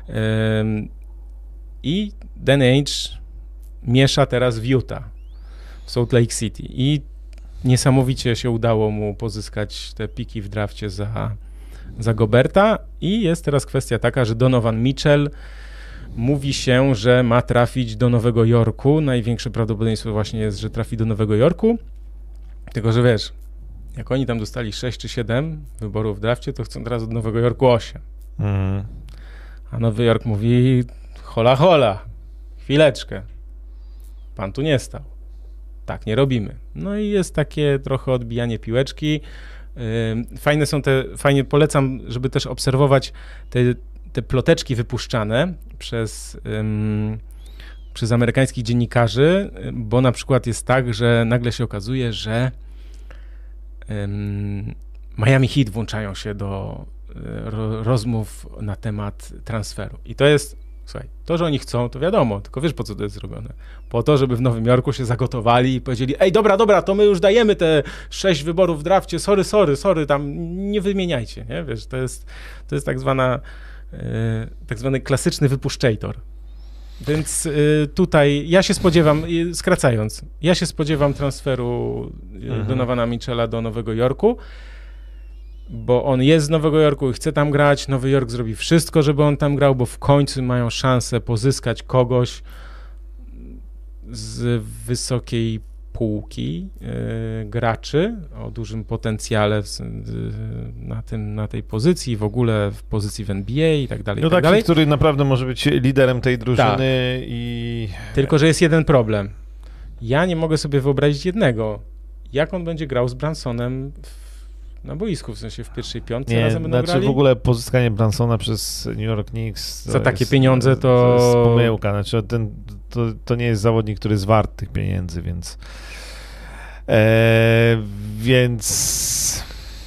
I Danny Ainge miesza teraz w Utah, w Salt Lake City i niesamowicie się udało mu pozyskać te piki w drafcie za Goberta i jest teraz kwestia taka, że Donovan Mitchell mówi się, że ma trafić do Nowego Jorku. Największe prawdopodobieństwo właśnie jest, że trafi do Nowego Jorku. Tylko, że wiesz, jak oni tam dostali 6 czy 7 wyborów w drafcie, to chcą teraz od Nowego Jorku 8. A Nowy Jork mówi, hola, chwileczkę. Pan tu nie stał. Tak nie robimy. No i jest takie trochę odbijanie piłeczki. Fajnie polecam, żeby też obserwować te ploteczki wypuszczane przez amerykańskich dziennikarzy, bo na przykład jest tak, że nagle się okazuje, że Miami Heat włączają się do rozmów na temat transferu. I to jest, Słuchaj, to, że oni chcą, to wiadomo, tylko wiesz, po co to jest zrobione. Po to, żeby w Nowym Jorku się zagotowali i powiedzieli, ej, dobra, to my już dajemy te 6 wyborów w drafcie, sorry, tam nie wymieniajcie, nie? Wiesz, to jest tak zwany klasyczny wypuszczator. Więc tutaj ja się spodziewam, skracając, transferu Donowana Mitchella do Nowego Jorku, bo on jest z Nowego Jorku i chce tam grać. Nowy Jork zrobi wszystko, żeby on tam grał, bo w końcu mają szansę pozyskać kogoś z wysokiej półki graczy o dużym potencjale na tej pozycji, w ogóle w pozycji w NBA i tak dalej. No taki, który naprawdę może być liderem tej drużyny Tylko, że jest jeden problem. Ja nie mogę sobie wyobrazić jednego. Jak on będzie grał z Bransonem na boisku, w sensie w pierwszej piątce razem będą grali? W ogóle pozyskanie Bransona przez New York Knicks za takie pieniądze to jest pomyłka. Znaczy to nie jest zawodnik, który jest wart tych pieniędzy, więc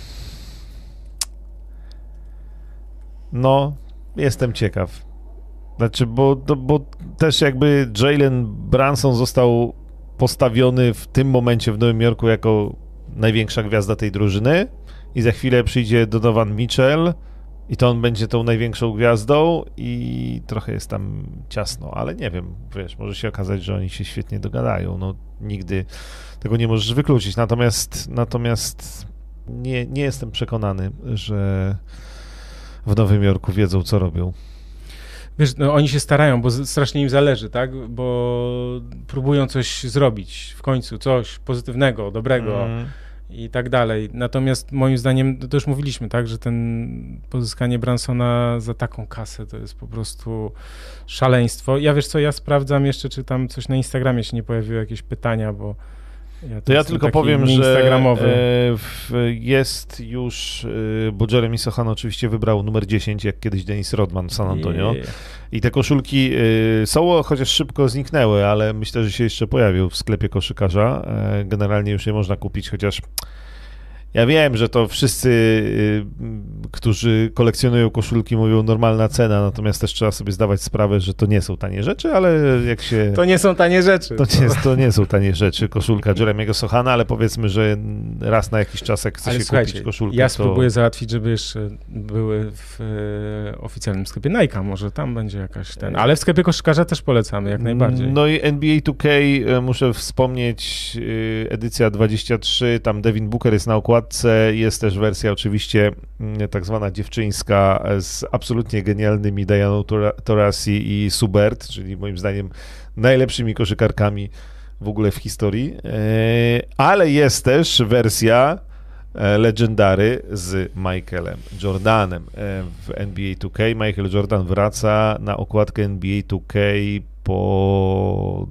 no, jestem ciekaw. Znaczy, bo też jakby Jalen Brunson został postawiony w tym momencie w Nowym Jorku jako największa gwiazda tej drużyny i za chwilę przyjdzie Donovan Mitchell i to on będzie tą największą gwiazdą i trochę jest tam ciasno, ale nie wiem, wiesz, może się okazać, że oni się świetnie dogadają, no nigdy tego nie możesz wykluczyć, natomiast nie jestem przekonany, że w Nowym Jorku wiedzą, co robią. Wiesz, no oni się starają, bo strasznie im zależy, tak? Bo próbują coś zrobić w końcu, coś pozytywnego, dobrego i tak dalej. Natomiast moim zdaniem, to już mówiliśmy, tak, że pozyskanie Bransona za taką kasę to jest po prostu szaleństwo. Ja wiesz co, ja sprawdzam jeszcze, czy tam coś na Instagramie się nie pojawiły jakieś pytania, bo ja tylko powiem, że jest już, bo Jeremy Sohan oczywiście wybrał numer 10, jak kiedyś Dennis Rodman w San Antonio. I te koszulki są, chociaż szybko zniknęły, ale myślę, że się jeszcze pojawią w sklepie koszykarza. Generalnie już je można kupić, chociaż ja wiem, że to wszyscy, którzy kolekcjonują koszulki, mówią normalna cena, natomiast też trzeba sobie zdawać sprawę, że to nie są tanie rzeczy, ale jak się... To nie są tanie rzeczy. To nie są tanie rzeczy, koszulka Jeremiego Sohana, ale powiedzmy, że raz na jakiś czas, jak chce się kupić koszulkę, ja spróbuję załatwić, żeby jeszcze były w oficjalnym sklepie Nike'a, może tam będzie jakaś ale w sklepie koszykarza też polecamy, jak najbardziej. No i NBA 2K, muszę wspomnieć, edycja 23, tam Devin Booker jest na okładce, jest też wersja oczywiście tak zwana dziewczyńska z absolutnie genialnymi Dianą Taurasi i Subert, czyli moim zdaniem najlepszymi koszykarkami w ogóle w historii, ale jest też wersja Legendary z Michaelem Jordanem w NBA 2K. Michael Jordan wraca na okładkę NBA 2K po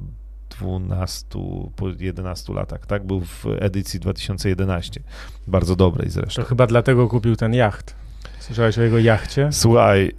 11 latach, tak? Był w edycji 2011. Bardzo dobrej zresztą. To chyba dlatego kupił ten jacht. Słyszałeś o jego jachcie? Słuchaj,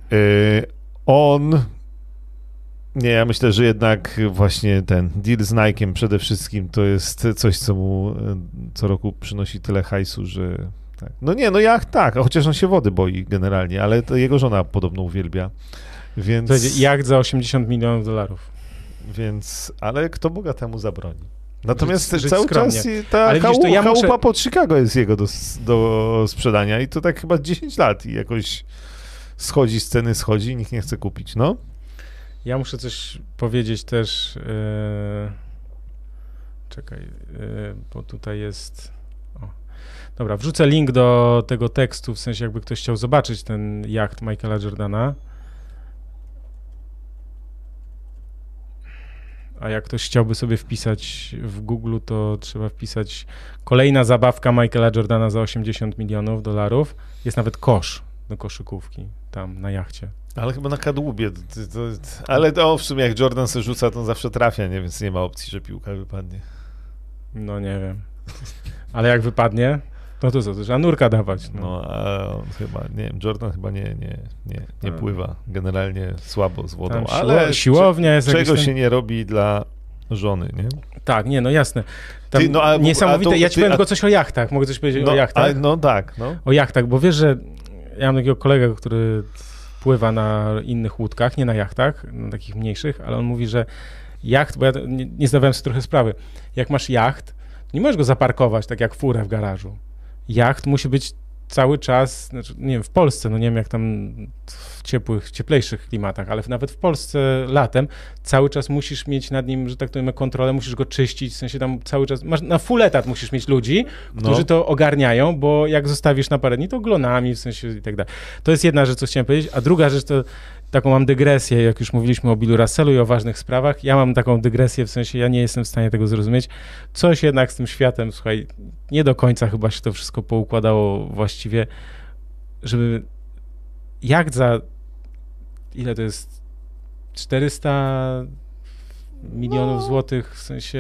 ja myślę, że jednak właśnie ten deal z Nike'em przede wszystkim to jest coś, co mu co roku przynosi tyle hajsu, że tak. Jacht tak, a chociaż on się wody boi generalnie, ale to jego żona podobno uwielbia, więc... To jest jacht za $80 milionów. Więc, ale kto Boga temu zabroni? Natomiast żyć cały skromnie. czas ta chałupa pod Chicago jest jego do sprzedania i to tak chyba 10 lat i jakoś schodzi i nikt nie chce kupić, no. Ja muszę coś powiedzieć też, bo tutaj jest... Dobra, wrzucę link do tego tekstu, w sensie jakby ktoś chciał zobaczyć ten jacht Michaela Jordana. A jak ktoś chciałby sobie wpisać w Google, to trzeba wpisać kolejna zabawka Michaela Jordana za $80 milionów. Jest nawet kosz do koszykówki tam na jachcie. Ale chyba na kadłubie. Ale w sumie jak Jordan se rzuca, to on zawsze trafia, nie? Więc nie ma opcji, że piłka wypadnie. No nie wiem. Ale jak wypadnie, no to co, to trzeba nurka dawać. A on chyba, nie wiem, Jordan chyba nie pływa. Generalnie słabo z wodą. Ale siłownia jest czego się nie robi dla żony, nie? Tak, jasne. Niesamowite. Ja ci powiem tylko coś o jachtach. Mogę coś powiedzieć o jachtach? No tak. O jachtach, bo wiesz, że ja mam takiego kolegę, który pływa na innych łódkach, nie na jachtach, na takich mniejszych, ale on mówi, że jacht, bo ja nie zdawałem sobie trochę sprawy, jak masz jacht, nie możesz go zaparkować tak jak furę w garażu. Jacht musi być cały czas, znaczy, nie wiem, w Polsce, no nie wiem jak tam w cieplejszych klimatach, ale nawet w Polsce latem cały czas musisz mieć nad nim, że tak to powiem, kontrolę, musisz go czyścić, w sensie tam cały czas, na full etat musisz mieć ludzi, którzy to ogarniają, bo jak zostawisz na parę dni, to glonami, w sensie i tak dalej. To jest jedna rzecz, co chciałem powiedzieć, a druga rzecz to taką mam dygresję, jak już mówiliśmy o Billu Russellu i o ważnych sprawach, ja mam taką dygresję, w sensie ja nie jestem w stanie tego zrozumieć. Coś jednak z tym światem, słuchaj, nie do końca chyba się to wszystko poukładało właściwie, żeby jacht za, ile to jest, 400 milionów złotych, w sensie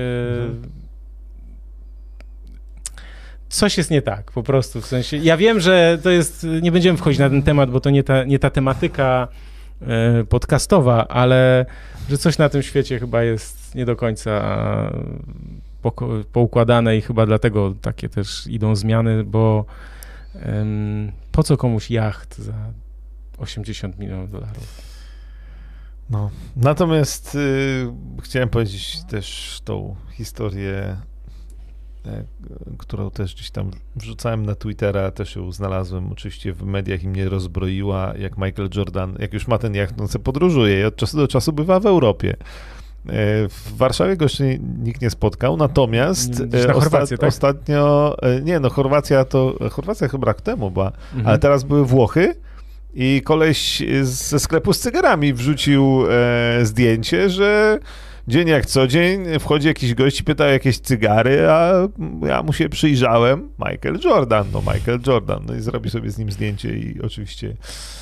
coś jest nie tak, po prostu, w sensie, ja wiem, że to jest, nie będziemy wchodzić na ten temat, bo to nie ta tematyka podcastowa, ale że coś na tym świecie chyba jest nie do końca poukładane i chyba dlatego takie też idą zmiany, bo po co komuś jacht za 80 milionów dolarów? No, natomiast chciałem powiedzieć też tą historię, którą też gdzieś tam wrzucałem na Twittera, też ją znalazłem oczywiście w mediach i mnie rozbroiła, jak Michael Jordan, jak już ma ten jacht, no sobie podróżuje i od czasu do czasu bywa w Europie. W Warszawie go jeszcze nikt nie spotkał, natomiast na Chorwację, tak? Ostatnio, Chorwacja chyba rok temu była, ale teraz były Włochy i koleś ze sklepu z cygarami wrzucił zdjęcie, że dzień jak co dzień wchodzi jakiś gość i pyta o jakieś cygary, a ja mu się przyjrzałem, Michael Jordan, no i zrobi sobie z nim zdjęcie i oczywiście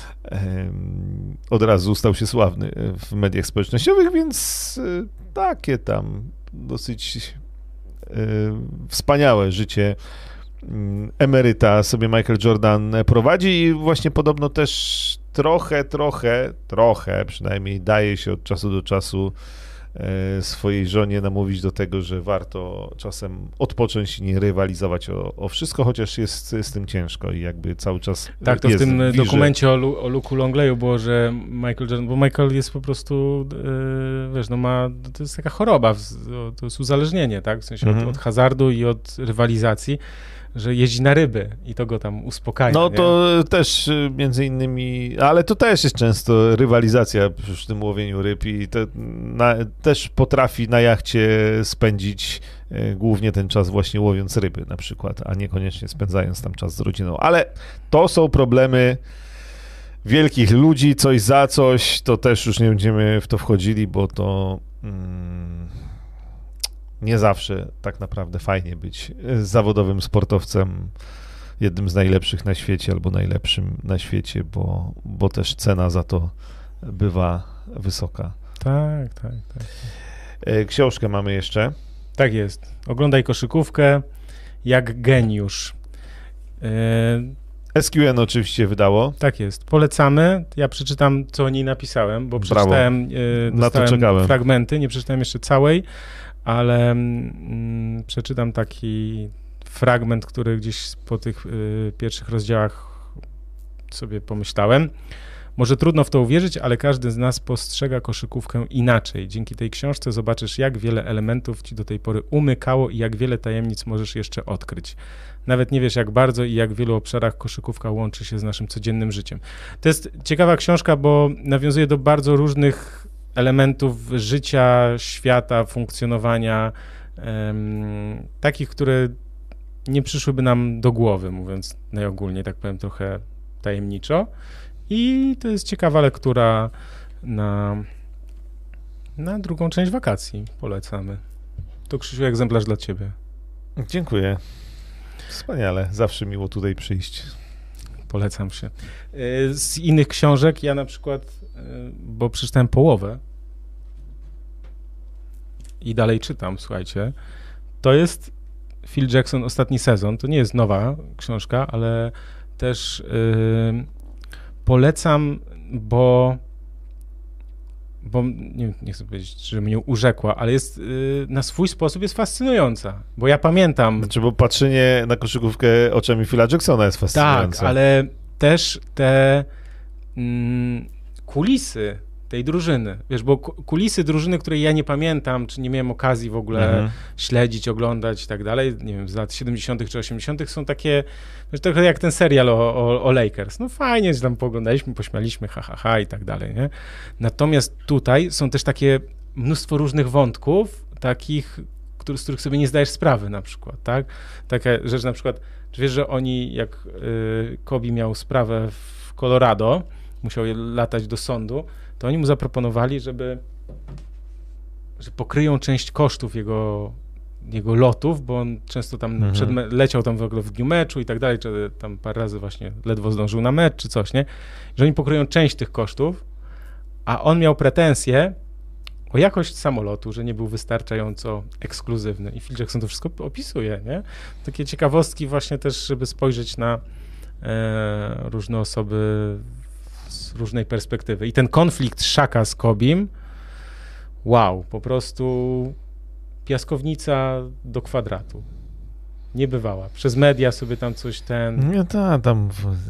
od razu stał się sławny w mediach społecznościowych, więc takie tam dosyć wspaniałe życie emeryta sobie Michael Jordan prowadzi i właśnie podobno też trochę przynajmniej daje się od czasu do czasu swojej żonie namówić do tego, że warto czasem odpocząć i nie rywalizować o wszystko, chociaż jest z tym ciężko i jakby cały czas tak, to w tym dokumencie o Luke'u Longleyu było, że Michael Jordan, bo Michael jest po prostu, wiesz, no to jest taka choroba, to jest uzależnienie, tak, w sensie od hazardu i od rywalizacji, że jeździ na ryby i to go tam uspokaja. No to też między innymi, ale to też jest często rywalizacja przy tym łowieniu ryb i to też potrafi na jachcie spędzić głównie ten czas właśnie łowiąc ryby na przykład, a niekoniecznie spędzając tam czas z rodziną. Ale to są problemy wielkich ludzi, coś za coś, to też już nie będziemy w to wchodzili, bo to nie zawsze tak naprawdę fajnie być zawodowym sportowcem, jednym z najlepszych na świecie albo najlepszym na świecie, bo też cena za to bywa wysoka. Tak. Książkę mamy jeszcze. Tak jest. Oglądaj koszykówkę jak geniusz. SQN oczywiście wydało. Tak jest. Polecamy. Ja przeczytam, co o niej napisałem, bo przeczytałem fragmenty, nie przeczytałem jeszcze całej, ale przeczytam taki fragment, który gdzieś po tych pierwszych rozdziałach sobie pomyślałem. Może trudno w to uwierzyć, ale każdy z nas postrzega koszykówkę inaczej. Dzięki tej książce zobaczysz, jak wiele elementów ci do tej pory umykało i jak wiele tajemnic możesz jeszcze odkryć. Nawet nie wiesz, jak bardzo i jak w wielu obszarach koszykówka łączy się z naszym codziennym życiem. To jest ciekawa książka, bo nawiązuje do bardzo różnych elementów życia, świata, funkcjonowania, takich, które nie przyszłyby nam do głowy, mówiąc najogólniej, tak powiem trochę tajemniczo. I to jest ciekawa lektura na drugą część wakacji. Polecamy. To, Krzysiu, egzemplarz dla ciebie. Dziękuję. Wspaniale. Zawsze miło tutaj przyjść. Polecam się. Z innych książek ja na przykład, bo przeczytałem połowę i dalej czytam, słuchajcie, to jest Phil Jackson Ostatni sezon. To nie jest nowa książka, ale też polecam, bo nie chcę powiedzieć, że mnie urzekła, ale jest na swój sposób jest fascynująca, bo ja pamiętam... Znaczy, bo patrzenie na koszykówkę oczami Phila Jacksona jest fascynujące. Tak, ale też kulisy tej drużyny, wiesz, bo kulisy drużyny, której ja nie pamiętam, czy nie miałem okazji w ogóle śledzić, oglądać i tak dalej, nie wiem, z lat 70. czy 80. są takie, wiesz, trochę jak ten serial o Lakers. No fajnie, że tam pooglądaliśmy, pośmialiśmy, ha i tak dalej, nie? Natomiast tutaj są też takie mnóstwo różnych wątków, takich, z których sobie nie zdajesz sprawy na przykład, tak? Taka rzecz na przykład, czy wiesz, że oni, jak Kobe miał sprawę w Colorado, musiał latać do sądu, to oni mu zaproponowali, że pokryją część kosztów jego lotów, bo on często tam leciał tam w ogóle w dniu meczu i tak dalej, czy tam parę razy właśnie ledwo zdążył na mecz, czy coś, nie? Że oni pokryją część tych kosztów, a on miał pretensje o jakość samolotu, że nie był wystarczająco ekskluzywny. I Phil Jackson to wszystko opisuje, nie? Takie ciekawostki właśnie też, żeby spojrzeć na różne osoby z różnej perspektywy. I ten konflikt Shaq'a z Kobim, wow, po prostu piaskownica do kwadratu. Nie bywała. Przez media sobie tam coś Nie, tam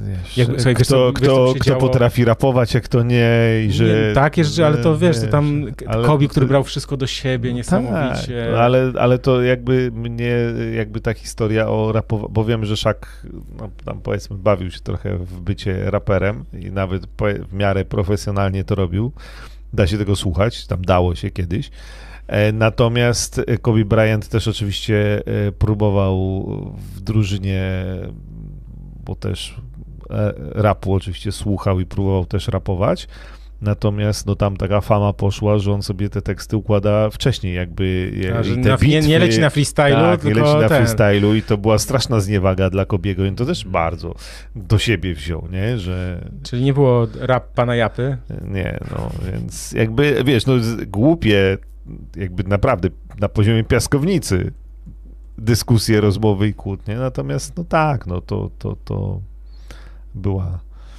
kto potrafi rapować, jak to nie i że... Nie, takie rzeczy, ale to wiesz, to tam Kobe, który brał wszystko do siebie niesamowicie. Tak, ale to jakby mnie, ta historia o rapowaniu, bo wiem, że Shaq tam powiedzmy bawił się trochę w bycie raperem i nawet w miarę profesjonalnie to robił. Da się tego słuchać, tam dało się kiedyś. Natomiast Kobe Bryant też oczywiście próbował w drużynie, bo też rapu oczywiście słuchał i próbował też rapować. Natomiast tam taka fama poszła, że on sobie te teksty układa wcześniej, jakby te bitwy, nie leci na freestylu, tak, nie leci na freestylu i to była straszna zniewaga dla Kobiego i on to też bardzo do siebie wziął, nie, że... Czyli nie było rap pana Japy? Nie, więc jakby, wiesz, głupie, jakby naprawdę na poziomie piaskownicy dyskusje, rozmowy i kłótnie, natomiast to była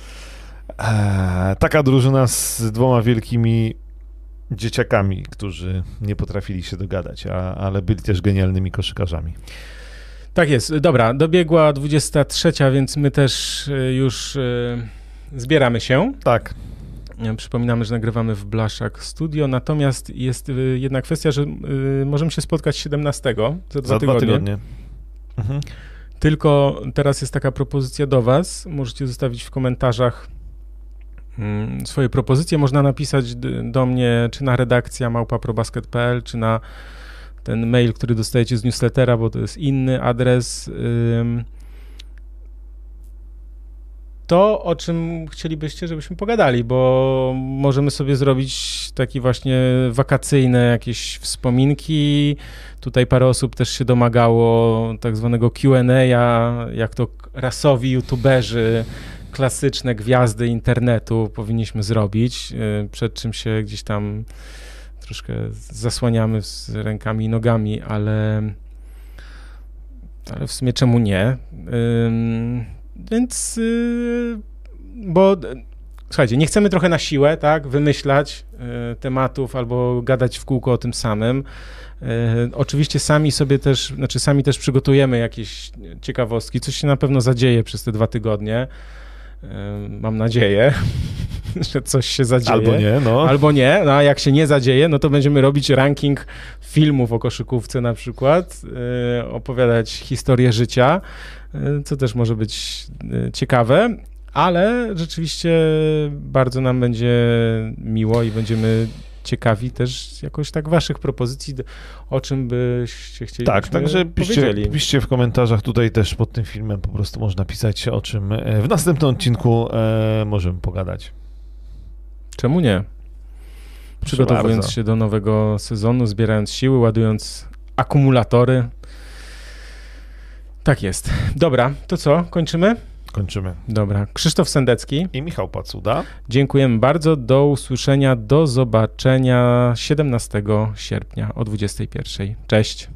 taka drużyna z dwoma wielkimi dzieciakami, którzy nie potrafili się dogadać, ale byli też genialnymi koszykarzami. Tak jest. Dobra, dobiegła 23, więc my też już zbieramy się. Tak. Przypominamy, że nagrywamy w Blaszak Studio, natomiast jest jedna kwestia, że możemy się spotkać 17, za 2 tygodnie. Tylko teraz jest taka propozycja do was. Możecie zostawić w komentarzach swoje propozycje. Można napisać do mnie, czy na redakcja @probasket.pl, czy na ten mail, który dostajecie z newslettera, bo to jest inny adres. To, o czym chcielibyście, żebyśmy pogadali, bo możemy sobie zrobić takie właśnie wakacyjne jakieś wspominki. Tutaj parę osób też się domagało tak zwanego Q&A, jak to rasowi youtuberzy, klasyczne gwiazdy internetu powinniśmy zrobić, przed czym się gdzieś tam troszkę zasłaniamy z rękami i nogami, ale w sumie czemu nie? Więc, bo słuchajcie, nie chcemy trochę na siłę, tak, wymyślać tematów albo gadać w kółko o tym samym. Oczywiście sami też przygotujemy jakieś ciekawostki, coś się na pewno zadzieje przez te 2 tygodnie. Mam nadzieję, że coś się zadzieje. Albo nie, a jak się nie zadzieje, no to będziemy robić ranking filmów o koszykówce na przykład, opowiadać historię życia, co też może być ciekawe, ale rzeczywiście bardzo nam będzie miło i będziemy ciekawi też jakoś tak waszych propozycji, o czym byście chcieli, tak, także piszcie w komentarzach tutaj też pod tym filmem, po prostu można pisać, o czym w następnym odcinku możemy pogadać. Czemu nie? Przygotowując się do nowego sezonu, zbierając siły, ładując akumulatory. Tak jest. Dobra, to co? Kończymy? Kończymy. Dobra. Krzysztof Sendecki i Michał Pacuda. Dziękujemy bardzo. Do usłyszenia, do zobaczenia 17 sierpnia o 21:00. Cześć.